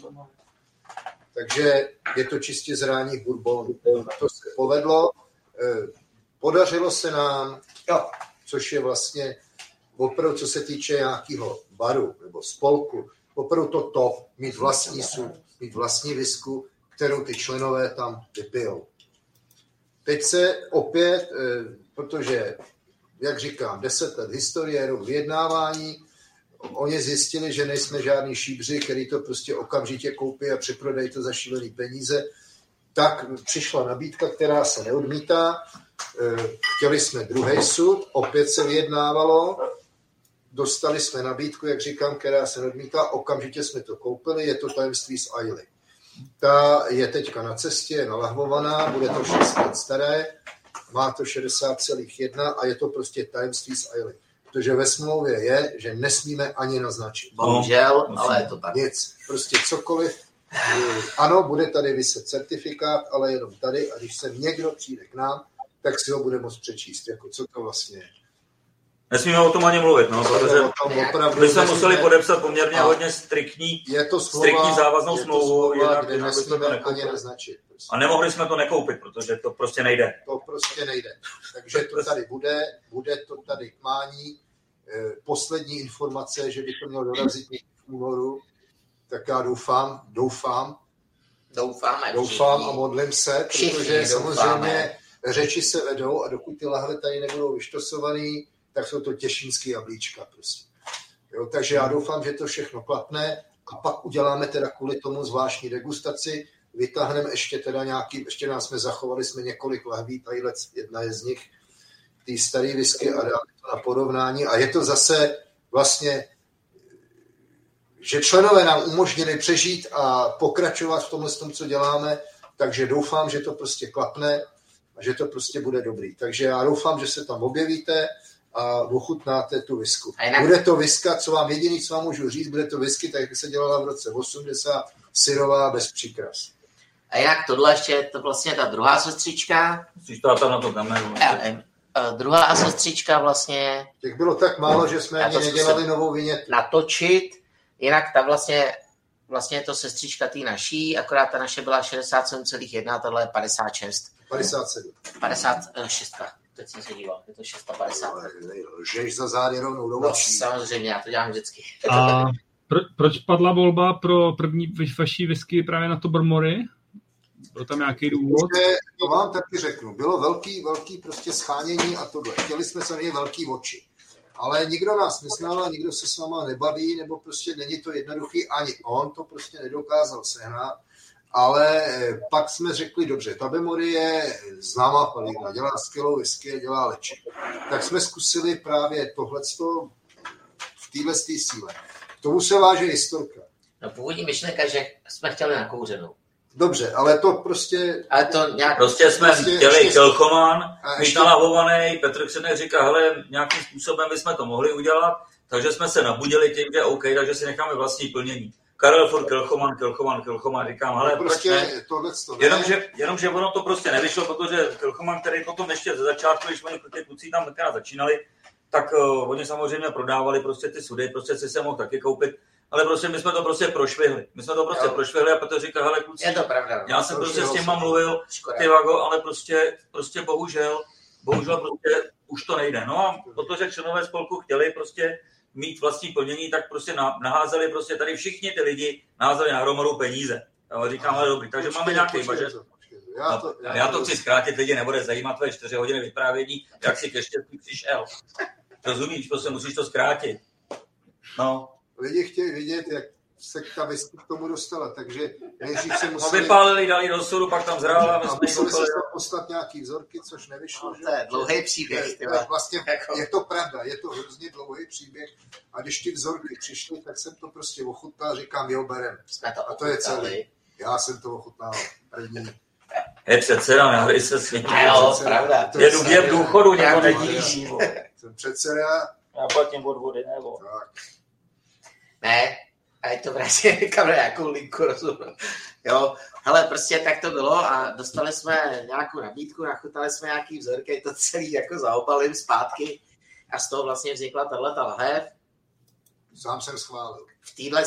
Takže je to čistě z ranních bourbonů. To se povedlo. Podařilo se nám, což je vlastně opravdu, co se týče nějakého baru nebo spolku, opravdu to top, mít vlastní sud, mít vlastní whisku, kterou ty členové tam vypijou. Teď se opět, protože, jak říkám, 10 let historie, rok vyjednávání, oni zjistili, že nejsme žádný šíbři, který to prostě okamžitě koupí a přeprodají to za šílený peníze, tak přišla nabídka, která se neodmítá. Chtěli jsme druhý sud, opět se vyjednávalo, dostali jsme nabídku, jak říkám, která se neodmítá, okamžitě jsme to koupili, je to tajemství z Ailey. Ta je teďka na cestě, je nalahvovaná, bude to 6 let staré, má to 60,1 a je to prostě tajemství z Ailey. Protože ve smlouvě je, že nesmíme ani naznačit. Bohužel, ale je to tak. Nic, prostě cokoliv. Ano, bude tady viset certifikát, ale jenom tady a když se někdo přijde k nám, tak si ho bude moct přečíst, jako co to vlastně je. Nesmíme o tom ani mluvit, no, protože my jsme museli podepsat poměrně hodně striktní závaznou smlouvu, kde nesmíme ani naznačit. Prostě. A nemohli jsme to nekoupit, protože to prostě nejde. To prostě nejde. Takže to tady bude to tady k mání. Poslední informace, že by to mělo dorazit někdy v únoru, tak já doufám a modlím se, protože samozřejmě řeči se vedou a dokud ty lahve tady nebudou vyštosovaný, tak jsou to těšínský jablíčka prostě. Jo, takže já doufám, že to všechno klapne a pak uděláme teda kvůli tomu zvláštní degustaci, vytáhneme ještě teda ještě nás jsme zachovali několik lahví, tadyhle jedna je z nich, ty starý whisky a dáme to na porovnání a je to zase vlastně, že členové nám umožnili přežít a pokračovat v tomhle tom, co děláme, takže doufám, že to prostě klapne a že to prostě bude dobrý. Takže já doufám, že se tam objevíte a ochutnáte tu whisku. Bude to whisky, co vám můžu říct, bude to whisky, tak jak se dělala v roce 80, syrová, bez příkras. A jinak tohle ještě je to vlastně ta druhá sestřička. Tam na to kameru. Druhá sestřička vlastně... Těch bylo tak málo, že jsme ani nedělali novou vinětu. Natočit, jinak ta vlastně je to sestřička tý naší, akorát ta naše byla 67,1 a tohle je 56. 57. 56. Teď jsem se díval, je to 650. Lžeš za zády rovnou do očí. Samozřejmě, já to dělám vždycky. A proč padla volba pro první vaší whisky právě na to Tabemore? Byl tam nějaký důvod? To vám taky řeknu. Bylo velký prostě schánění a tohle. Chtěli jsme samozřejmě velký oči. Ale nikdo nás neznal a nikdo se s náma nebaví, nebo prostě není to jednoduchý. Ani on to prostě nedokázal sehnat. Ale pak jsme řekli, dobře, Tabemore je známá palírna, dělá skvělou whisky, dělá leče. Tak jsme zkusili právě tohleto v téhle síle. K tomu se váže historka. No původní myšlenka, že jsme chtěli na kouřenou. Dobře, ale to prostě... Ale to nějak... Prostě jsme chtěli Kelchoman, mít nalavovaný, Petr Křenek říká, hele, nějakým způsobem bychom to mohli udělat, takže jsme se nabudili tím, že OK, takže si necháme vlastní plnění. Karel furt Kelchoman, říkám, ale prostě jenomže ono to prostě nevyšlo, protože Kelchoman, který potom ještě ze začátku, když oni ty kluci tam začínali, tak oni samozřejmě prodávali prostě ty sudy, prostě si se mohl taky koupit, ale prostě my jsme to prostě prošvihli. A protože říkal, hele kluci, je to pravda, já jsem prostě s těma mluvil, ty Vago, ale prostě bohužel prostě už to nejde. No a protože členové spolku chtěli prostě mít vlastní plnění, tak prostě naházeli prostě tady všichni ty lidi naházeli na hromadu peníze. Já říkám, ale dobrý, takže máme nějaký budget. Já to chci zkrátit, lidi nebude zajímat tvoje 4 hodiny vyprávění, jak si ke štěstí přišel. Rozumíš, prostě musíš to zkrátit. No. Lidi chtějí vidět, jak se ta whisky k tomu dostala, takže nejdřív se museli... vypálili, dali do sudu, pak tam zrála. A museli se poslat nějaký vzorky, což nevyšlo. To je dlouhý příběh. Vlastně je to pravda, je to hrozně dlouhý příběh. A když ty vzorky přišly, tak jsem to prostě ochutnal, říkám, jo, berem. A to je celý. Já jsem to ochutnal první. Je předseda, nehry se s ním. Jo, pravda. Jedu v důchodu, nebo nedíš. Jsem předseda. Já platím od vody, nebo. Tak. Ne, a je to vlastně někam na nějakou linku, rozumím. Jo, hele, prostě tak to bylo a dostali jsme nějakou nabídku, nachutali jsme nějaký vzorky, to celý jako zaobalím zpátky a z toho vlastně vznikla tato lahev. Sám jsem schválil. V téhle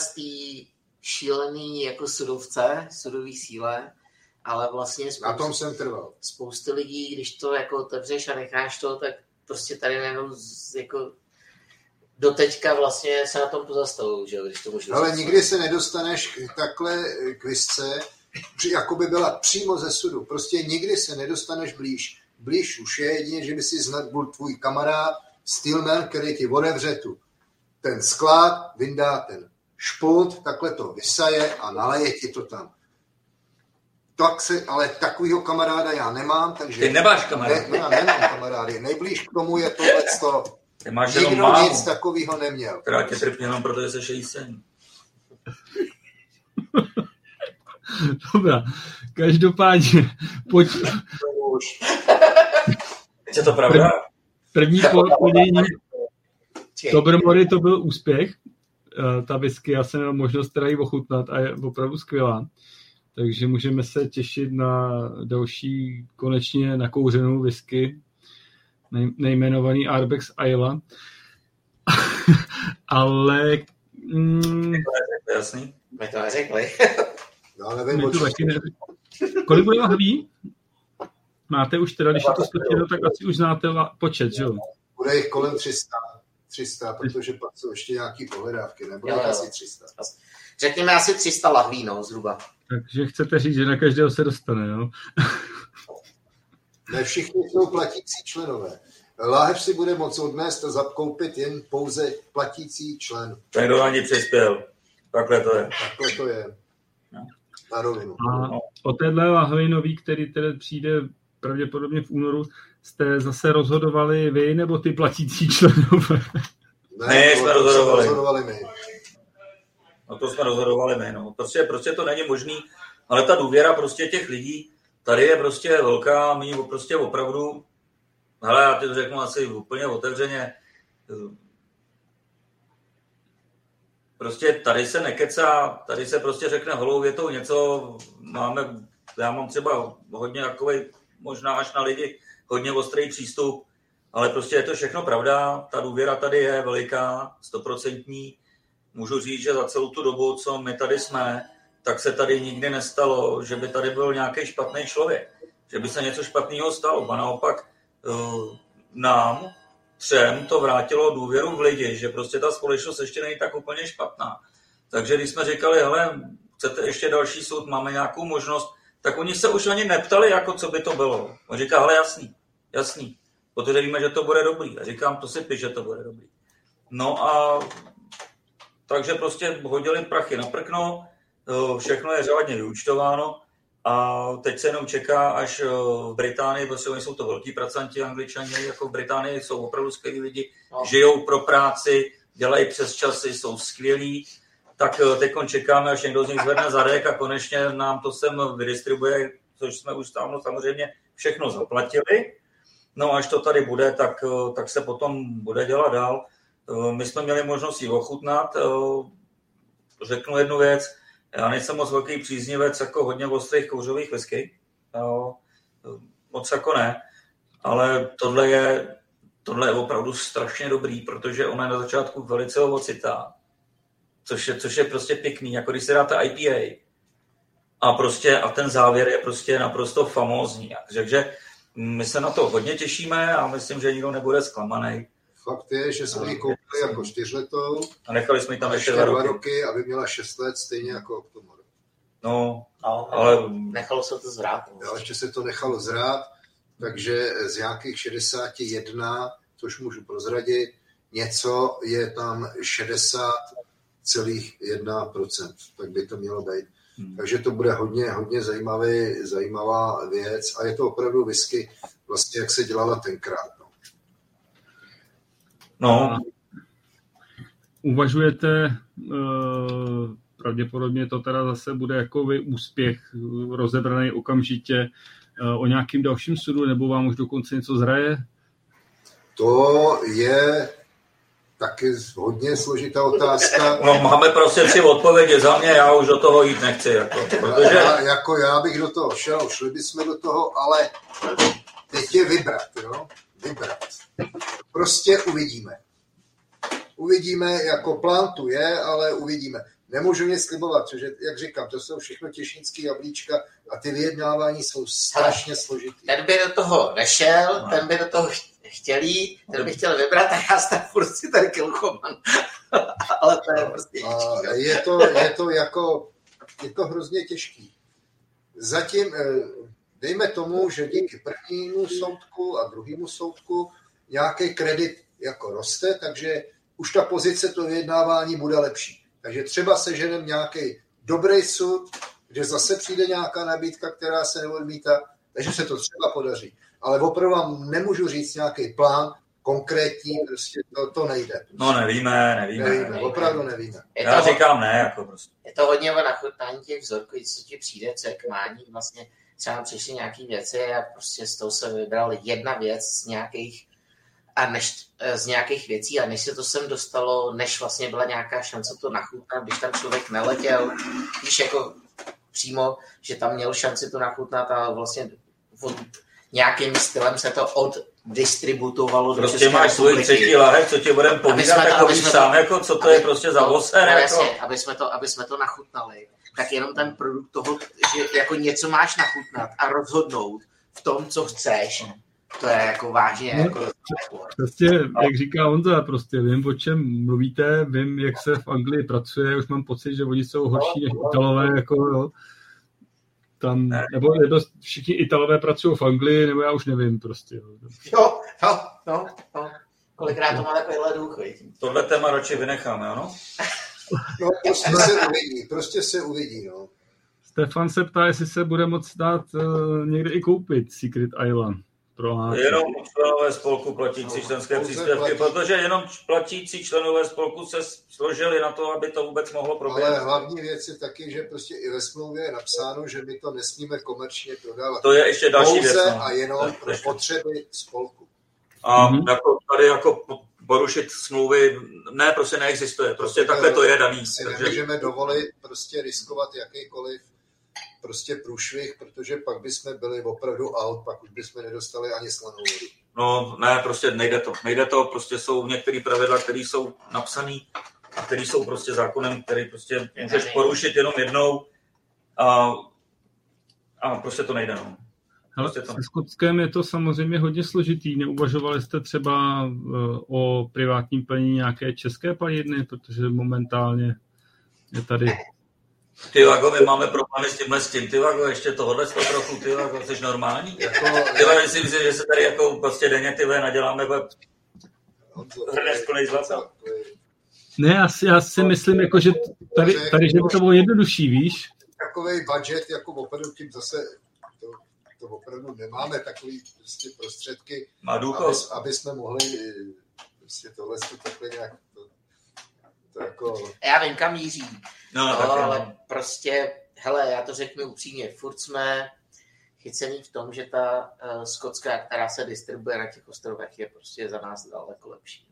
šílený jako sudový síle, ale vlastně na tom jsem trval. Spousty lidí, když to jako otevřeš a necháš to, tak prostě tady najednou jako doteďka vlastně se na tom pozastavují, že jo, když to můžu. Ale nikdy se nedostaneš takhle k visce, jako by byla přímo ze sudu. Prostě nikdy se nedostaneš blíž. Blíž už je jedině, že by si byl tvůj kamarád Stillman, který ti otevře ten sklad, vyndá ten špunt, takhle to vysaje a naleje ti to tam. Ale takovýho kamaráda já nemám, takže... Ty nemáš kamaráda? Já nemám kamarády. Nejblíž k tomu je tohleto. Nikdo nic takového neměl. Která tě trpně jenom protože jsi šejsen. Dobrá, každopádně pojď. Je to pravda? První plnění Tobermory to byl úspěch. Ta whisky, já jsem měl možnost teda ji ochutnat a je opravdu skvělá. Takže můžeme se těšit na další konečně nakouřenou whisky, nejmenovaný Arbex Isla. Ale... Jasný. My to neřekli. No, nevím, kolik bude lahví? Máte už teda, když je to spočítá, tak asi už znáte počet, že jo? Bude jich kolem 300, protože pak jsou ještě nějaký pohledávky, nebude asi 300. Řekněme asi 300 lahví, no, zhruba. Takže chcete říct, že na každého se dostane, jo? Ne všichni jsou platící členové. Láhev si bude moct odnést a zakoupit jen pouze platící člen. Ten, kdo ani přispěl. Takhle to je. Na rovinu. A o téhle lahvi nový, který tedy přijde pravděpodobně v únoru, jste zase rozhodovali vy nebo ty platící členové? Ne, jsme rozhodovali my. No to jsme rozhodovali my, no. Prostě to není možný, ale ta důvěra prostě těch lidí tady je prostě velká, my prostě opravdu, hele, já ti to řeknu asi úplně otevřeně, prostě tady se nekecá, tady se prostě řekne holou větou něco, já mám třeba hodně takovej, možná až na lidi, hodně ostrý přístup, ale prostě je to všechno pravda, ta důvěra tady je veliká, 100%. Můžu říct, že za celou tu dobu, co my tady jsme, tak se tady nikdy nestalo, že by tady byl nějaký špatný člověk, že by se něco špatného stalo. A naopak nám třem to vrátilo důvěru v lidi, že prostě ta společnost ještě není tak úplně špatná. Takže když jsme říkali, hele, chcete ještě další soud, máme nějakou možnost, tak oni se už ani neptali, jako co by to bylo. On říká, hele, jasný, protože víme, že to bude dobrý. A říkám, to si piš, že to bude dobrý. No a takže prostě hodili prachy na prkno, všechno je řádně vyúčtováno a teď se jenom čeká, až v Británii, protože oni jsou to velký pracanti, Angličani, jako v Británii jsou opravdu skvělí lidi, žijou pro práci, dělají přes časy, jsou skvělí, tak teď čekáme, až někdo z nich zvedne zadek a konečně nám to sem vydistribuje, což jsme už samozřejmě všechno zaplatili. No až to tady bude, tak se potom bude dělat dál. My jsme měli možnost ji ochutnat. Řeknu jednu věc, já nejsem moc velký příznivec jako hodně ostrých kouřových whisky. Moc jako ne, ale tohle je opravdu strašně dobrý, protože ona je na začátku velice ovocitá, což je prostě pěkný, jako když se dáte IPA a ten závěr je prostě naprosto famózní. Takže my se na to hodně těšíme a myslím, že nikdo nebude zklamaný. Fakt je, že jsme ji koupili jako 4letou a nechali jsme ji tam ještě 2 roky, aby měla 6 let, stejně jako Octomore. No, ale nechalo se to zrát. Jo, ještě se to nechalo zrát, takže z nějakých 61, což můžu prozradit, něco je tam 60,1%, tak by to mělo být. Takže to bude hodně zajímavá věc a je to opravdu whisky, vlastně jak se dělala tenkrát. No. Uvažujete, pravděpodobně to teda zase bude jako úspěch rozebraný okamžitě o nějakým dalším sudu, nebo vám už dokonce něco zraje? To je taky hodně složitá otázka. No, máme prostě 3 odpovědi za mě, já už do toho jít nechci. Protože... Já bych do toho šli bychom do toho, ale teď je vybrat. Prostě uvidíme. Uvidíme, jako plán tu je, ale uvidíme. Nemůžu nic slibovat, protože, jak říkám, to jsou všechno těšínský jablíčka a ty vyjednávání jsou strašně složitý. Ten by do toho nešel, ten by do toho chtěl jít, ten by chtěl vybrat a já jsem prostě ten kilchoman. Ale to je prostě je to hrozně těžký. Zatím, dejme tomu, že díky prvnímu soudku a druhému soudku nějaký kredit jako roste, takže už ta pozice to vyjednávání bude lepší. Takže třeba seženeme nějaký dobrý sud, kde zase přijde nějaká nabídka, která se neodmítá, takže se to třeba podaří. Ale opravdu vám nemůžu říct nějaký plán konkrétní, prostě to nejde. No nevíme. Opravdu nevíme. Já říkám ne, jako prostě. Je to hodně o nachutnání těch vzorků, co ti přijde, co je k mání, vlastně třeba přišly nějaký věci a prostě z toho se vybral jedna věc z nějakých věcí a než se to sem dostalo, než vlastně byla nějaká šance to nachutnat, když tam člověk neletěl, když jako přímo, že tam měl šanci to nachutnat a vlastně nějakým stylem se to oddistributovalo do České máš svůj třetí lahek, co ti budeme povídat, jako víš sám, jako co to je prostě za voser. Jasně, aby jsme to nachutnali, tak jenom ten produkt toho, že jako něco máš nachutnat a rozhodnout v tom, co chceš, to je jako vážně. Jako... Prostě, jak říká Honza, prostě vím, o čem mluvíte, vím, jak se v Anglii pracuje, už mám pocit, že oni jsou horší než Italové, jako jo. Tam, nebo všichni Italové pracují v Anglii, nebo já už nevím prostě. Jo. Kolikrát to má takovýhle duch, tohle téma radši vynecháme, ano? No, prostě se uvidí, no. Stefan se ptá, jestli se bude moct dát někde i koupit Secret Island. Jenom členové spolku platící členské příspěvky, protože jenom platící členové spolku se složili na to, aby to vůbec mohlo proběhnout. Ale hlavní věc je taky, že prostě i ve smlouvě je napsáno, že my to nesmíme komerčně prodávat. To je ještě další věc. A jenom pro potřeby spolku. A tady porušit smlouvy, ne, prostě neexistuje. Prostě takhle to je daný. Si nemůžeme dovolit prostě riskovat jakýkoliv prostě průšvih, protože pak bychom byli opravdu out, pak už bychom nedostali ani slanou vodu. No ne, prostě nejde to, prostě jsou některé pravidla, které jsou napsané a které jsou prostě zákonem, který prostě můžeš porušit jenom jednou a prostě to nejde. No. Prostě se Skotskem je to samozřejmě hodně složitý. Neuvažovali jste třeba o privátním plnění nějaké české planidny, protože momentálně je tady... Tyvago, my máme problémy s tím, Tyvago, ještě tohle trochu, Tyvago, jsi normální? Tyvago, myslím si, že se tady jako prostě denně naděláme hrnec plnej zlata. Ne, já si myslím, jako, že tady že by to bylo jednodušší, víš? Takovej budget, jako opravdu tím zase, to opravdu nemáme takový prostě prostředky, aby jsme mohli prostě tohle takhle nějak... To jako... Já vím, kam míří. No, ale prostě, hele, já to řeknu upřímně, furt jsme chycený v tom, že ta skotská, která se distribuje na těch ostrovech, je prostě za nás daleko lepší.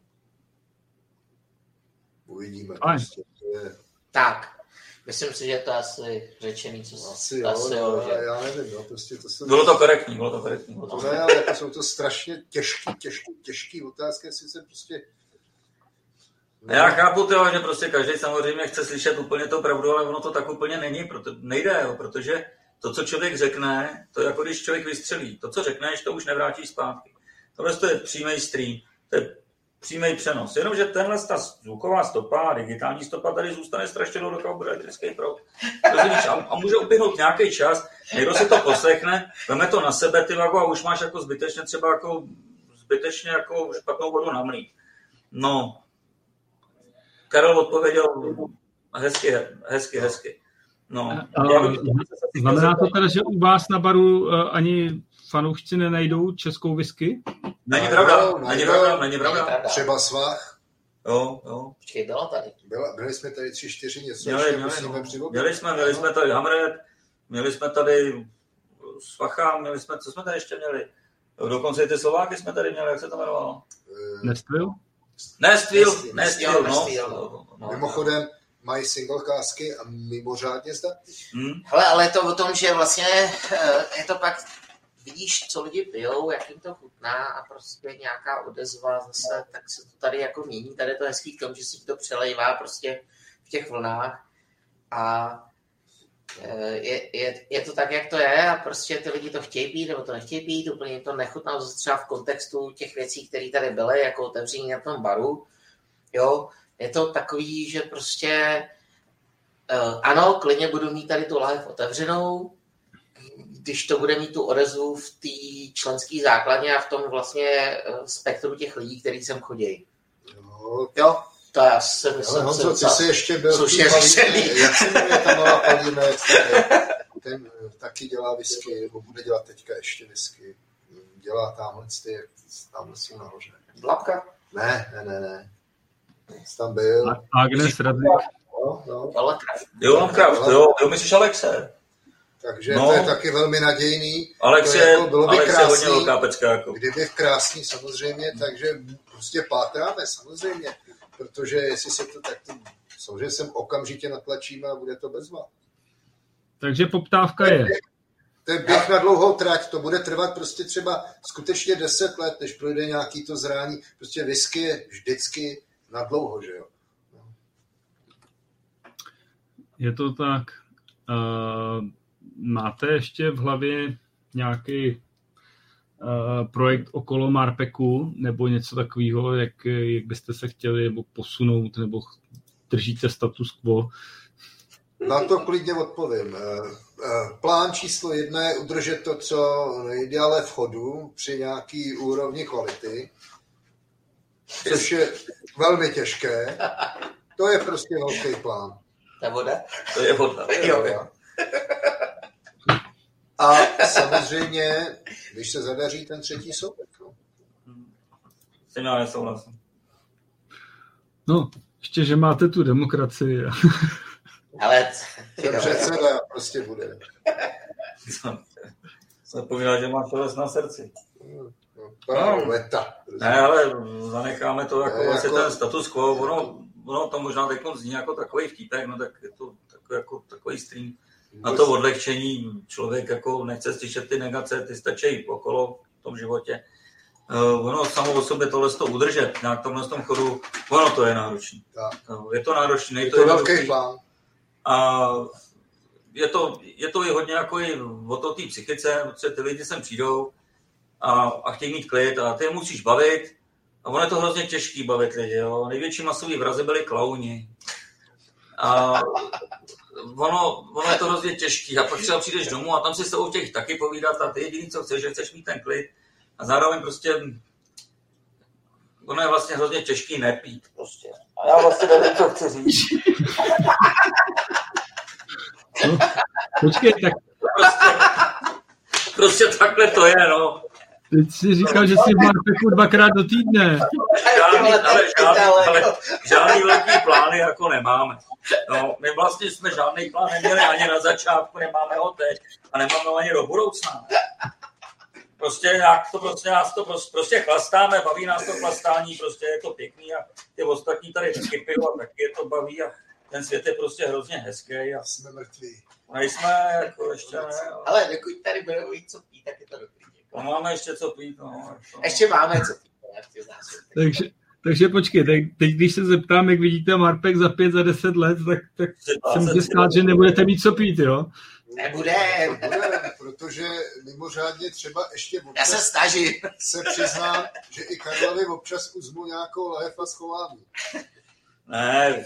Uvidíme. Prostě, tak. Myslím si, že to asi řečený, co asi jo, že... já nevím, no, prostě to jsou... Bylo to korektní. To ne, ale jako jsou to strašně těžký otázky, sice prostě... No. Já chápu to, že prostě každý samozřejmě chce slyšet úplně to pravdu, ale ono to tak úplně není, nejde, protože to, co člověk řekne, to je jako když člověk vystřelí. To, co řekneš, to už nevrátíš zpátky. Tohle to je přímý stream, to je přímý přenos. Jenomže tenhle ta zvuková stopa, digitální stopa tady zůstane strašně dlouho, dokud bude elektrický proud. A může uběhnout nějaký čas, někdo si to poslechne, veme to na sebe, ty vago, a už máš jako zbytečně jako špatnou vodu na mlýn. No, Karel odpověděl hezky. No. Znamená to teda, že u vás na baru ani fanoušci nenajdou českou whisky? Není pravda. Třeba Svah. Jo. Počkej, byla tady. Byli jsme tady 3-4 něco, měli jsme tady Hamret, měli jsme tady Svacha, co jsme tady ještě měli? Dokonce i ty Slováky jsme tady měli, jak se to jmenovalo? Nestvil, no. Mimochodem, mají single kásky a mimořádně zdatný. Hele, ale je to o tom, že vlastně je to pak, vidíš, co lidi pijou, jak jim to chutná a prostě nějaká odezva zase, tak se to tady jako mění. Tady je to hezký v tom, že si to přelejvá prostě v těch vlnách a je to tak, jak to je a prostě ty lidi to chtějí pít, nebo to nechtějí pít, úplně jim to nechutná zase třeba v kontextu těch věcí, které tady byly, jako otevření na tom baru. Jo, je to takový, že prostě ano, klidně budu mít tady tu live otevřenou, když to bude mít tu odezvu v té členské základně a v tom vlastně spektru těch lidí, kteří sem chodí. Jo, to já si myslím. Ale Honzo, ty jsi ještě byl jak se jmenuje ta malá Palína, ten taky dělá whisky, nebo bude dělat teďka ještě whisky. Dělá tamhle si nahoře. Blabka? Ne. Jsi tam byl. Agnes Radlik. No. Jo, myslíš Alexe. Takže to je taky velmi nadějný. Alex je hodně velká pecka. Jako. Kdyby krásný samozřejmě, takže prostě pátráme samozřejmě. Protože jestli se to takto, samozřejmě sem okamžitě natlačíme a bude to bezva. Takže poptávka je. To je běh na dlouhou trať, to bude trvat prostě třeba skutečně 10 let, než projde nějaký to zrání. Prostě whisky je vždycky na dlouho, že jo. Je to tak. Máte ještě v hlavě nějaký projekt okolo Marpeku nebo něco takového, jak byste se chtěli nebo posunout, nebo držíte status quo? Na to klidně odpovím. Plán číslo 1 je udržet to, co nejdále v chodu při nějaký úrovni kvality, což je velmi těžké. To je prostě velký plán. Ta voda? To je voda. Jo. A samozřejmě, když se zadaří ten třetí soubek. S tím já nesouhlasím. No, ještě, že máte tu demokracii. Ale ten předseda prostě bude. Jsem povídal, že máš to na srdci. Veta. Ne, ale zanecháme to jako vlastně ten status quo. Ono to možná teď zní jako takový vtípek, no tak je to takový stream. Na to odlehčení člověk jako nechce slyšet ty negace, ty stačí okolo v tom životě. Ono samo o sobě tohle to udržet, nějak tomhle tom chodu, ono to je náročné. Je to náročné. Je to velký plán. A je to i hodně jako i o to té psychice, protože ty lidi sem přijdou a chtějí mít klid a ty je musíš bavit. A ono je to hrozně těžký bavit lidi. Jo. Největší masový vrazy byli klauni. A ono je to hrozně těžký. A pak třeba přijdeš domů a tam si s tebou těch taky povídat a ty jediný, co chceš, že chceš mít ten klid. A zároveň prostě ono je vlastně hrozně těžký nepít. Prostě. A já vlastně nevím, co chci říct. Počkej, tak... Prostě takhle to je, no. Teď jsi říkal, že jsi v Marpeku 2krát do týdne. Žádný velký plány jako nemáme. No, my vlastně jsme žádný plán neměli ani na začátku, nemáme ho teď a nemáme ho ani do budoucna. Nás to prostě chlastáme, baví nás to chlastání, prostě je to pěkný a ty ostatní tady skypy a taky je to baví a ten svět je prostě hrozně hezký. A jsme mrtví. Nejsme, jako ještě ne. Ale dokud tady budeme mít co pít, tak je to dobrý. A máme ještě co pít, no. Ještě máme co pít. Takže počkej, teď když se zeptám, jak vidíte Marpek za 5, za 10 let, tak se může stát, že nebudete mít co pít, jo? Nebude, protože mimořádně třeba ještě já se snažím. Se přiznám, že i Karlovi občas uzmu nějakou lahev a schování. Ne,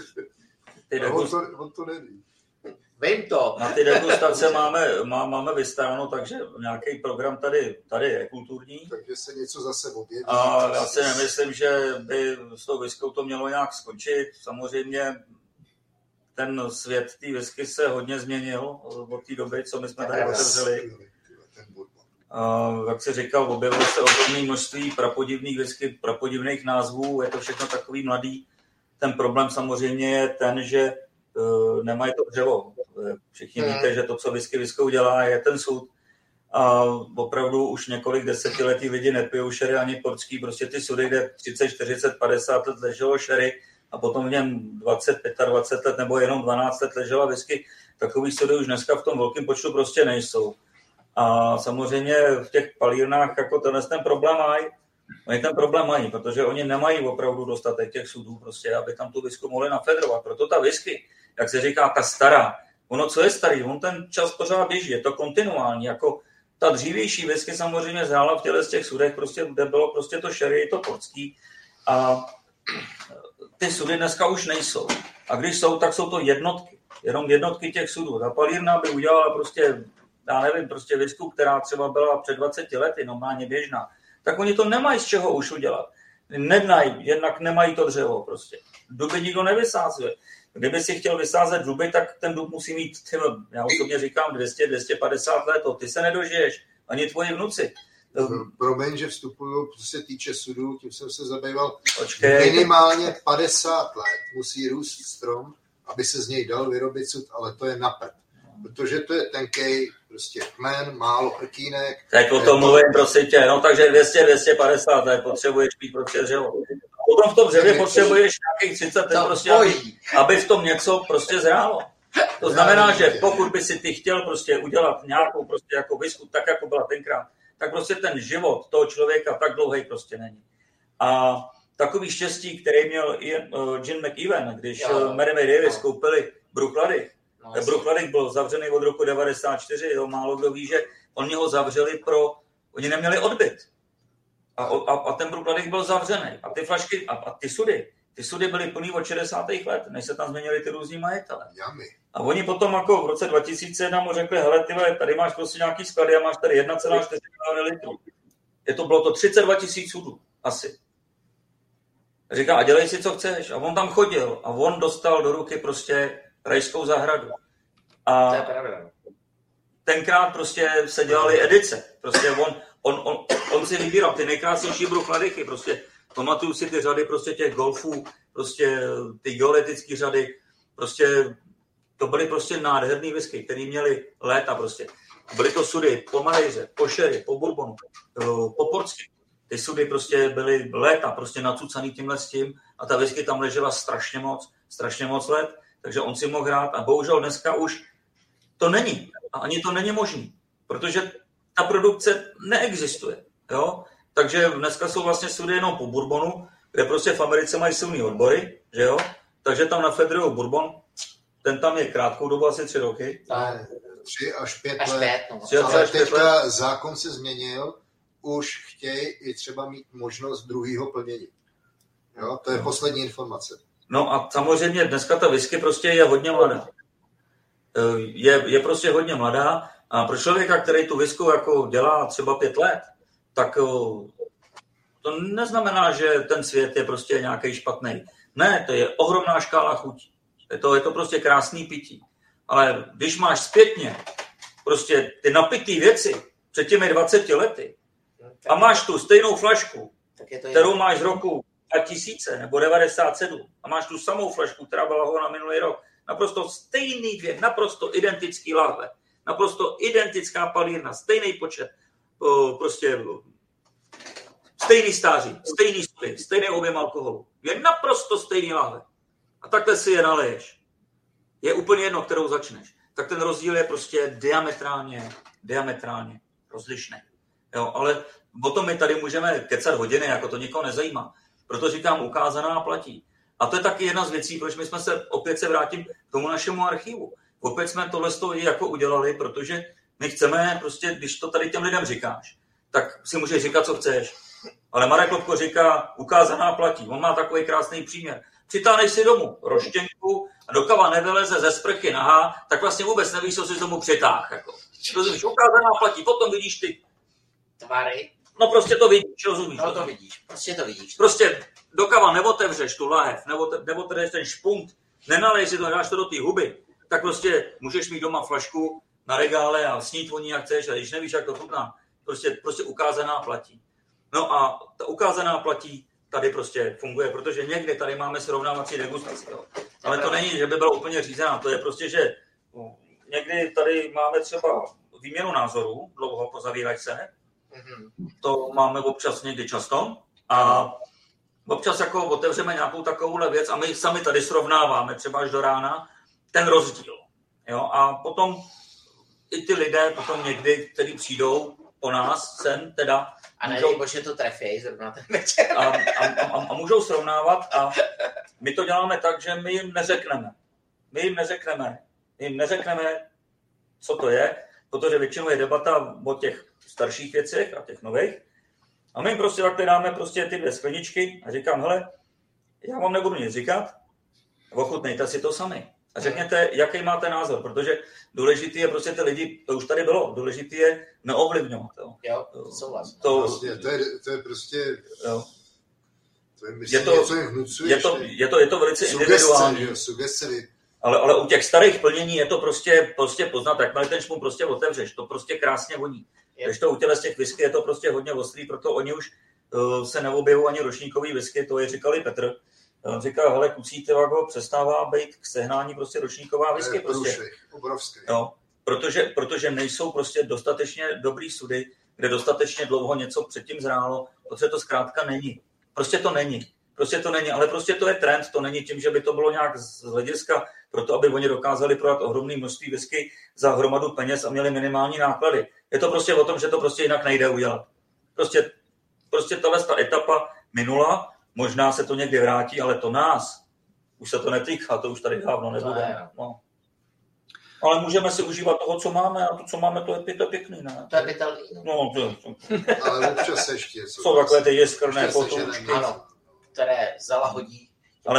on to neví. Vím to. Na ty degustace máme vystaráno, takže nějaký program tady je kulturní. Takže se něco zase objeví. A já si nemyslím, že by s tou whiskou to mělo nějak skončit. Samozřejmě ten svět té whisky se hodně změnil od té doby, co my jsme tady otevřeli. Jak jsi říkal, objevilo se ohromné množství prapodivných whisky, prapodivných názvů, je to všechno takový mladý. Ten problém samozřejmě je ten, že nemají to dřevo. Všichni víte, že to, co whiskou dělá, je ten sud. A opravdu už několik desetiletí lidi nepijou sherry ani portský. Prostě ty sudy, kde 30, 40, 50 let leželo sherry a potom v něm 20, 25 let nebo jenom 12 let ležela whisky, takový sudy už dneska v tom velkém počtu prostě nejsou. A samozřejmě v těch palírnách jako ten problém mají. Oni ten problém mají, protože oni nemají opravdu dostatek těch sudů, prostě, aby tam tu whisky mohli nafedrovat. Proto ta whisky, jak se říká, ta stará, ono co je starý, on ten čas pořád běží, je to kontinuální, jako ta dřívější whisky samozřejmě zhrála v těle z těch sudech, prostě, kde bylo prostě to sherry, to portský a ty sudy dneska už nejsou. A když jsou, tak jsou to jednotky, jenom jednotky těch sudů. Ta palírna by udělala prostě, já nevím, prostě whisky, která třeba byla před 20 lety, normálně běžná, tak oni to nemají z čeho už udělat. Jednak nemají to dřevo prostě. Duby nikdo nevysázuje. Kdyby si chtěl vysázet duby, tak ten dub musí mít, já osobně říkám, 200-250 let, ty se nedožiješ, ani tvoji vnuci. Promiň, že vstupuju, co se týče sudů, tím jsem se zabýval. Minimálně 50 let musí růst strom, aby se z něj dal vyrobit sud, ale to je napad. Protože to je tenkej, prostě kmen, málo prkínek. Tak o tom mluvím, prosím tě, no takže 200-250 let potřebuješ pít prostě dřevo. Potom v tom dřevě potřebuješ nějakých 30 let prostě, aby v tom něco prostě zrálo. To znamená, že pokud by si ty chtěl prostě udělat nějakou prostě jako whisky, tak jako byla tenkrát, tak prostě ten život toho člověka tak dlouhý prostě není. A takový štěstí, který měl Jim McEwen, když Merrimack Davis koupili Bruichladdich. Bruichladdich byl zavřený od roku 1994, málo kdo ví, že oni ho zavřeli oni neměli odbyt. A ten Bruichladdich byl zavřený. A ty flašky a ty sudy byly plný od 60. let, než se tam změnili ty různí majitele. A oni potom jako v roce 2001 mu řekli, hele, ty tady máš prostě nějaký sklady a máš tady 1,4 miliony litrů. Bylo to 32 000 sudů, asi. Říká, a dělej si, co chceš. A on tam chodil a on dostal do ruky prostě rajskou zahradu. A tenkrát prostě se dělaly edice. Prostě on si vybíral ty nejkrásnější Bruichladichy. Prostě pamatuju si ty řady prostě těch golfů, prostě ty geoletické řady. Prostě to byly prostě nádherný whisky, které měly léta prostě. Byly to sudy po Madejře, po sherry, po bourbonu, po portsky. Ty sudy prostě byly léta prostě nacucaný tímhle s tím a ta whisky tam ležela strašně moc let. Takže on si mohl hrát a bohužel dneska už to není. A ani to není možný, protože ta produkce neexistuje. Jo? Takže dneska jsou vlastně sudy jenom po bourbonu, kde prostě v Americe mají silný odbory, že jo? Takže tam nafedrujou bourbon, ten tam je krátkou dobu, asi 3 roky. 3 až 5 let. Ale teďka zákon se změnil, už chtějí i třeba mít možnost druhého plnění. Jo? To je poslední informace. No a samozřejmě dneska ta whisky prostě je hodně mladá. Je prostě hodně mladá a pro člověka, který tu whisky jako dělá třeba 5 let, tak to neznamená, že ten svět je prostě nějaký špatný. Ne, to je ohromná škála chutí. Je to prostě krásný pití. Ale když máš zpětně prostě ty napitý věci před těmi 20 lety, a máš tu stejnou flašku, kterou máš z roku 2000 nebo 97 a máš tu samou flašku, která byla hovaná minulý rok, naprosto stejný věk, naprosto identický láhve, naprosto identická palírna, stejný počet, prostě stejný stáří, stejný split, stejný objem alkoholu. Je naprosto stejný láhve. A takhle si je naleješ. Je úplně jedno, kterou začneš. Tak ten rozdíl je prostě diametrálně rozlišný. Jo, ale o tom my tady můžeme kecat hodiny, jako to nikoho nezajímá. Proto říkám, ukázaná platí. A to je taky jedna z věcí, proč my jsme se, opět se vrátím k tomu našemu archivu. Opět jsme tohle i jako udělali, protože my chceme, prostě, když to tady těm lidem říkáš, tak si můžeš říkat, co chceš. Ale Marek Lobko říká, ukázaná platí. On má takový krásný příměr. Přitáhneš si domů roštěnku a dokava nevyleze ze sprchy nahá, tak vlastně vůbec nevíš, co si z domu přitáh. Jako. Rozumíš, ukázaná platí, potom vidíš ty tvary. No prostě to vidíš, rozumíš. No to vidíš, prostě to vidíš. Prostě dokava neotevřeš tu láhev, neotevřeš ten špunt, nenalej si to, dáš to do té huby, tak prostě můžeš mít doma flašku na regále a snít o ní, jak chceš, a když nevíš, jak to chutná, prostě ukázaná platí. No a ta ukázaná platí tady prostě funguje, protože někdy tady máme srovnávací degustaci. Jo. Ale to není, že by byla úplně řízená, to je prostě, že někdy tady máme třeba výměnu názorů, dlouho po zavíračce, to máme občas někdy často a občas jako otevřeme nějakou takovouhle věc a my sami tady srovnáváme třeba až do rána ten rozdíl. Jo? A potom i ty lidé potom někdy, kteří přijdou po nás sem, teda a nedej bože to trefěj zrovna ten večer. A můžou srovnávat a my to děláme tak, že my jim neřekneme, co to je, protože většinou je debata o těch starších věcech a těch nových. A my jim prostě takhle dáme prostě ty dvě skleničky a říkám, hele, já vám nebudu nic říkat, ochutnejte si to sami. A řekněte, jaký máte názor, protože důležitý je prostě ty lidi, to už tady bylo, důležitý je neovlivňovat. Jo, souhlasím. To je prostě... Jo. To je, myslím, je to velice individuální. Sugestce. Ale u těch starých plnění je to prostě poznat, jakmile ten špum prostě otevřeš, to prostě krásně voní. Když to u těle z těch whisky je to prostě hodně ostrý, proto oni už se neobjevují ani ročníkový whisky, to je říkal i Petr. On říkal, hele, kucí Tevago přestává být k sehnání prostě ročníková whisky. Prostě. Obrovský. Jo, protože nejsou prostě dostatečně dobrý sudy, kde dostatečně dlouho něco předtím zrálo, protože to zkrátka není. Prostě to není, ale prostě to je trend, to není tím, že by to bylo nějak z hlediska proto, aby oni dokázali prodat ohromné množství whisky za hromadu peněz a měli minimální náklady. Je to prostě o tom, že to prostě jinak nejde udělat. Prostě tato etapa minula, možná se to někdy vrátí, ale to nás už se to netýká, to už tady dávno nebude. No. Ale můžeme si užívat toho, co máme, a to, co máme, to je pěkný, ne? To je bytelný. No, ale občas ještě. Jsou takové ty jiskrné potoučky. Ano, které zalahodí. Ale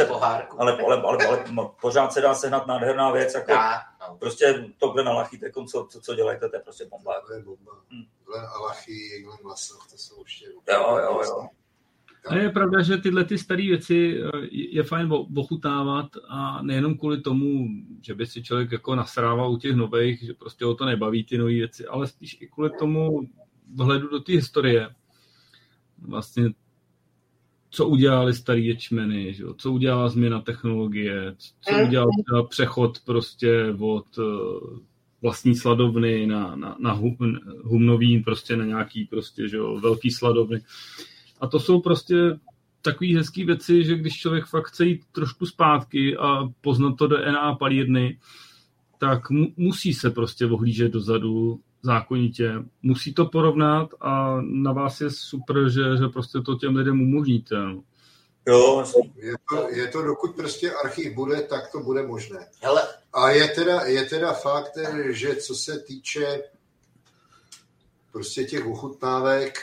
pořád se dá sehnat nádherná věc, jako prostě tohle na Lachy, co dělejte, to je prostě bomba. To je bomba. A Lachy, Glen Vlasoch, to jsou ještě... Jo. A je pravda, že tyhle ty staré věci je fajn ochutnávat a nejenom kvůli tomu, že by si člověk jako nasrával u těch nových, že prostě ho to nebaví ty nové věci, ale spíš i kvůli tomu vhledu do té historie. Vlastně co udělali starý ječmeny, že? Co udělala změna technologie, co udělal přechod prostě od vlastní sladovny na humnovín, prostě na nějaký prostě, že jo, velký sladovny. A to jsou prostě takové hezké věci, že když člověk fakt chce jít trošku zpátky a poznat to DNA palírny, tak musí se prostě ohlížet dozadu zákonitě. Musí to porovnat a na vás je super, že prostě to těm lidem umožníte. Jo, je to dokud prostě archiv bude, tak to bude možné. Hele. A je teda fakt, že co se týče prostě těch ochutnávek,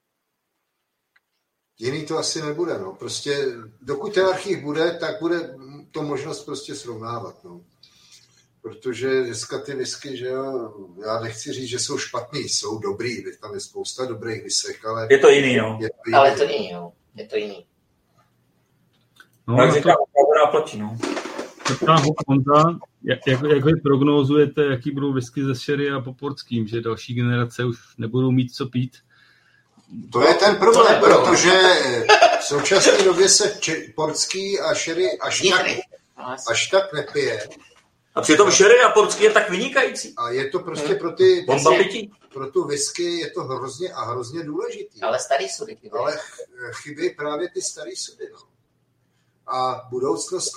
jiný to asi nebude, no. Prostě dokud ten archiv bude, tak bude to možnost prostě srovnávat, no. Protože dneska ty whisky, že jo, já nechci říct, že jsou špatný, jsou dobrý, tam je spousta dobrých whisek, ale... Je to jiný, no. Ale to není, no. Je to jiný. No, tak říkám, to platí, no. Honza, jak vy prognózujete, jaký budou whisky ze sherry a poportským, že další generace už nebudou mít co pít, To je ten problém, protože v současné době se portský a sherry až tak nepije. A přitom sherry a portský je tak vynikající. A je to prostě pro tu whisky je to hrozně důležitý. Ale starý sudy chybí. Ale chybí právě ty starý sudy. No. A budoucnost,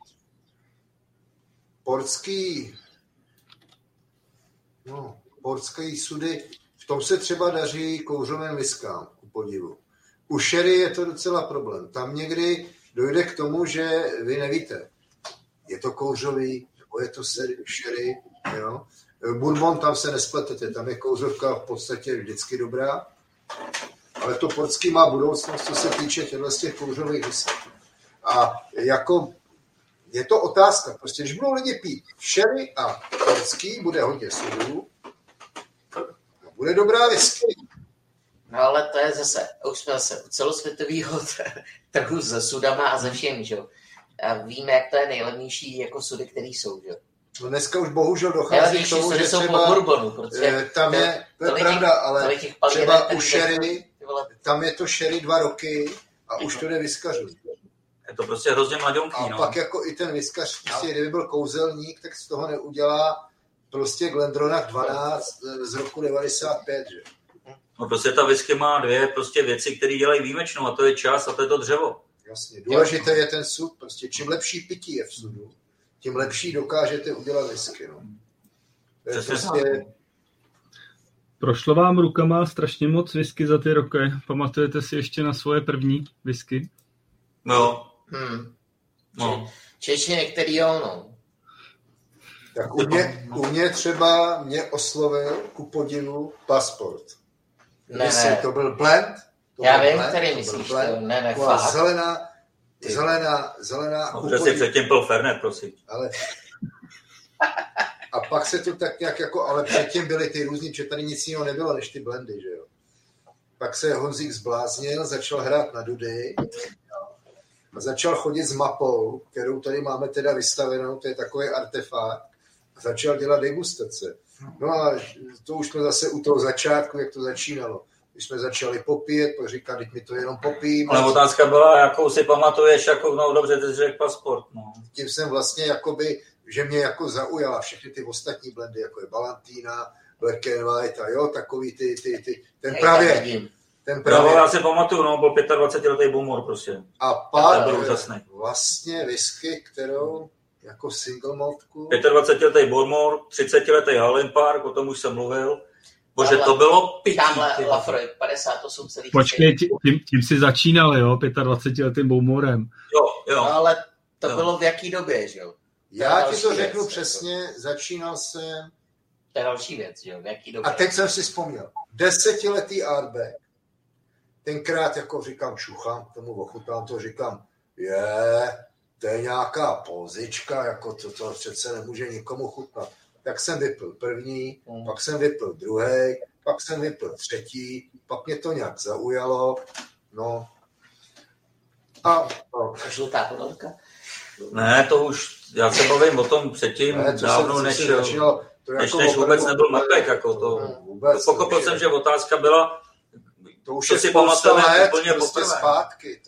portský sudy, v tom se třeba daří kouřovým whiskám, ku podivu. U sherry je to docela problém. Tam někdy dojde k tomu, že vy nevíte, je to kouřový, nebo je to sherry, jo. Bourbon, tam se nespletete, tam je kouřovka v podstatě vždycky dobrá, ale to portský má budoucnost, co se týče těch kouřových whisky. A jako je to otázka, prostě když budou lidi pít sherry a portský, bude hodně sudů, bude dobrá whisky. No ale to je zase, už jsme zase u celosvětového trhu se sudama a ze všem, že jo. A víme, jak to je nejlevnější jako sudy, které jsou, že jo. No dneska už bohužel dochází k tomu, že třeba Bourbonu, protože tam je, to je pravda, ale třeba u sherry, tam je to sherry 2 roky a už to jde vyskařů. Je to prostě hrozně mladionký, A pak jako i ten vyskař, kdyby byl kouzelník, tak z toho neudělá prostě Glendronach 12 z roku 95, že? No prostě ta whisky má 2 prostě věci, které dělají výjimečnou, a to je čas a to je to dřevo. Jasně, důležité je ten sud, prostě čím lepší pití je v sudu, tím lepší dokážete udělat whisky, no. Prostě... Prošlo vám rukama strašně moc whisky za ty roky. Pamatujete si ještě na svoje první whisky? No. Čeště některý no. Tak u mě třeba mě oslovil ku podivu Passport. Ne. To byl blend. Já vím, který myslíš. Ne, fakt. Zelená. Protože si předtím byl Fernet, prosím. Ale... A pak se to tak nějak jako, ale předtím byly ty různý, protože tady nic jiného nebylo než ty blendy, že jo. Pak se Honzík zbláznil, začal hrát na dudy a začal chodit s mapou, kterou tady máme teda vystavenou, to je takový artefakt, a začal dělat degustace. No a to už jsme zase u toho začátku, jak to začínalo. Když jsme začali popíjet, pak říkal, teď mi to jenom popijím. Ale otázka byla, jakou si pamatuješ, jako, no dobře, ty jsi řekl Passport. No. Tím jsem vlastně jakoby, že mě jako zaujala všechny ty ostatní blendy, jako je Balantina, Black and White a jo, takový ten právě. Já si pamatuju, no, byl 25letý Bowmore prostě. A pak vlastně whisky, kterou jako single maltku. 25letý Bowmore, 30letý Highland Park, o tom už jsem mluvil. Bože, to bylo pití. Tamhle Lafroy, 58,4. Počkej, tím si začínal, jo, 25letým Bowmorem. Jo. No, ale to bylo v jaký době, že jo? Já ti to řeknu přesně, začínal jsem... To je další věc, že jo, v jaký době. A teď jsem si vzpomněl, 10letý Artback. Tenkrát jako říkám, čuchám, k tomu ochutám to, říkám, to je nějaká pozička, jako to přece nemůže nikomu chutnat. Tak jsem vypil první, pak jsem vypil druhý, pak jsem vypil třetí, pak mě to nějak zaujalo, no. A žlutá podolka? Ne, to už, já se bavím o tom předtím, dávno, než vůbec nebyl Macbeth, jako to. Pochopil jsem, že otázka byla, to už je si pamatovat úplně prostě zpátky,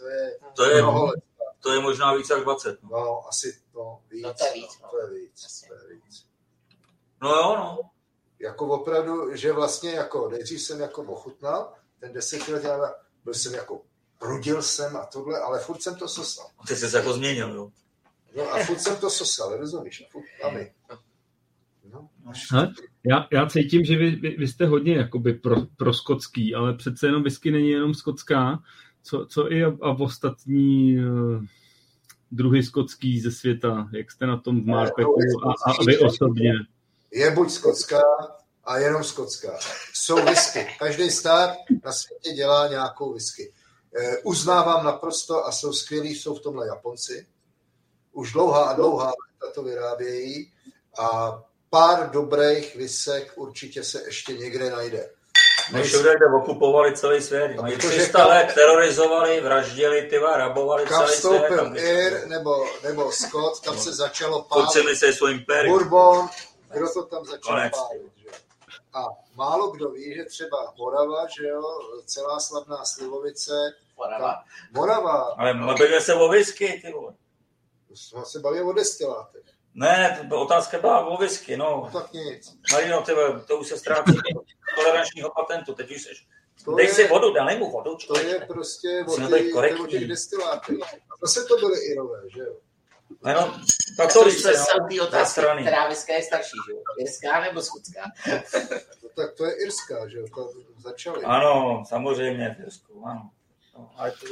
to je možná víc jak 20. No, asi to víc. No to je víc. To je víc. No jo, no. Jako opravdu, že vlastně jako, nejdřív jsem jako ochutnal, ten 10 let, byl jsem jako, prudil jsem a tohle, ale furt jsem to sosal. Ty jsi se jako změnil, jo. No a furt jsem to sosal, rozumíš? A my. No. Já cítím, že vy jste hodně jakoby pro skotský, ale přece jenom whisky není jenom skotská, co i a ostatní druhy skotský ze světa, jak jste na tom v Marpeku a vy osobně. Je buď skotská a jenom skotská. Jsou whisky. Každý stát na světě dělá nějakou whisky. Uznávám naprosto a jsou skvělí, jsou v tomhle Japonci. Už dlouhá léta to vyrábějí a pár dobrých whisek určitě se ještě někde najde. Všude, kde okupovali celý svět. Mají 300 let, terorizovali, vraždili, rabovali celý svět. Kam vstoupil Ir nebo Scott, tam se začalo pálit. Konci myslí svou impérium. Bourbon, kdo to tam začal pálit. Že? A málo kdo ví, že třeba Morava, že jo, celá slavná Slivovice. Morava. Ale bavíme se o whisky, ty vole. Jsme se bavili o destilátech. Ne, otázka byla o whisky, no. Tak nic. Marino, to už se ztrácí tolerančního patentu, teď už seš. Dej si vodu, dej mu vodu. To je prostě o těch destilátech. A zase to byly Irové, že jo? No, tak to víš, která whisky je starší, že jo? Irská nebo skotská? No, tak to je irská, že jo? To začali. Ano, samozřejmě, irskou, ano. No,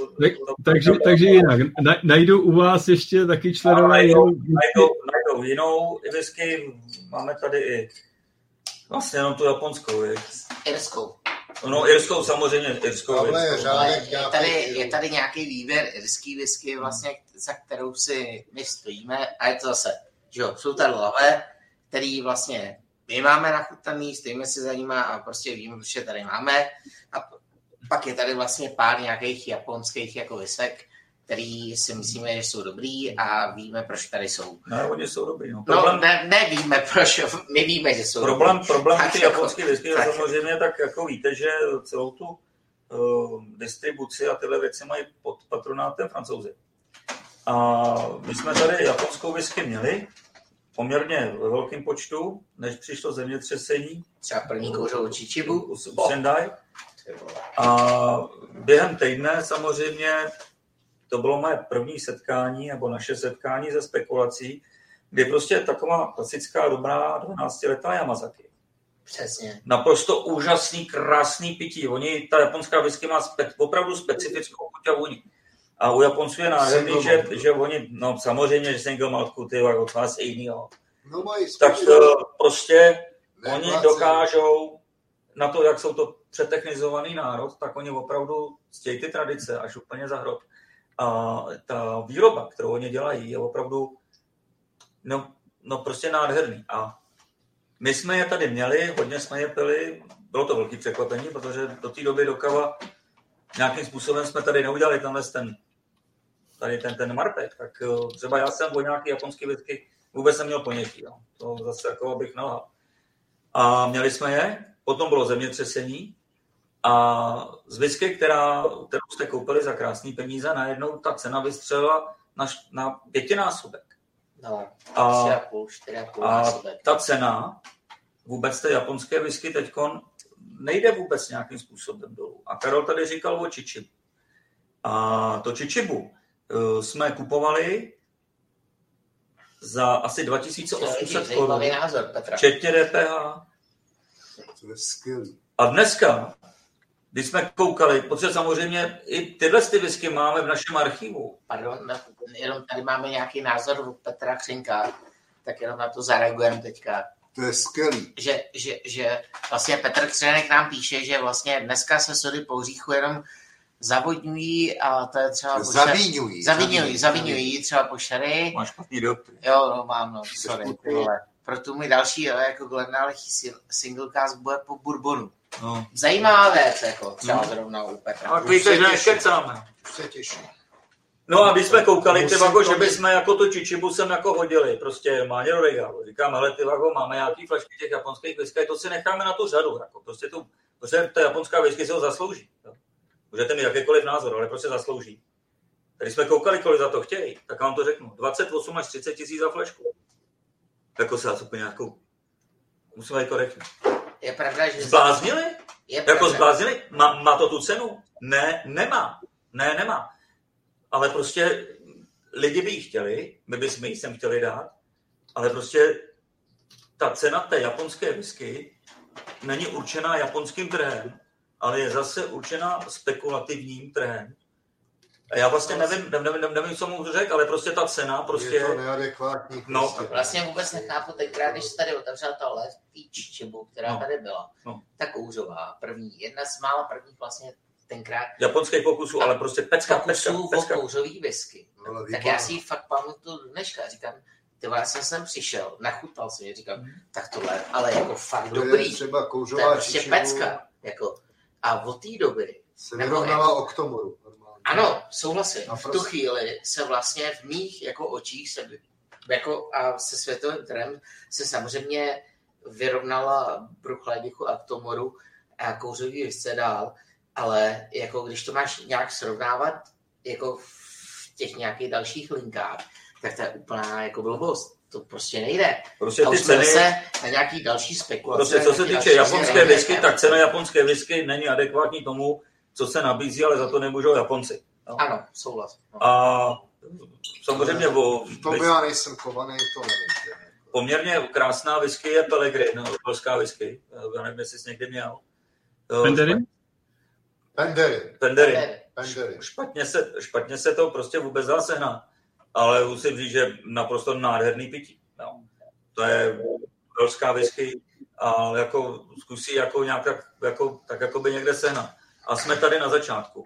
takže jinak, najdou u vás ještě taky členové najdou jinou whisky, máme tady i vlastně jenom tu japonskou, irskou. No, irskou samozřejmě, irskou. Je tady nějaký výběr irský whisky, vlastně, za kterou si my stojíme, a je to zase, že jo, jsou tady lavé, který vlastně my máme nachutaný, stojíme si za nima a prostě víme, že tady máme. A pak je tady vlastně pár nějakých japonských jako whisek, který si myslíme, že jsou dobrý a víme, proč tady jsou. Ne, oni jsou dobrý. No, nevíme, proč, my víme, že jsou dobrý. Problém ty japonské whisky je samozřejmě tak, jako víte, že celou tu distribuci a tyhle věci mají pod patronátem Francouzi. A my jsme tady japonskou whisky měli, poměrně ve velkém počtu, než přišlo zemětřesení. Třeba první kouřovou Chichibu. Sendai. A během týdne samozřejmě to bylo moje první setkání, nebo naše setkání ze spekulací, kdy prostě taková klasická dobrá 12letá Yamazaki. Přesně. Naprosto úžasný, krásný pití. Ta japonská whisky má opravdu specifickou chuť a vůni. A u Japonců je nádherný, že oni, no samozřejmě, že single maltku, ty od vás jinýho. No, tak prostě oni dokážou na to, jak jsou to přetechnizovaný národ, tak oni opravdu ctějí ty tradice až úplně za hrob. A ta výroba, kterou oni dělají, je opravdu no prostě nádherný. A my jsme je tady měli, hodně jsme je pili, bylo to velký překvapení, protože do té doby do kava nějakým způsobem jsme tady neudělali ten marpek, tak třeba já jsem o nějaký japonský whisky vůbec neměl ponětí. No. To zase jako abych nalhal. A měli jsme je, potom bylo zemětřesení a z whisky, kterou jste koupili za krásný peníze, najednou ta cena vystřelila na 5násobek. No, 4,5 násobek. Ta cena vůbec té japonské whisky teďkon nejde vůbec nějakým způsobem dolů. A Karol tady říkal o Chichibu. A to Chichibu jsme kupovali za asi 2800 korun. Včetně DPH. To je skvělý. A dneska, když jsme koukali, protože samozřejmě i tyhle whisky máme v našem archivu. Pardon, jenom tady máme nějaký názor od Petra Křenka, tak jenom na to zareagujeme teďka. To je skvělý. Že vlastně Petr Křenek nám píše, že vlastně dneska se sody po hříchu jenom zavodňují a to je třeba... Zavíňují třeba po šery. Máš špatný doktor. Jo, no mám, no, sorry. Proto můj další jako Glenalchý singlecast bude po bourbonu. No. Zajímavá věc, jako třeba zrovna u Petra. A víte, že neškecáme. Se těším. No a když jsme koukali, ty vago, že bychom jako tu Chichibu sem jako hodili, prostě má někdo regál. Říkám, hele, ty vago, máme nějaký flašky těch japonských whisky, to si necháme na tu řadu, jako prostě protože ta japonská whisky se ho zaslouží. Jo. Můžete mít jakýkoliv názor, ale prostě zaslouží. Když jsme koukali, kolik za to chtějí, tak vám to řeknu. 28 až 30 tisíc za flašku. Jako se dá úplně nějakou. Musíme být korektní. Je pravda, že... Zbláznili? Zbláznili? Má to tu cenu? Ne, nemá. Ale prostě lidi by ji chtěli, my bychom ji sem chtěli dát, ale prostě ta cena té japonské whisky není určená japonským trhem, ale je zase určená spekulativním trhem. A já vlastně nevím, co mu řekl, ale prostě ta cena prostě... Je to neadekvátní. No, vlastně vůbec nechápu tenkrát, když se tady otevřela ta Chichibu, která tady byla. No. Ta kouřová, první, jedna z mála prvních vlastně tenkrát. Japonských pokusů, ale prostě pecka. O kouřový whisky. No, tak já si ji fakt pamatuju do dneška. Říkám, já jsem sem přišel, nachutal si je, říkám, tak tohle, ale jako fakt to dobrý. Je třeba kouřová to je prostě pecka. Jako, a od té doby... Se vyrovnala jako, Oktomoru. Ano, souhlasím. V tu chvíli se vlastně v mých jako očích se, jako, a se světovým trhem se samozřejmě vyrovnala Bruichladdich a Tomoru a kouřový whisky dál, ale jako když to máš nějak srovnávat jako v těch nějakých dalších linkách, tak to je úplná jako blbost. To prostě nejde. Prostě a ty už jsme ceny, se na nějaký další spekulace. prostě co se týče japonské whisky, tak cena japonské whisky není adekvátní tomu, co se nabízí, ale za to nemůžou Japonci. No. Ano, souhlas. No. A samozřejmě v tom já nejsem kovaný, to nevím. Poměrně krásná whisky je Pellegrin, polská whisky. Já nevím, jestli jsi někdy měl. Penderin. Špatně se to prostě vůbec dá sehnat. Ale musím říct, že naprosto nádherný pití. No. To je polská whisky a jako zkusí jako nějak tak by někde sehnat. A jsme tady na začátku.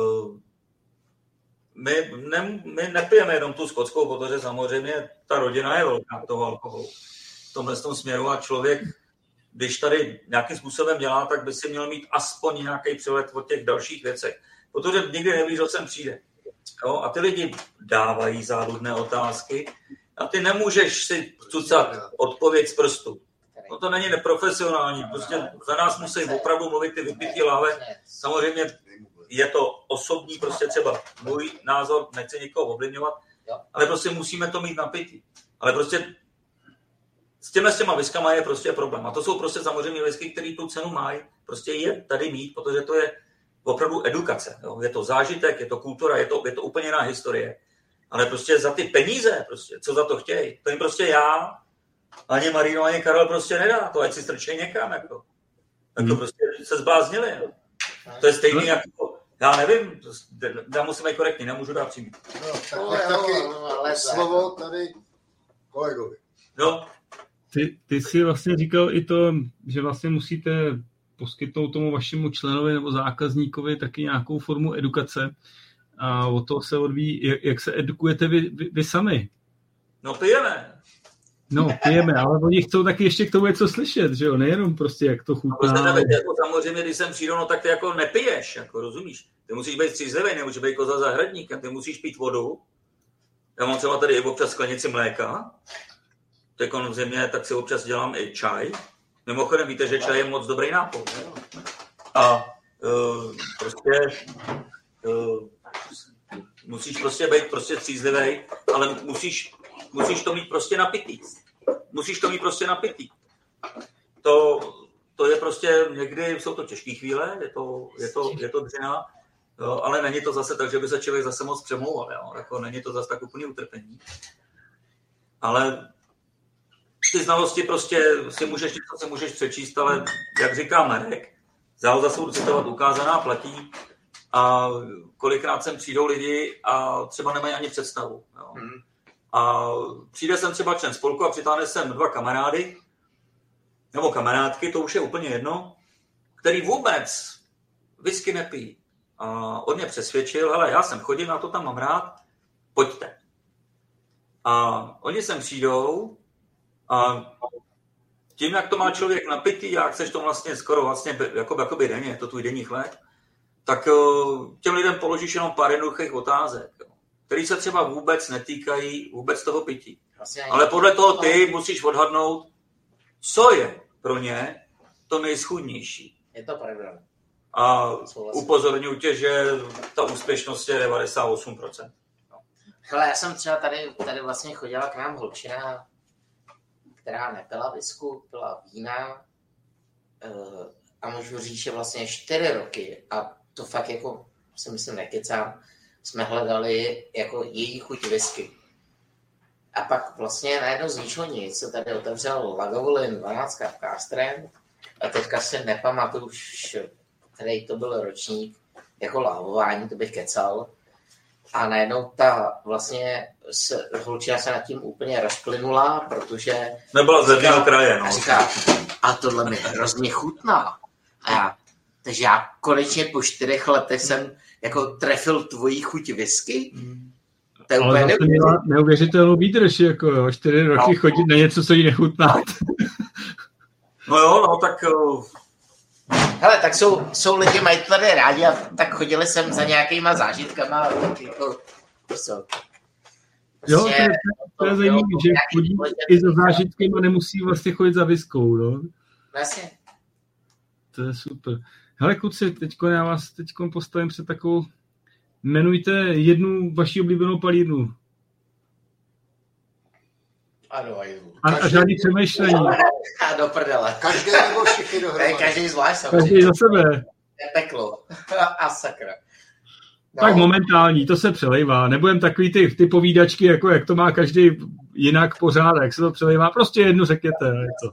My nepijeme jenom tu skotskou, protože samozřejmě ta rodina je velká toho alkoholu. V tomhle směru a člověk, když tady nějakým způsobem dělá, tak by si měl mít aspoň nějaký přehled o těch dalších věcech. Protože nikdy nevíš, co sem přijde. Jo? A ty lidi dávají záludné otázky a ty nemůžeš si cucat odpověď z prstu. No to není neprofesionální. Prostě za nás musí opravdu mluvit ty vypití láhve. Samozřejmě je to osobní, prostě třeba můj názor, nechci nikoho ovlivňovat, ale prostě musíme to mít napití. Ale prostě s těma whiskama je prostě problém. A to jsou prostě samozřejmě whisky, které tu cenu mají. Prostě je tady mít, protože to je opravdu edukace. Jo? Je to zážitek, je to kultura, je to úplně jiná historie. Ale prostě za ty peníze, prostě, co za to chtějí, to jim prostě já, ani Marino, ani Karel prostě nedá. To ať si strčej někam. Jako prostě se zbláznili. Jo? To je stejný jako, já nevím, já musím být korektní, nemůžu dát přímý. No, tak taky slovo tady kolegovi. No. Ty jsi vlastně říkal i to, že vlastně musíte poskytnout tomu vašemu členovi nebo zákazníkovi taky nějakou formu edukace a o to se odvíjí, jak se edukujete vy sami. No pijeme. No, pijeme, ale oni chcou taky ještě k tomu něco slyšet, že jo, nejenom prostě jak to chutná. No, prostě jako samozřejmě, když jsem přijdu, no tak ty jako nepiješ, jako rozumíš. Ty musíš být střízlivý, nemůžeš být koza zahradníkem, ty musíš pít vodu. Já mám třeba tady občas sklenici mléka, teď v zimě, tak si občas dělám i čaj. Mimochodem víte, že čaj je moc dobrý nápoj. A prostě musíš prostě být prostě střízlivý, ale musíš to mít prostě napitý. Musíš to mít prostě napitý. To je prostě, někdy jsou to těžké chvíle, je to dřina, jo, ale není to zase tak, že by se člověk zase moc přemlouval. Jo. Jako není to zase tak úplně utrpení. Ale ty znalosti prostě si můžeš přečíst, ale jak říká Marek, zase budu citovat, ukázaná platí a kolikrát sem přijdou lidi a třeba nemají ani představu. Jo. A přijde sem třeba člen spolku a přitáhne sem 2 kamarády, nebo kamarádky, to už je úplně jedno, který vůbec whisky nepijí. A on mě přesvědčil, hele, já sem chodím, já to tam mám rád, pojďte. A oni sem přijdou a tím, jak to má člověk napitý, jak chceš to vlastně skoro vlastně jakoby denně, je to tvůj denní chléb, tak těm lidem položíš jenom pár jednoduchých otázek, který se třeba vůbec netýkají vůbec toho pití. Ale podle toho ty musíš odhadnout, co je pro ně to nejschůdnější. Je to pravda. A upozorňuji tě, že ta úspěšnost je 98%. Hele, já jsem třeba tady vlastně chodila k nám holčina, která nepila visku, pila vína a můžu říct, že vlastně 4 roky a to fakt jako si myslím nekecám, jsme hledali jako její chuť whisky. A pak vlastně najednou z ničeho nic se tady otevřel Lagavulin 12 v Castrand a teďka si nepamatuju už, který to byl ročník, jako láhování, to bych kecal. A najednou ta vlastně holčina se nad tím úplně rozplynula, protože... Nebyla z jedného kraje, no. A říká, a tohle mi hrozně chutná. Takže já konečně po 4 letech jsem jako trefil tvojí chuť whisky. To je ale zase měla neuvěřitelnou výdrž, jako jo, 4 roky chodit na něco, co jí nechutná. No jo, no tak... Hele, tak jsou lidi, mají tady rádi a tak chodili jsem za nějakýma zážitkama. Jako, Jo, to je zajímavé, že chodí i za zážitkem a nemusí vlastně chodit za viskou, no. Vlastně. To je super. Hele, kluci, já vás postavím před takovou... Jmenujte jednu vaši oblíbenou palírnu. Ano, a žádný přemýšlení. A do prdele. Každý nebo všichni dohromady. Každý zvlášť. Každý za sebe. Je peklo. A sakra. No. Tak momentální, to se přelejvá. Nebudem takový ty povídačky, jako jak to má každý jinak pořád, jak se to přelejvá. Prostě jednu řekněte. Je to.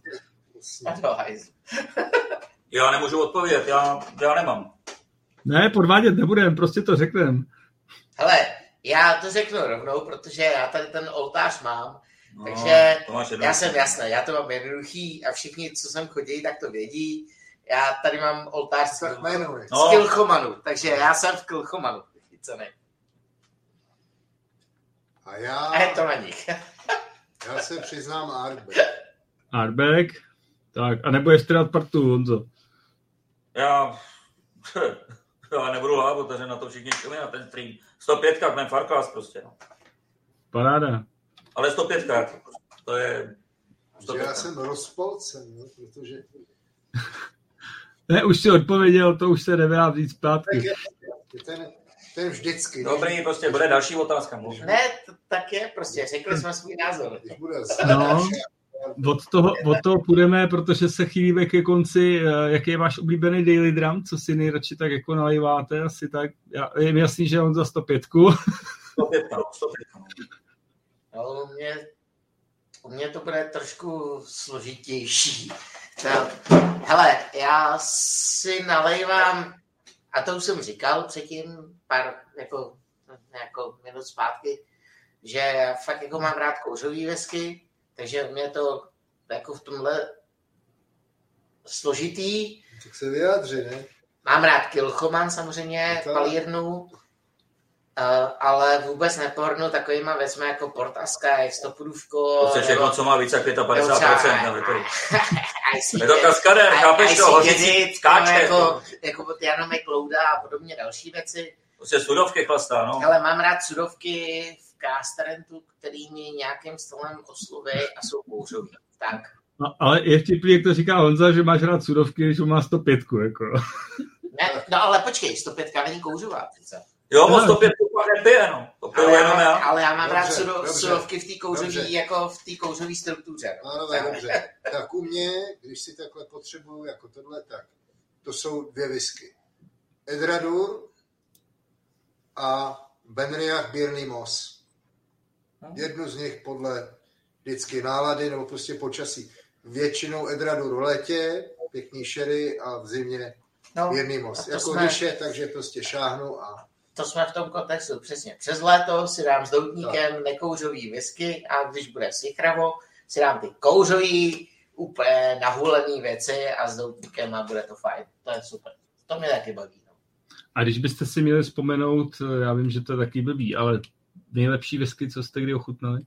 Já nemůžu odpovědět, já nemám. Ne, podvádět nebudem, prostě to řeknem. Hele, já to řeknu rovnou, protože já tady ten oltář mám, takže já jsem jasný, já to mám jednoduchý a všichni, co sem chodí, tak to vědí. Já tady mám oltář z Kilchomanu, takže já jsem v Kilchomanu. A je to na nich. Já se přiznám Artback. Artback? Tak, a nebudeš teda partu, Honzo? Já nebudu lhát, protože na to všichni čumí na ten stream. 105 ten Far Class prostě. No. Paráda. Ale 105 to je... 105. Já jsem rozpolcen, no, protože... Ne, už si odpověděl, to už se nedá vzít zpátky. Ten vždycky. Dobrý, prostě bude další otázka. Možná. Ne, tak je, prostě řekli jsme svůj názor. No, od toho půjdeme, protože se chýlíme ke konci. Jaký je váš oblíbený daily drum? Co si nejradši tak jako nalejváte? Asi tak. Je mi jasný, že on za 105. 105. No, u mě to bude trošku složitější. Hele, já si nalejvám, a to už jsem říkal předtím, pár jako minut zpátky, že fakt jako mám rád kouřový whisky, takže mě to jako v tomhle složitý. Tak se vyjádři, ne? Mám rád Kilchoman samozřejmě, palírnu, ale vůbec nepohrnu takovýma věcmi jako Port a Sky, Stoprůvko. To je všechno, co má více jak 55%. Je to kaskader, chápeš to? Hořicí skáče. Jako Janome Klouda a podobně další věci. Prostě sudovky chlastá, no. Ale mám rád sudovky v Casterentu, který mi nějakým stylem osloví a jsou kouřový. Tak. No, ale je vtipný, jak to říká Honza, že máš rád sudovky, když má 105. Jako. Ne, no ale počkej, 105 není kouřová. Jo, moc 105 nepije, no. Ale já mám rád sudovky v té kouřové, jako v té kouřové struktuře. No, dobře. Tak u mě, když si takhle potřebuju jako tohle, tak to jsou 2 whisky. Edradur a Benriach Bírný Moss. Jednu z nich podle vždycky nálady nebo prostě počasí. Většinou Edradur v létě, pěkný sherry a v zimě Bírný Moss. Jako když je, takže prostě šáhnu a... To jsme v tom kontextu přesně. Přes léto si dám s doutníkem nekouřový whisky a když bude sichravo, si dám ty kouřový, úplně nahulený věci a s doutníkem a bude to fajn. To je super. To mě taky baví. No. A když byste si měli vzpomenout, já vím, že to je taky blbý, ale nejlepší whisky, co jste kdy ochutnali?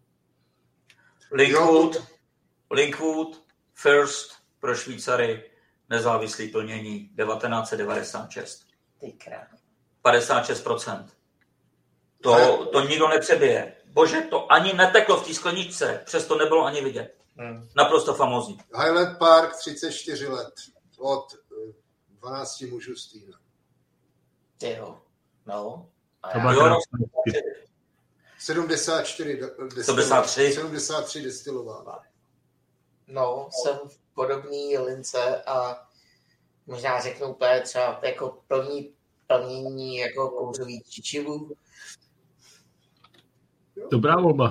Linkwood, First pro Švýcary, nezávislý plnění, 1996. Ty krásný. 56%. To nikdo nepřebije. Bože, to ani neteklo v té skleničce, přesto nebylo ani vidět. Naprosto famózní. Highland Park, 34 let. Od 12 mužů Stýna. Jo. No. 73 destilováno. No, jsem v podobný lince a možná řeknu úplně třeba jako plnění jako kouřový čičivu. Dobrá volba.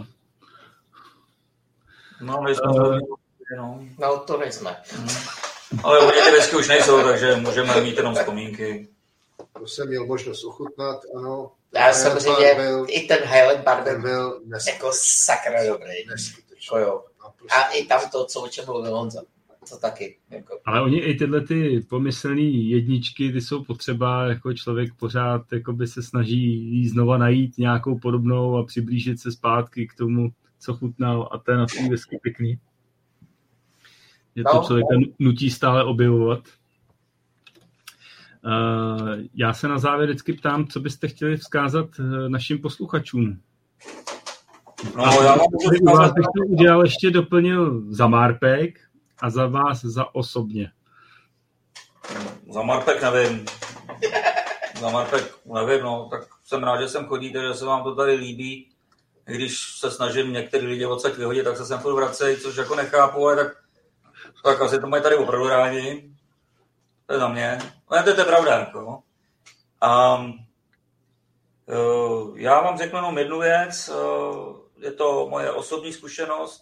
No, to nejsme. Ale u ty whisky už nejsou, takže můžeme mít jenom vzpomínky. To jsem měl možnost ochutnat, ano. Já samozřejmě i ten Highland Bar byl jako sakra dobrý. Jo. A i tam to, o čem mluvil Honza. To taky. Jako. Ale oni i tyhle ty pomyslný jedničky, ty jsou potřeba, jako člověk pořád jakoby se snaží jí znova najít nějakou podobnou a přiblížit se zpátky k tomu, co chutnal a to je na svý whisky pěkný. Je to člověka nutí stále objevovat. Já se na závěr vždycky ptám, co byste chtěli vzkázat našim posluchačům. No, já mám U vás bych to udělal, ještě doplnil za Marpek a za vás za osobně. Za Marpek nevím. No, tak jsem rád, že sem chodíte, že se vám to tady líbí. Když se snažím některý lidi odsaď vyhodit, tak se sem furt vracejí, což jako nechápu, ale tak asi to mají tady opravdu rádi. To je za mě. Ale to je pravda. Jako. A já vám řeknu jenom jednu věc. Je to moje osobní zkušenost.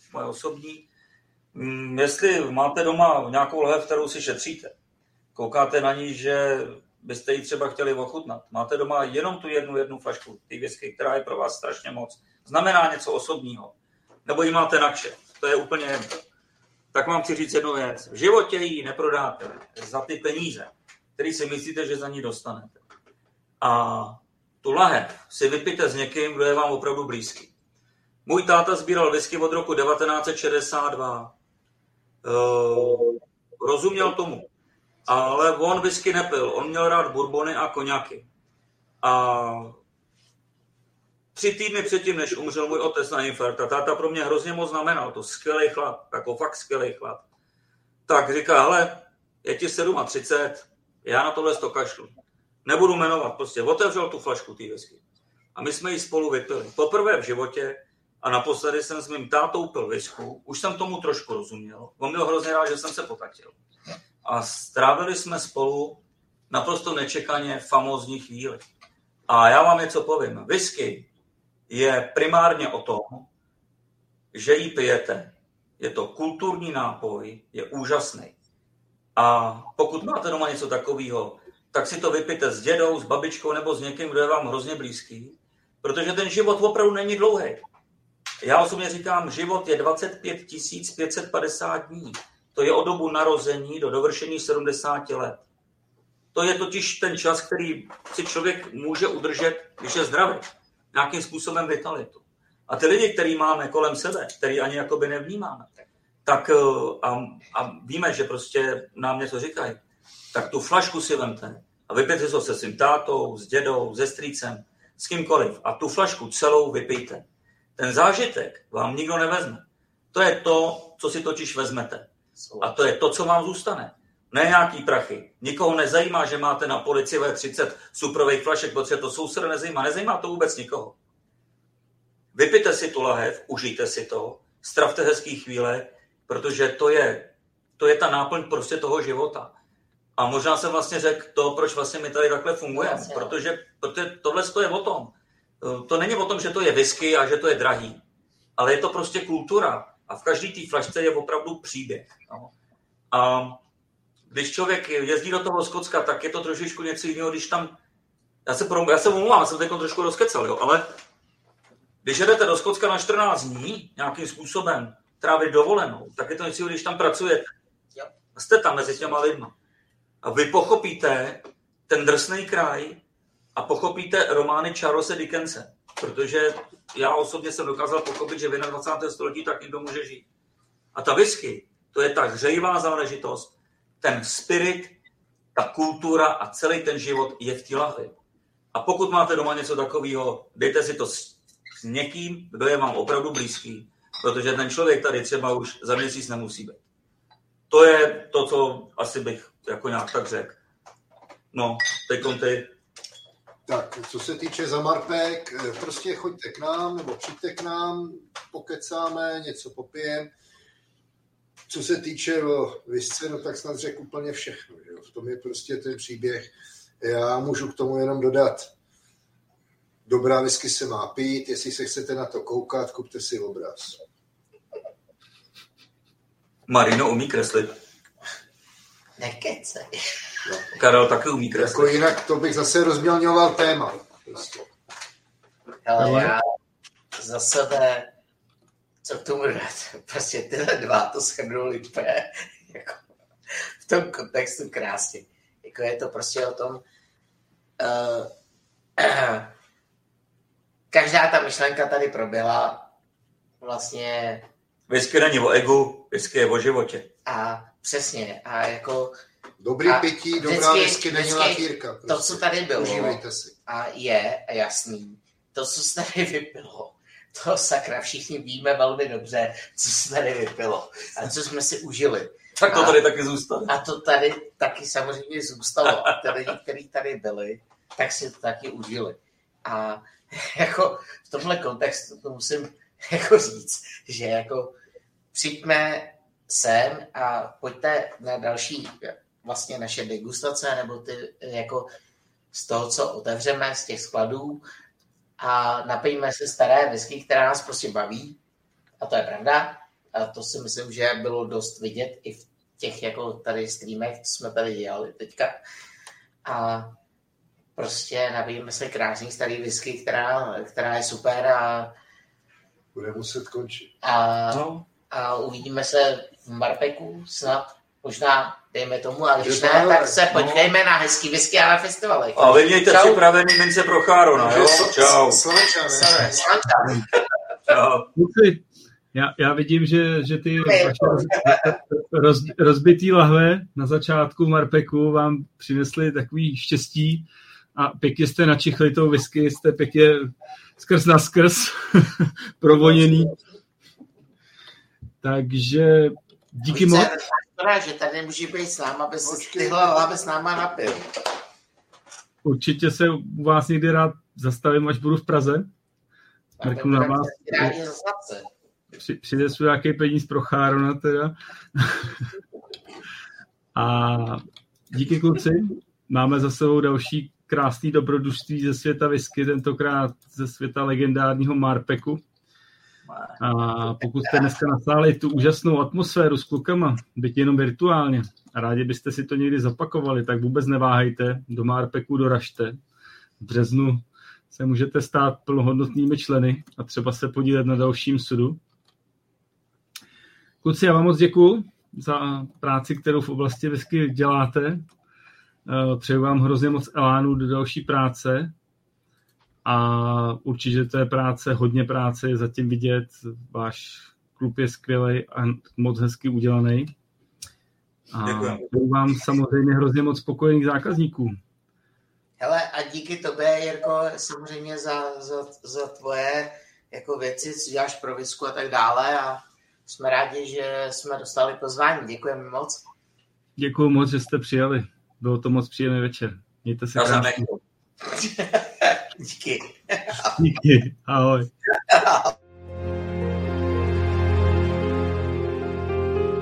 Jestli máte doma nějakou lahev, kterou si šetříte, koukáte na ní, že byste ji třeba chtěli ochutnat. Máte doma jenom tu jednu flašku té whisky, která je pro vás strašně moc. Znamená něco osobního. Nebo ji máte na kšeft. To je úplně jedno. Tak vám chci říct jednu věc. V životě ji neprodáte za ty peníze, které si myslíte, že za ní dostanete. A tu lahev si vypijte s někým, kdo je vám opravdu blízký. Můj táta sbíral whisky od roku 1962. Rozuměl tomu. Ale on whisky nepil. On měl rád bourbony a koňaky. A 3 týdny předtím, než umřel můj otec na infarkt, a táta pro mě hrozně moc znamenal. To skvělý chlap, jako fakt skvělý chlap. Tak říká, hele, je ti 37, já na tohle kašlu. Nebudu jmenovat, prostě otevřel tu flašku té whisky. A my jsme ji spolu vypili. Poprvé v životě a naposledy jsem s mým tátou pil whisku. Už jsem tomu trošku rozuměl. On byl hrozně rád, že jsem se potatil. A strávili jsme spolu naprosto nečekaně famózní chvíli. A já vám něco povím. Whisky je primárně o tom, že ji pijete. Je to kulturní nápoj, je úžasný. A pokud máte doma něco takového, tak si to vypijte s dědou, s babičkou nebo s někým, kdo je vám hrozně blízký, protože ten život opravdu není dlouhý. Já osobně říkám, život je 25 550 dní. To je od dobu narození do dovršení 70 let. To je totiž ten čas, který si člověk může udržet, když je zdravý, nějakým způsobem vitalitu. A ty lidi, který máme kolem sebe, který ani jakoby nevnímáme, tak a víme, že prostě nám něco říkají, tak tu flašku si vemte a vypijte to se svým tátou, s dědou, se strýcem, s kýmkoliv. A tu flašku celou vypijte. Ten zážitek vám nikdo nevezme. To je to, co si totiž vezmete. A to je to, co vám zůstane. Ne nějaký prachy. Nikoho nezajímá, že máte na polici 30 suprových flašek, protože to souseda nezajímá. Nezajímá to vůbec nikoho. Vypijte si tu lahev, užijte si to, stravte hezký chvíle, protože to je ta náplň prostě toho života. A možná jsem vlastně řekl to, proč vlastně my tady takhle fungujeme. Protože tohle je o tom. To není o tom, že to je whisky a že to je drahý. Ale je to prostě kultura. A v každé té flašce je opravdu příběh. No. A když člověk jezdí do toho Skotska, tak je to trošičku něco jiného, když tam... Já se omlouvám, jsem teď trošku rozkecal, jo, ale když jedete do Skotska na 14 dní nějakým způsobem trávit dovolenou, tak je to něco, když tam pracujete. A jste tam mezi těma lidma. A vy pochopíte ten drsný kraj a pochopíte romány Charlese Dickense. Protože já osobně jsem dokázal pochopit, že v 21. století tak někdo může žít. A ta whisky, to je ta hřejivá záležitost, ten spirit, ta kultura a celý ten život je v té lahvi. A pokud máte doma něco takového, dejte si to s někým, kdo je vám opravdu blízký, protože ten člověk tady třeba už za měsíc nemusí být. To je to, co asi bych jako nějak tak řekl. No, teďkon ty. Tak, co se týče za Marpek, prostě choďte k nám, nebo přijďte k nám, pokecáme, něco popijeme. Co se týče whisky, no tak snad řekl úplně všechno. Že? V tom je prostě ten příběh. Já můžu k tomu jenom dodat, dobrá whisky se má pít, jestli se chcete na to koukat, kupte si obraz. Marino umí kreslit. Nekecej. No. Karel taky umí kreslit. Jako jinak to bych zase rozmělňoval téma. Prostě. Ale já za sebe, co k tomu dát? Prostě tyhle dva to shrnuli úplně jako v tom kontextu krásně. Jako je to prostě o tom, každá ta myšlenka tady proběhla vlastně. Whisky není o egu, whisky je o životě. A přesně. A jako dobrý pití, dobrá whisky není lakýrka. Prostě. To, co tady bylo užívejte si. A je jasný. To, co se tady vypilo, to sakra všichni víme velmi dobře, co se tady vypilo a co jsme si užili. Tak to tady taky zůstalo. A to tady taky samozřejmě zůstalo. A ty lidi, kteří tady byli, tak si to taky užili. A jako v tomhle kontextu to musím jako říct, že jako přijďme sem a pojďte na další vlastně naše degustace nebo ty jako z toho, co otevřeme z těch skladů a napijeme se staré whisky, která nás prostě baví. A to je pravda. A to si myslím, že bylo dost vidět i v těch jako tady streamech, co jsme tady dělali teďka. A prostě napijeme se krásný starý whisky, která je super a bude muset končit. A uvidíme se v Marpeku snad, možná dejme tomu, a když ne, tak se počkejme na hezký whisky a na festivalech. A vy mějte připravený mince pro Chárona, jo? Čau. Čau. Já vidím, že ty rozbitý lahve na začátku v Marpeku vám přinesly takový štěstí a pěkně jste načichli tou whisky, jste pěkně skrz na skrz provoněný. Takže díky moc. Že tady nemůže být s náma, aby se tyhle lahve s náma napil. Určitě se u vás někdy rád zastavím, až budu v Praze. Mrknu na vás. Přinesu nějaký peníz pro Chárona teda. A díky kluci. Máme za sebou další krásný dobrodružství ze světa whisky, tentokrát ze světa legendárního Marpeku. A pokud jste dneska nasáli tu úžasnou atmosféru s klukama, byť jenom virtuálně, a rádi byste si to někdy zopakovali, tak vůbec neváhejte, do Marpeku doražte. V březnu se můžete stát plnohodnotnými členy a třeba se podílet na dalším sudu. Kluci, já vám moc děkuju za práci, kterou v oblasti whisky děláte. Přeju vám hrozně moc elánu do další práce a určitě to je práce, hodně práce je zatím vidět. Váš klub je skvělej a moc hezky udělaný. A přeju vám samozřejmě hrozně moc spokojených zákazníků. Hele, a díky tobě, Jirko, samozřejmě za tvoje jako věci, co děláš pro whisku a tak dále a jsme rádi, že jsme dostali pozvání. Děkujeme moc. Děkuju moc, že jste přijali. Bylo to moc příjemný večer. Mějte se krásně. Díky. Díky. Ahoj.